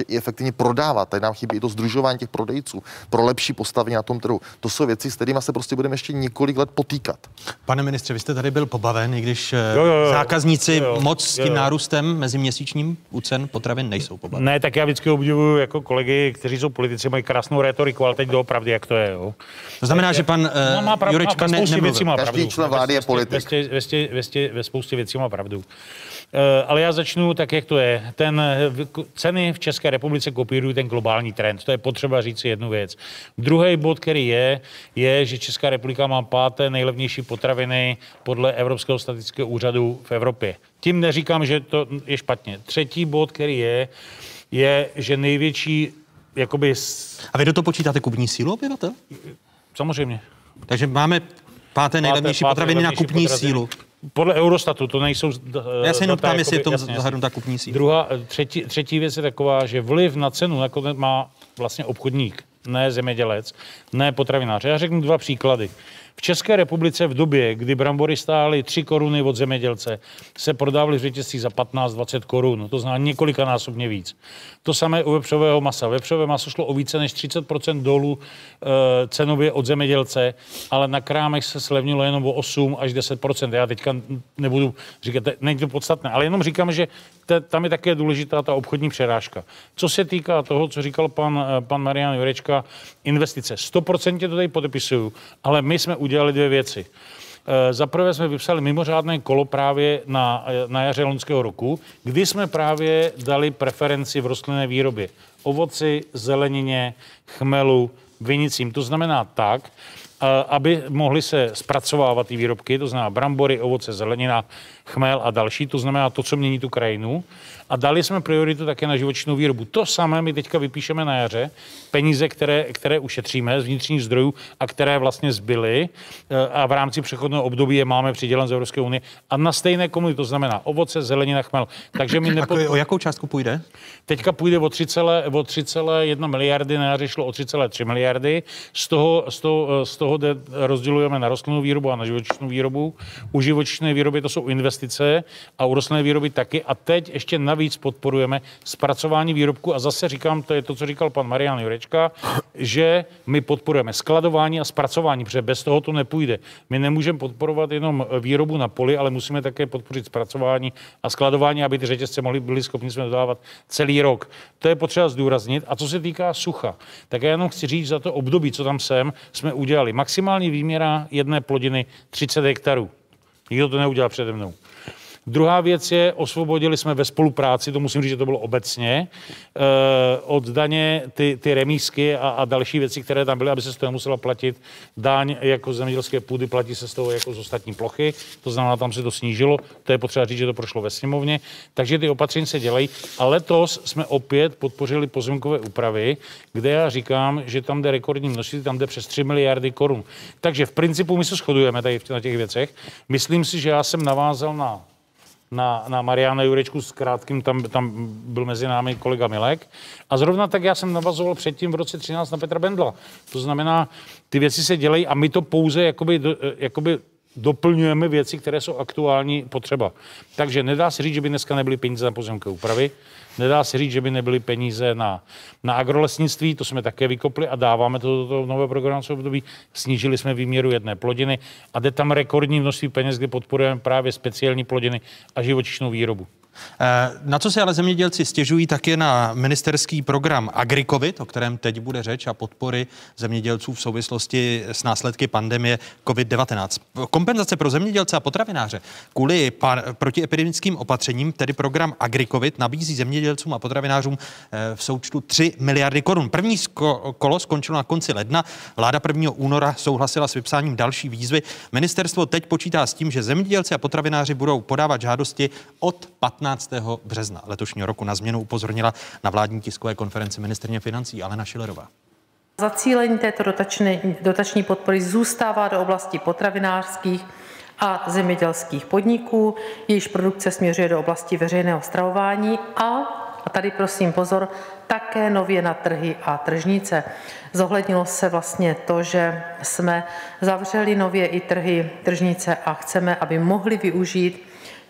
ještě i efektivně prodávat. Tady nám chybí i to sdružování těch prodejců pro lepší postavení na tom trhu. To jsou věci, s kterými se prostě budeme ještě několik let potýkat. Pane ministře, vy jste tady byl pobaven, i když jo, jo, jo. zákazníci jo, jo. moc s tím jo, jo. nárůstem meziměsíčním u cen potravin nejsou pobaveni. Ne, tak já vždycky obdivuju jako kolegy, kteří jsou politici, mají krásnou rétoriku, ale teď doopravdy, jak to je. Jo. To znamená, že pan uh, no, má pravdu, Jurečka má ne, věcí má Každý pravdu. člen vlády je politik. Ve, stě, ve, stě, ve, stě, ve spoustě věcí má pravdu. Uh, ale já začnu tak, jak to je. Ten, ceny v České republice kopírují ten globální trend. To je potřeba říct si jednu věc. Druhý bod, který je, je, že Česká republika má páté nejlevnější potraviny podle Evropského statistického úřadu v Evropě. Tím neříkám, že to je špatně. Třetí bod, který je, je, že největší jakoby... A vy do toho počítáte kupní sílu obyvatel? Samozřejmě. Takže máme páté nejlevnější potraviny na kupní sílu. Podle Eurostatu, to nejsou... Já se jenom ptám, jestli je v tom zahrnutá kupní síla. Druhá, třetí, třetí věc je taková, že vliv na cenu nakonec má vlastně obchodník, ne zemědělec, ne potravinář. Já řeknu dva příklady. V České republice v době, kdy brambory stály tři koruny od zemědělce, se prodávaly v řetězcích za patnáct dvacet korun. To znamená několikanásobně víc. To samé u vepřového masa. Vepřové maso šlo o více než třicet procent dolů e, cenově od zemědělce, ale na krámech se slevnilo jenom o osm až deset procent. Já teďka nebudu říkat, není to podstatné, ale jenom říkám, že te, tam je také důležitá ta obchodní přerážka. Co se týká toho, co říkal pan, pan Marian Jurečka, investice. sto procent to tady podepisuju, ale my jsme udělali dvě věci. Za prvé jsme vypsali mimořádné kolo právě na, na jaře loňského roku, kdy jsme právě dali preferenci v rostlinné výrobě. Ovoci, zelenině, chmelu, vinicím. To znamená tak, aby mohly se zpracovávat ty výrobky, to znamená brambory, ovoce, zelenina, chmel a další, to znamená to, co mění tu krajinu. A dali jsme prioritu také na živočišnou výrobu. To samé my teďka vypíšeme na jaře, peníze, které, které ušetříme z vnitřních zdrojů a které vlastně zbyly a v rámci přechodného období je máme přidělen z Evropské unie a na stejné komunity, to znamená ovoce, zelenina, chmel. Takže my nepod... O jakou částku půjde? Teďka půjde o tři celé jedna miliardy, na jaře šlo o tři celé tři miliardy. Z toho, z toho, z toho rozdělujeme na rostlinnou výrobu a na živočišnou výrobu. U živočišné výroby to jsou investice a u rostlinné výroby taky. A teď ještě navíc podporujeme zpracování výrobku a zase říkám, to je to, co říkal pan Marian Jurečka, že my podporujeme skladování a zpracování, protože bez toho to nepůjde. My nemůžeme podporovat jenom výrobu na poli, ale musíme také podpořit zpracování a skladování, aby ty řetězce mohly byly schopni jsme dodávat celý rok. To je potřeba zdůraznit. A co se týká sucha, tak já jenom chci říct, za to období, co tam jsem, jsme udělali maximální výměra jedné plodiny třicet hektarů. Nikdo to neudělal přede mnou. Druhá věc je, osvobodili jsme ve spolupráci, to musím říct, že to bylo obecně, eh, od daně ty, ty remísky a, a další věci, které tam byly, aby se z toho musela platit daň jako zemědělské půdy, platí se z toho jako z ostatní plochy, to znamená, tam se to snížilo, to je potřeba říct, že to prošlo ve sněmovně, takže ty opatření se dělají a letos jsme opět podpořili pozemkové úpravy, kde já říkám, že tam jde rekordní množství, tam jde přes tři miliardy korun. Takže v principu my se shodujeme tady na těch věcech. Myslím si, že já jsem navázal na na, na Mariana Jurečku s krátkým, tam, tam byl mezi námi kolega Milek. A zrovna tak já jsem navazoval předtím v roce třináct na Petra Bendla. To znamená, ty věci se dělají a my to pouze jakoby, jakoby doplňujeme věci, které jsou aktuální potřeba. Takže nedá se říct, že by dneska nebyly peníze na pozemkové úpravy, nedá se říct, že by nebyly peníze na, na agrolesnictví, to jsme také vykopli a dáváme to do toho nového programovacího období. Snížili jsme výměru jedné plodiny a jde tam rekordní množství peněz, kdy podporujeme právě speciální plodiny a živočišnou výrobu. Na co se ale zemědělci stěžují, tak je na ministerský program Agricovid, o kterém teď bude řeč, a podpory zemědělců v souvislosti s následky pandemie covid devatenáct. Kompenzace pro zemědělce a potravináře kvůli protiepidemickým opatřením, tedy program Agricovid, nabízí zemědělcům a potravinářům v součtu tři miliardy korun. První kolo skončilo na konci ledna. Vláda prvního února souhlasila s vypsáním další výzvy. Ministerstvo teď počítá s tím, že zemědělci a potravináři budou podávat žádosti od patnáctého března letošního roku. Na změnu upozornila na vládní tiskové konferenci ministryně financí Alena Schillerová. Zacílení této dotační, dotační podpory zůstává do oblasti potravinářských a zemědělských podniků, jejichž produkce směřuje do oblasti veřejného stravování a, a tady prosím pozor, také nově na trhy a tržnice. Zohlednilo se vlastně to, že jsme zavřeli nově i trhy, tržnice a chceme, aby mohli využít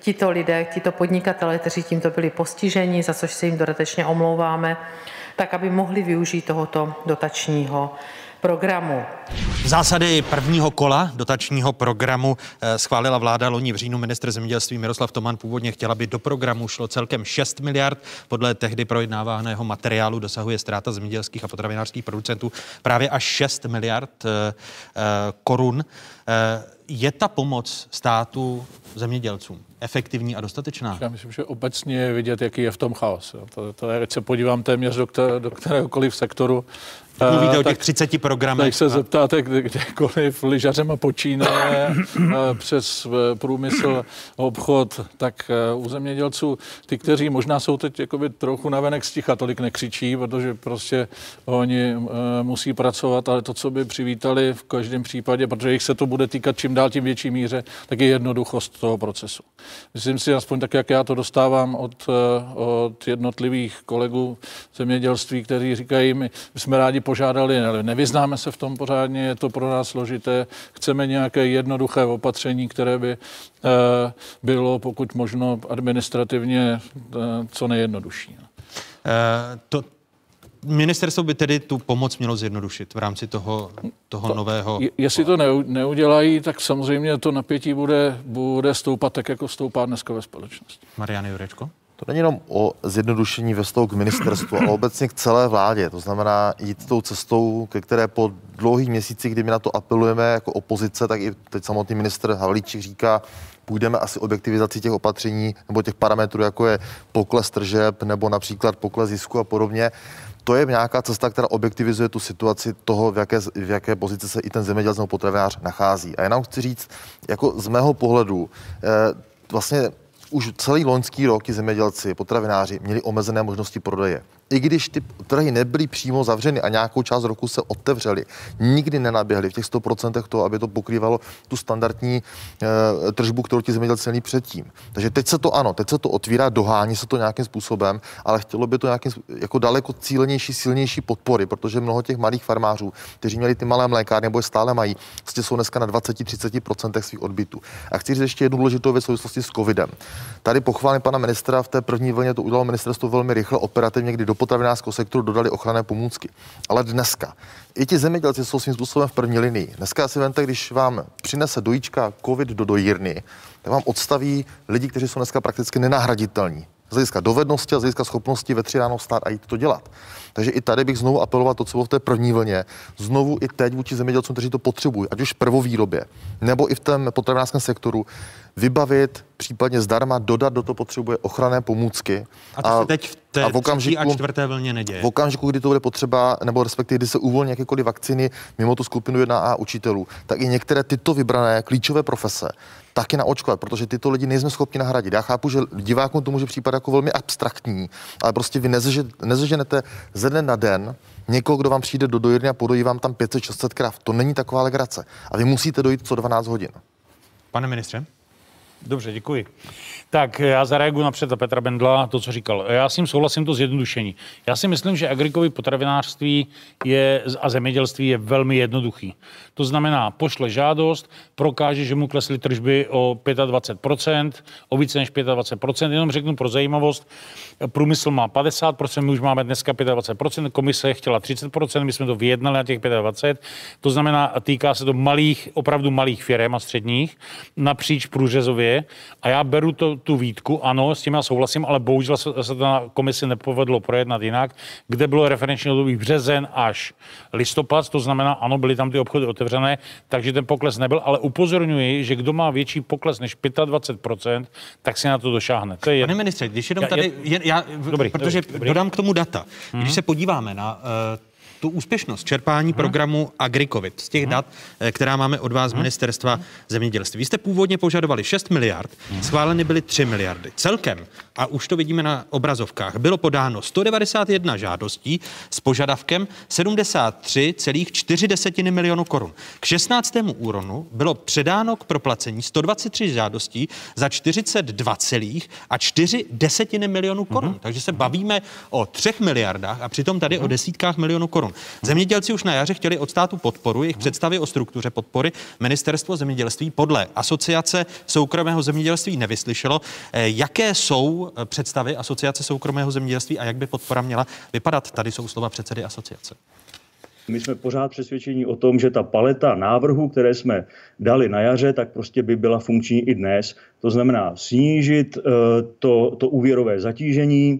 tito lidé, tito podnikatelé, kteří tímto byli postiženi, za což se jim dodatečně omlouváme, tak aby mohli využít tohoto dotačního programu. Zásady prvního kola dotačního programu schválila vláda loni v říjnu. Ministr zemědělství Miroslav Toman původně chtěl, aby do programu šlo celkem šest miliard. Podle tehdy projednávaného materiálu dosahuje ztráta zemědělských a potravinářských producentů právě až šest miliard eh, eh, korun. Eh, je ta pomoc státu zemědělcům efektivní a dostatečná? Já myslím, že obecně je vidět, jaký je v tom chaos. To, to je, ať se podívám téměř do, které, do kteréhokoliv sektoru. Mluvíte o těch třiceti programech. Tak se zeptáte kdekoliv lyžařema počínaje přes průmysl, obchod, tak u zemědělců, ty, kteří možná jsou teď jakoby trochu navenek sticha, tolik nekřičí, protože prostě oni musí pracovat, ale to, co by přivítali v každém případě, protože jich se to bude týkat čím dál tím větší míře, tak je jednoduchost toho procesu. Myslím si, aspoň tak, jak já to dostávám od, od jednotlivých kolegů zemědělství, kteří říkají, my jsme rádi požádali, ale nevyznáme se v tom pořádně, je to pro nás složité, chceme nějaké jednoduché opatření, které by eh, bylo pokud možno administrativně eh, co nejjednodušší. Eh, to Ministerstvo by tedy tu pomoc mělo zjednodušit v rámci toho, toho to, nového... Jestli to neudělají, tak samozřejmě to napětí bude, bude stoupat tak, jako stoupá dneska ve společnosti. Marian Jurečko? To není jenom o zjednodušení ve vztahu k ministerstvu, ale obecně k celé vládě. To znamená jít tou cestou, ke které po dlouhých měsících, kdy my na to apelujeme jako opozice, tak i teď samotný ministr Havlíček říká, půjdeme asi objektivizaci těch opatření nebo těch parametrů, jako je pokles tržeb nebo například pokles zisku a podobně. To je nějaká cesta, která objektivizuje tu situaci toho, v jaké, v jaké pozici se i ten zemědělec nebo potravinář nachází. A jenom chci říct, jako z mého pohledu, eh, vlastně už celý loňský rok ti zemědělci, potravináři měli omezené možnosti prodeje. I když ty trhy nebyly přímo zavřeny a nějakou část roku se otevřely, nikdy nenaběhly v těch sto procentech toho, aby to pokrývalo tu standardní e, tržbu, kterou ti zemědělci měli předtím. Takže teď se to ano, teď se to otvírá, dohání se to nějakým způsobem, ale chtělo by to nějakým jako daleko cílenější, silnější podpory, protože mnoho těch malých farmářů, kteří měli ty malé mlékárny nebo je stále mají, vlastně jsou dneska na dvacet až třicet procent svých odbytů. A chci říct ještě jednu důležitou věc v souvislosti s covidem. Tady pochválím pana ministra, v té první vlně to udělalo ministerstvo velmi rychle, operativně, kdy do potravinářského sektoru dodali ochranné pomůcky. Ale dneska i ti zemědělci jsou svým způsobem v první linii. Dneska si vemte, když vám přinese dojíčka covid do dojírny, tak vám odstaví lidi, kteří jsou dneska prakticky nenahraditelní. Z hlediska dovednosti a z hlediska schopnosti ve tři ráno vstát a jít to dělat. Takže i tady bych znovu apeloval to, co bylo v té první vlně, znovu i teď vůči zemědělcům, kteří to potřebují, ať už v prvovýrobě, nebo i v tom potravinářském sektoru, vybavit, případně zdarma dodat, do toho potřebuje ochranné pomůcky. A to a, se teď v té a v okamžiku, a čtvrté vlně neděje. V okamžiku, kdy to bude potřeba, nebo respektive, kdy se uvolní jakékoliv vakcíny mimo tu skupinu jedna A učitelů, tak i některé tyto vybrané klíčové profese taky naočkovat, protože tyto lidi nejsme schopni nahradit. Já chápu, že divákům to může připadat jako velmi abstraktní, ale prostě vy nezeženete ze dne na den někoho, kdo vám přijde do dojírny a podojí vám tam pět set šest set krav. To není taková legrace. A vy musíte dojít co dvanáct hodin. Pane ministře? Dobře, děkuji. Tak já zareaguji napřed za Petra Bendla, to, co říkal. Já s tím souhlasím, to zjednodušení. Já si myslím, že agrikový potravinářství je, a zemědělství je velmi jednoduchý. To znamená, pošle žádost, prokáže, že mu klesly tržby o dvacet pět procent, o více než dvacet pět procent. Jenom řeknu pro zajímavost, průmysl má padesát procent, my už máme dneska dvacet pět procent, komise chtěla třicet procent, my jsme to vyjednali na těch dvacet pět procent. To znamená, týká se to malých, opravdu malých firem a středních, napříč průřezově. A já beru to, tu výtku, ano, s tím já souhlasím, ale bohužel se, se to na komisi nepovedlo projednat jinak, kde bylo referenční období březen až listopad, to znamená, ano, byly tam ty obchody otevřené, takže ten pokles nebyl, ale upozorňuji, že kdo má větší pokles než dvacet pět procent, tak si na to došáhne. To je Pane ministře, když jenom já, tady, já, já, dobrý, protože dobrý. dodám k tomu data, mm-hmm. když se podíváme na uh, tu úspěšnost čerpání hmm. programu AgriCovid z těch hmm. dat, která máme od vás z ministerstva hmm. zemědělství. Vy jste původně požadovali šest miliard, hmm. schváleny byly tři miliardy. Celkem, a už to vidíme na obrazovkách, bylo podáno sto devadesát jedna žádostí s požadavkem sedmdesát tři celá čtyři milionu korun. K šestnáctému únoru bylo předáno k proplacení sto dvacet tři žádostí za čtyřicet dva celá čtyři milionu korun. Hmm. Takže se bavíme o třech miliardách a přitom tady hmm. o desítkách milionů korun. korun. Zemědělci už na jaře chtěli od státu podporu, jejich představy o struktuře podpory Ministerstvo zemědělství podle Asociace soukromého zemědělství nevyslyšelo. Jaké jsou představy Asociace soukromého zemědělství a jak by podpora měla vypadat? Tady jsou slova předsedy asociace. My jsme pořád přesvědčení o tom, že ta paleta návrhů, které jsme dali na jaře, tak prostě by byla funkční i dnes. To znamená snížit to, to úvěrové zatížení,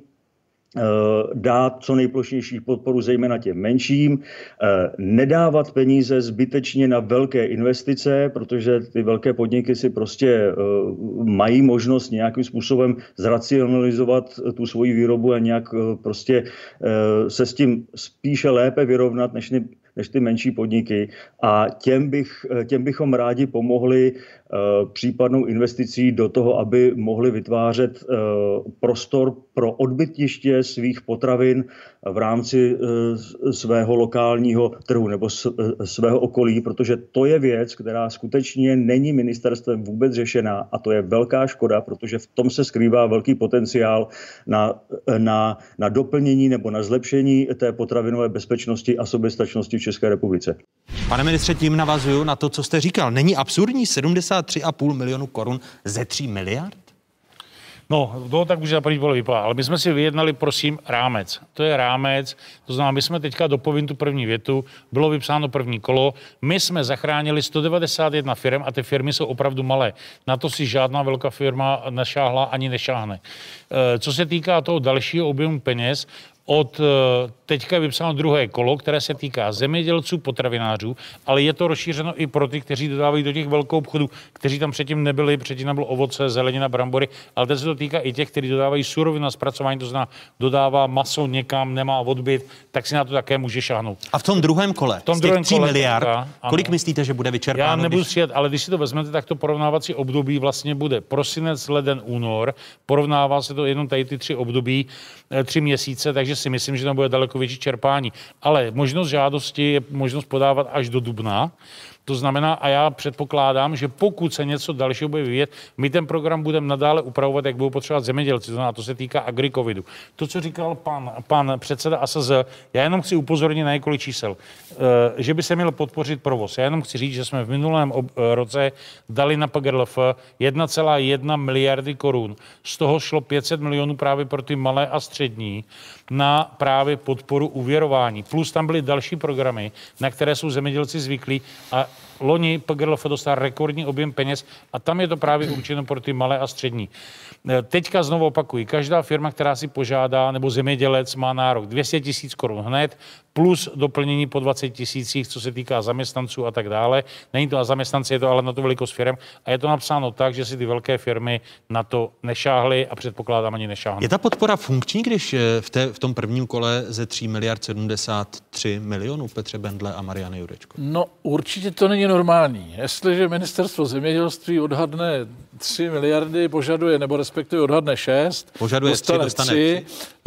dát co nejplošnější podporu zejména těm menším, nedávat peníze zbytečně na velké investice, protože ty velké podniky si prostě mají možnost nějakým způsobem zracionalizovat tu svoji výrobu a nějak prostě se s tím spíše lépe vyrovnat, než než ty menší podniky. A těm, bych, těm bychom rádi pomohli uh, případnou investicí do toho, aby mohli vytvářet uh, prostor pro odbytiště svých potravin v rámci uh, svého lokálního trhu nebo s, uh, svého okolí, protože to je věc, která skutečně není ministerstvem vůbec řešená a to je velká škoda, protože v tom se skrývá velký potenciál na, na, na doplnění nebo na zlepšení té potravinové bezpečnosti a soběstačnosti v České republice. Pane ministře, tím navazuju na to, co jste říkal. Není absurdní sedmdesát tři a půl milionu korun ze tří miliard? No, to tak už za první pole vypadá, ale my jsme si vyjednali, prosím, rámec. To je rámec, to znamená, my jsme teďka dopovím tu první větu, bylo vypsáno první kolo, my jsme zachránili sto devadesát jedna firm a ty firmy jsou opravdu malé. Na to si žádná velká firma nešáhla ani nešáhne. Co se týká toho dalšího objemu peněz, od teďka je vypsáno druhé kolo, které se týká zemědělců, potravinářů, ale je to rozšířeno i pro ty, kteří dodávají do těch velkou obchodů, kteří tam předtím nebyli, předtím nebylo ovoce, zelenina, brambory, ale teď se to týká i těch, kteří dodávají surovinu na zpracování, to znamená, dodává maso někam, nemá odbyt, tak si na to také může šáhnout. A v tom druhém kole, v tom z těch tří miliard, teda, kolik myslíte, že bude vyčerpáno? Já nebudu když... střílet, ale když si to vezmete, tak to porovnávací období vlastně bude prosinec, leden, únor, porovnává se to jenom tady ty tři období, tři měsíce, takže si myslím, že tam bude daleko větší čerpání. Ale možnost žádosti je možnost podávat až do dubna. To znamená, a já předpokládám, že pokud se něco dalšího bude vyvíjet, my ten program budeme nadále upravovat, jak budou potřebovat zemědělci. To znamená, to se týká agrikovidu. To, co říkal pan, pan předseda A S Z, já jenom chci upozornit na několik čísel, že by se měl podpořit provoz. Já jenom chci říct, že jsme v minulém roce dali na P G R L F jedna celá jedna miliardy korun. Z toho šlo pět set milionů právě pro ty malé a střední na právě podporu úvěrování. Plus tam byly další programy, na které jsou zemědělci zvyklí a loni P G R L F dostal rekordní objem peněz a tam je to právě určeno pro ty malé a střední. Teďka znovu opakuji, každá firma, která si požádá, nebo zemědělec má nárok dvě stě tisíc korun hned, plus doplnění po dvacet tisících, co se týká zaměstnanců a tak dále. Není to na zaměstnanci, je to ale na tu velikost firm a je to napsáno tak, že si ty velké firmy na to nešáhly a předpokládám ani nešáhnou. Je ta podpora funkční, když v, té, v tom prvním kole ze tří miliard sedmdesát tři milionů Petře Bendle a Mariany Jurečko? No určitě to není normální. Jestliže ministerstvo zemědělství odhadne tři miliardy, požaduje, nebo respektive odhadne šest, požaduje dostane tři, tři,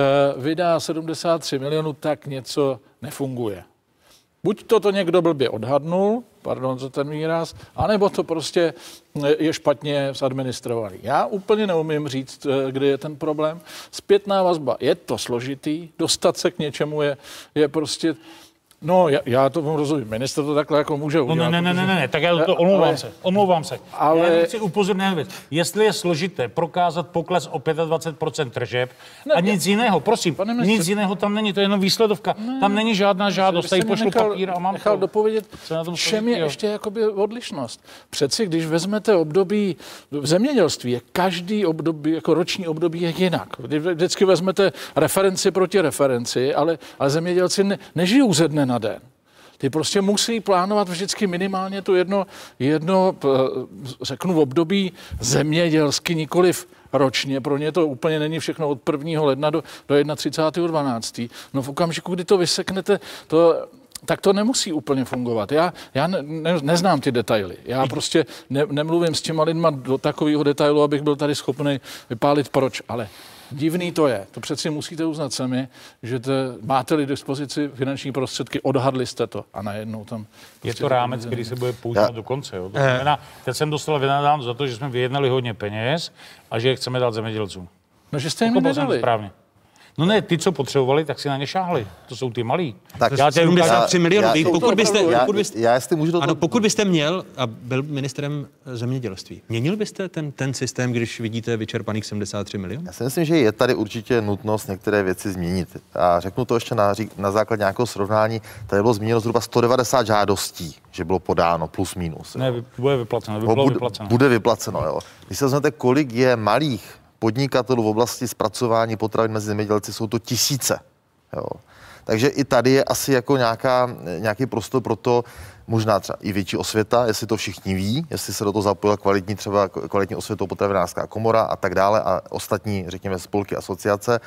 vydá sedmdesát tři milionů, tak něco nefunguje. Buď to to někdo blbě odhadnul, pardon za ten výraz, anebo to prostě je špatně zadministrovaný. Já úplně neumím říct, kde je ten problém. Zpětná vazba, je to složitý, dostat se k něčemu je, je prostě... No, já, já to rozumím. Ministr to takhle jako může udělat. No ne, ne, ne, ne, ne, tak já to omlouvám ale, se, omlouvám se. Ale... Já chci upozornit na věc. Jestli je složité prokázat pokles o dvacet pět procent tržeb ne, a nic jiného, prosím, ministr... nic jiného tam není, to je jenom výsledovka. Ne, tam není žádná žádost, tady pošlu nechal, papír a mám nechal to. dopovědět, čem je ještě jakoby odlišnost. Přeci, když vezmete období v zemědělství, je každý období, jako roční období je jinak. Vždycky vezmete referenci proti referenci, ale, ale zemědělci ne, nežijou ze dne na den. Ty prostě musí plánovat vždycky minimálně tu jedno, jedno řeknu, v období zemědělsky, nikoliv ročně. Pro ně to úplně není všechno od prvního ledna do, do třicátého prvního dvanáctého No v okamžiku, kdy to vyseknete, to... tak to nemusí úplně fungovat. Já, já ne, ne, neznám ty detaily. Já prostě ne, nemluvím s těma lidma do takového detailu, abych byl tady schopný vypálit proč, ale divný to je. To přeci musíte uznat sami, že te, máte-li k dispozici finanční prostředky, odhadli jste to a najednou tam... Je to rámec, který se bude používat do konce. Jo? To znamená, teď jsem dostal vynadáno za to, že jsme vyjednali hodně peněz a že je chceme dát zemědělcům. No, že jste jim nedali. Správně. No ne, ty, co potřebovali, tak si na ně šáhli. To jsou ty malí. Tak já sedmdesát tři milionů. Pokud byste, já, pokud byste, já, já můžu do ano, pokud byste měl a byl ministrem zemědělství, měnil byste ten, ten systém, když vidíte vyčerpaných sedmdesát tři milionů? Já si myslím, že je tady určitě nutnost některé věci změnit. A řeknu to ještě na, na základě nějakého srovnání. Tady bylo zmíněno zhruba sto devadesát žádostí, že bylo podáno plus minus. Ne, bude vyplaceno. By bylo bude, vyplaceno. bude vyplaceno, jo. Když se vezmete, kolik je malých podnikatelů v oblasti zpracování potravin mezi zemědělci, jsou to tisíce. Jo. Takže i tady je asi jako nějaká, nějaký prostor pro to, možná třeba i větší osvěta, jestli to všichni ví, jestli se do toho zapojila kvalitní třeba kvalitní osvětou potravinářská komora a tak dále a ostatní, řekněme, spolky, asociace.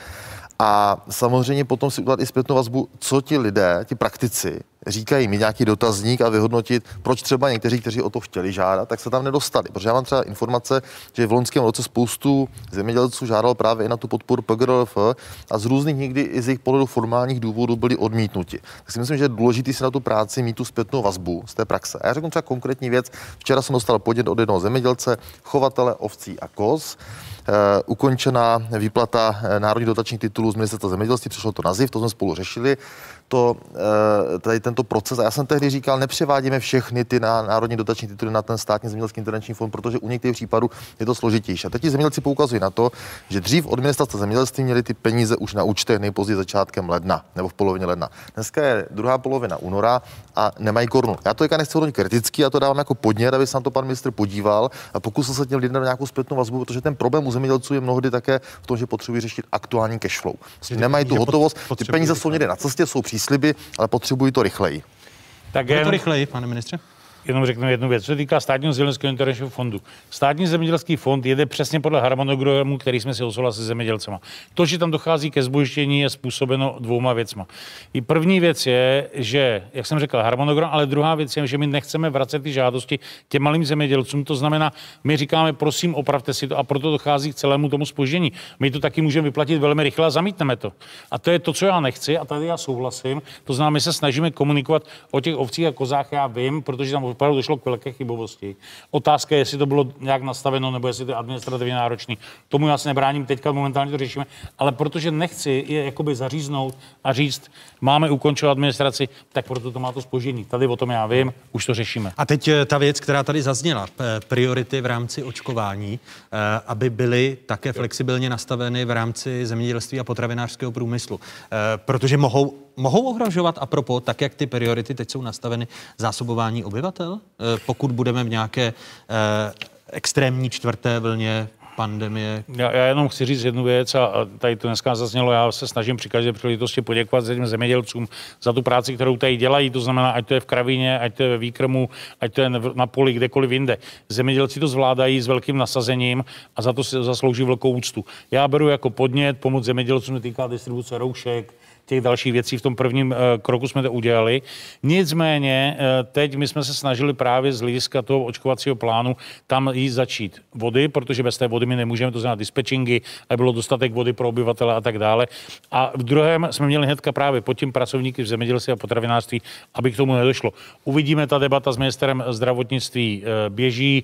A samozřejmě potom si udělat i zpětnou vazbu, co ti lidé, ti praktici, říkají, mít nějaký dotazník a vyhodnotit, proč třeba někteří, kteří o to chtěli žádat, tak se tam nedostali. Protože já mám třeba informace, že v loňském roce spoustu zemědělců žádalo právě i na tu podporu P G R L F a z různých někdy i z jejich pohledu formálních důvodů byli odmítnuti. Tak si myslím, že je důležité si na tu práci mít tu zpětnou vazbu z té praxe. A já řeknu třeba konkrétní věc. Včera jsem dostal podnět od jednoho zemědělce, chovatele ovcí a koz. Uh, ukončená výplata národních dotačních titulů z ministerstva zemědělství, přišlo to na Z I F, to jsme spolu řešili, to, uh, tady tento proces. A já jsem tehdy říkal, nepřevádíme všechny ty na národní dotační tituly na ten státní zemědělský intervenční fond, protože u některých případů je to složitější. A teď ti zemědělci poukazují na to, že dřív od ministerstva zemědělství měli ty peníze už na účtech nejpozději začátkem ledna nebo v polovině ledna. Dneska je druhá polovina února a nemají korunu. Já to nechci hodně kriticky, já to dávám jako podnět, aby se na to pan ministr podíval a pokusil se těm lidem nějakou zpětnou vazbu, protože ten problém u zemědělců je mnohdy také v tom, že potřebují řešit aktuální cash flow. Nemají tu hotovost, ty peníze jsou někde na cestě, jsou přísliby, ale potřebují to rychleji. Tak je to rychleji, pane ministře? Jenom řeknu jednu věc, co se týká státního zemědělského intervenčního fondu. Státní zemědělský fond jede přesně podle harmonogramu, který jsme si odsouhlasili se zemědělcema. To, že tam dochází ke zbožštění, je způsobeno dvouma věcma. I první věc je, že, jak jsem řekl, harmonogram, ale druhá věc je, že my nechceme vracet ty žádosti těm malým zemědělcům. To znamená, my říkáme, prosím, opravte si to a proto dochází k celému tomu zpoždění. My to taky můžeme vyplatit velmi rychle a zamítneme to. A to je to, co já nechci a tady já souhlasím. To znamená, my se snažíme komunikovat o těch ovcích a kozách, já vím, protože tam opravdu došlo k velké chybovosti. Otázka je, jestli to bylo nějak nastaveno, nebo jestli to je administrativně náročný. Tomu já se nebráním, teďka momentálně to řešíme, ale protože nechci je jakoby zaříznout a říct, máme ukončovat administraci, tak proto to má to zpoždění. Tady o tom já vím, už to řešíme. A teď ta věc, která tady zazněla, priority v rámci očkování, aby byly také flexibilně nastaveny v rámci zemědělství a potravinářského průmyslu, protože mohou mohou ohrožovat a propos, tak jak ty priority teď jsou nastaveny, zásobování obyvatel? Pokud budeme v nějaké eh, extrémní čtvrté vlně pandemie. Já, já jenom chci říct jednu věc a, a tady to dneska zaznělo, já se snažím při každé příležitosti poděkovat těm zemědělcům za tu práci, kterou tady dělají, to znamená, ať to je v kravině, ať to je ve výkrmu, ať to je na poli, kdekoliv jinde. Zemědělci to zvládají s velkým nasazením a za to si zaslouží velkou úctu. Já beru jako podnět, pomoc zemědělcům, týká distribuce roušek, těch dalších věcí. V tom prvním kroku jsme to udělali. Nicméně teď my jsme se snažili právě z hlediska toho očkovacího plánu tam jít začít vody, protože bez té vody my nemůžeme, to znamená dispečingy, aby bylo dostatek vody pro obyvatele a tak dále. A v druhém jsme měli hnedka právě pod tím pracovníky v zemědělství a potravinářství, aby k tomu nedošlo. Uvidíme, ta debata s ministrem zdravotnictví běží.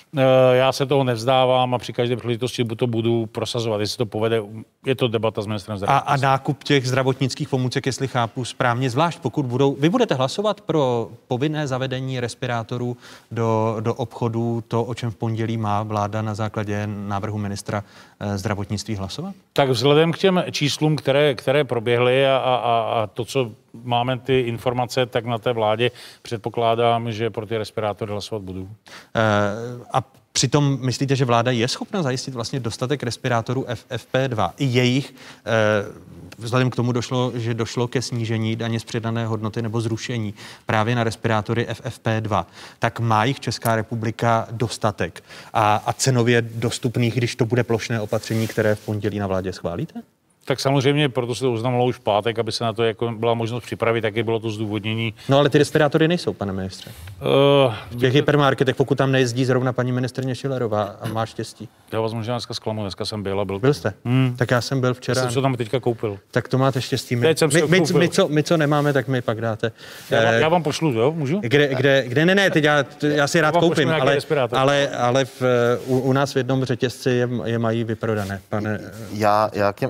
Já se toho nevzdávám a při každé příležitosti to budu prosazovat, jestli to povede. Je to debata s ministrem zdravotnictví. A, a nákup těch zdravotnických pomůcek, jestli chápu správně, zvlášť pokud budou... Vy budete hlasovat pro povinné zavedení respirátorů do, do obchodů, to, o čem v pondělí má vláda na základě návrhu ministra zdravotnictví hlasovat? Tak vzhledem k těm číslům, které, které proběhly a, a, a to, co máme ty informace, tak na té vládě předpokládám, že pro ty respirátory hlasovat budu. E, a přitom myslíte, že vláda je schopna zajistit vlastně dostatek respirátorů F F P dva? I jejich, e, vzhledem k tomu došlo, že došlo ke snížení daně z přidané hodnoty nebo zrušení právě na respirátory F F P dva, tak má jich Česká republika dostatek a, a cenově dostupných, když to bude plošné opatření, které v pondělí na vládě schválíte? Tak samozřejmě, proto se to oznámilo už v pátek, aby se na to jako byla možnost připravit, taky bylo to zdůvodnění. No ale ty respirátory nejsou, pane ministře. Uh, v těch hypermarketech, pokud tam nejezdí zrovna paní ministryně Schillerová a má štěstí. Já vás možná dneska zklamu, dneska jsem byl a byl. Byl jste? Hmm. Tak já jsem byl včera. Já jsem to tam teďka koupil. Tak to máte štěstí. My, my, my, my, co, my co nemáme, tak mi pak dáte. Já, vám, já vám pošlu, jo? Můžu? Kde, kde, kde ne, ne, teď já, já si rád já koupím, ale, ale, ale v, u, u nás v jednom řetězci je, je mají vyprodané, pane. Já, já k těm F F P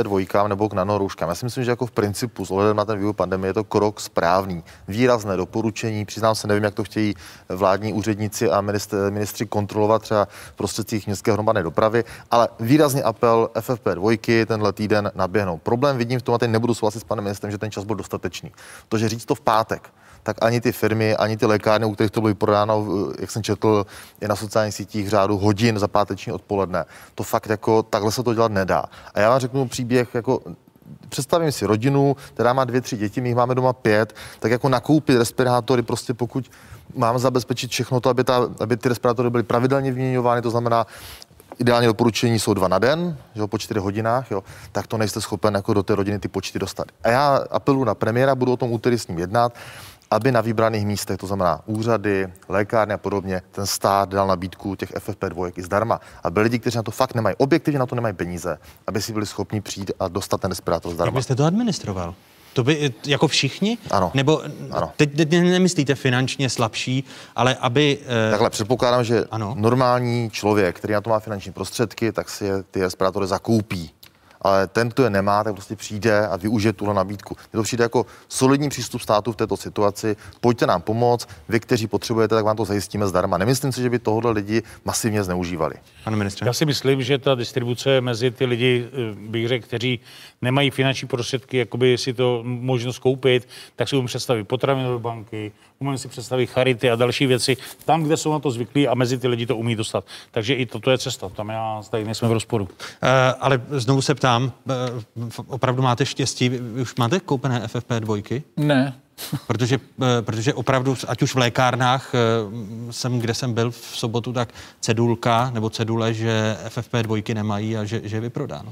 dva nebo k nanorouškám. Já si myslím, že jako v principu s ohledem na ten vývoj pandemie je to krok správný. Výrazné doporučení, přiznám se, nevím, jak to chtějí vládní úředníci a ministr, ministři kontrolovat třeba v prostředcích městské hromadné dopravy, ale výrazný apel F F P dva tenhle týden naběhnou. Problém vidím v tom, a teď nebudu souhlasit s panem ministrem, že ten čas byl dostatečný. To, že říct to v pátek, tak ani ty firmy, ani ty lékárny, u kterých to bylo prodáno, jak jsem četl, je na sociálních sítích řádu hodin za páteční odpoledne. To fakt jako takhle se to dělat nedá. A já vám řeknu příběh, jako představím si rodinu, která má dvě, tři děti, my jich máme doma pět, tak jako nakoupit respirátory, prostě pokud máme zabezpečit všechno to, aby, ta, aby ty respirátory byly pravidelně vyměňovány, to znamená, ideální doporučení jsou dva na den, že jo, po čtyři hodinách, jo, tak to nejste schopen jako do té rodiny ty počty dostat. A já apeluji na premiéra, budu o tom úterý s ním jednat, aby na vybraných místech, to znamená úřady, lékárny a podobně, ten stát dal nabídku těch F F P dva i zdarma. Aby lidi, kteří na to fakt nemají, objektivně na to nemají peníze, aby si byli schopni přijít a dostat ten respirátor zdarma. Jak byste to administroval? To by jako všichni? Ano. Nebo ano. teď nemyslíte finančně slabší, ale aby... Eh... Takhle předpokládám, že ano. normální člověk, který na to má finanční prostředky, tak si je ty respirátory zakoupí. Ale ten, kdo je nemá, tak prostě přijde a využije tuhle nabídku. Mně to přijde jako solidní přístup státu v této situaci. Pojďte nám pomoct, vy, kteří potřebujete, tak vám to zajistíme zdarma. Nemyslím si, že by tohle lidi masivně zneužívali. Pane ministře. Já si myslím, že ta distribuce mezi ty lidi, bych řekl, kteří nemají finanční prostředky, jakoby si to možnost koupit, tak si umím představit potravinové banky, umím si představit charity a další věci, tam, kde jsou na to zvyklí a mezi ty lidi to umí dostat. Takže i toto je cesta. Tam já tady nejsme v rozporu. Uh, ale znovu se ptám, uh, opravdu máte štěstí, vy už máte koupené F F P dva? Ne. Protože, protože opravdu, ať už v lékárnách jsem, kde jsem byl v sobotu, tak cedulka nebo cedule, že F F P dva nemají a že, že je vyprodáno.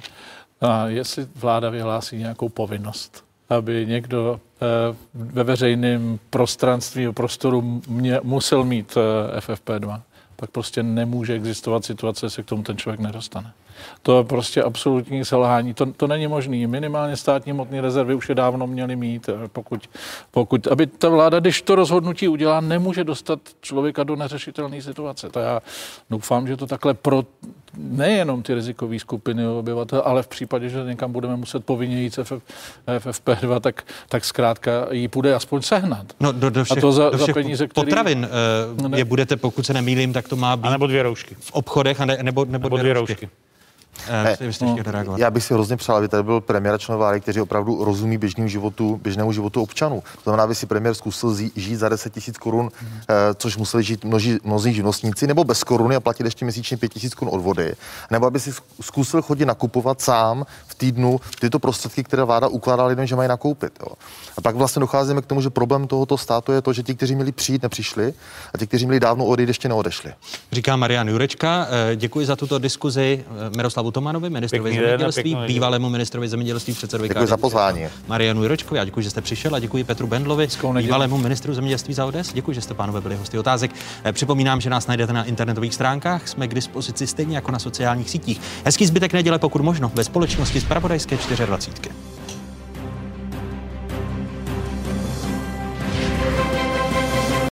A jestli vláda vyhlásí nějakou povinnost, aby někdo ve veřejném prostranství, prostoru mě, musel mít F F P dva, pak prostě nemůže existovat situace, se k tomu ten člověk nedostane. To je prostě absolutní selhání. To, to není možné. Minimálně státní hmotné rezervy už je dávno měly mít. Pokud, pokud, aby ta vláda, když to rozhodnutí udělá, nemůže dostat člověka do neřešitelné situace. To já doufám, že to takhle pro nejenom ty rizikové skupiny obyvatel, ale v případě, že někam budeme muset povinně jít F F P dva, tak, tak zkrátka jí půjde aspoň sehnat. No do, do všech, a to za, do všech za peníze, který... potravin uh, ne, je budete, pokud se nemýlím, tak to má být... A nebo dvě roušky. V obchodech, a ne, nebo, nebo, nebo dvě roušky. roušky. Ne, no, já bych si hrozně přál, aby tady byl premiér a členové vlády, kteří opravdu rozumí běžnému životu, běžnému životu občanů. To znamená, aby si premiér zkusil žít za deset tisíc korun, eh, což museli žít množí, mnozí živnostníci, nebo bez koruny a platit ještě měsíčně pět tisíc korun od vody, nebo aby si zkusil chodit nakupovat sám v týdnu tyto prostředky, které vláda ukládá lidem, že mají nakoupit. Jo. A pak vlastně docházíme k tomu, že problém tohoto státu je to, že ti, kteří měli přijít, nepřišli a ti, kteří měli dávno odejít, ještě neodešli. Říká Marian Jurečka. Děkuji za tuto diskuzi Miroslavu Tomanovi, ministrovi pěkný zemědělství, den, bývalému ministrovi zemědělství, předsedovi. Děkuji za pozvání. Marianu Jurečkovi, já děkuji, že jste přišel, a děkuji Petru Bendlovi, bývalému ministru zemědělství za O D S. Děkuji, že jste, pánové, byli hosty otázek. Připomínám, že nás najdete na internetových stránkách, jsme k dispozici stejně jako na sociálních sítích. Hezký zbytek neděle, pokud možno, ve společnosti Zpravodajské dvacet čtyři.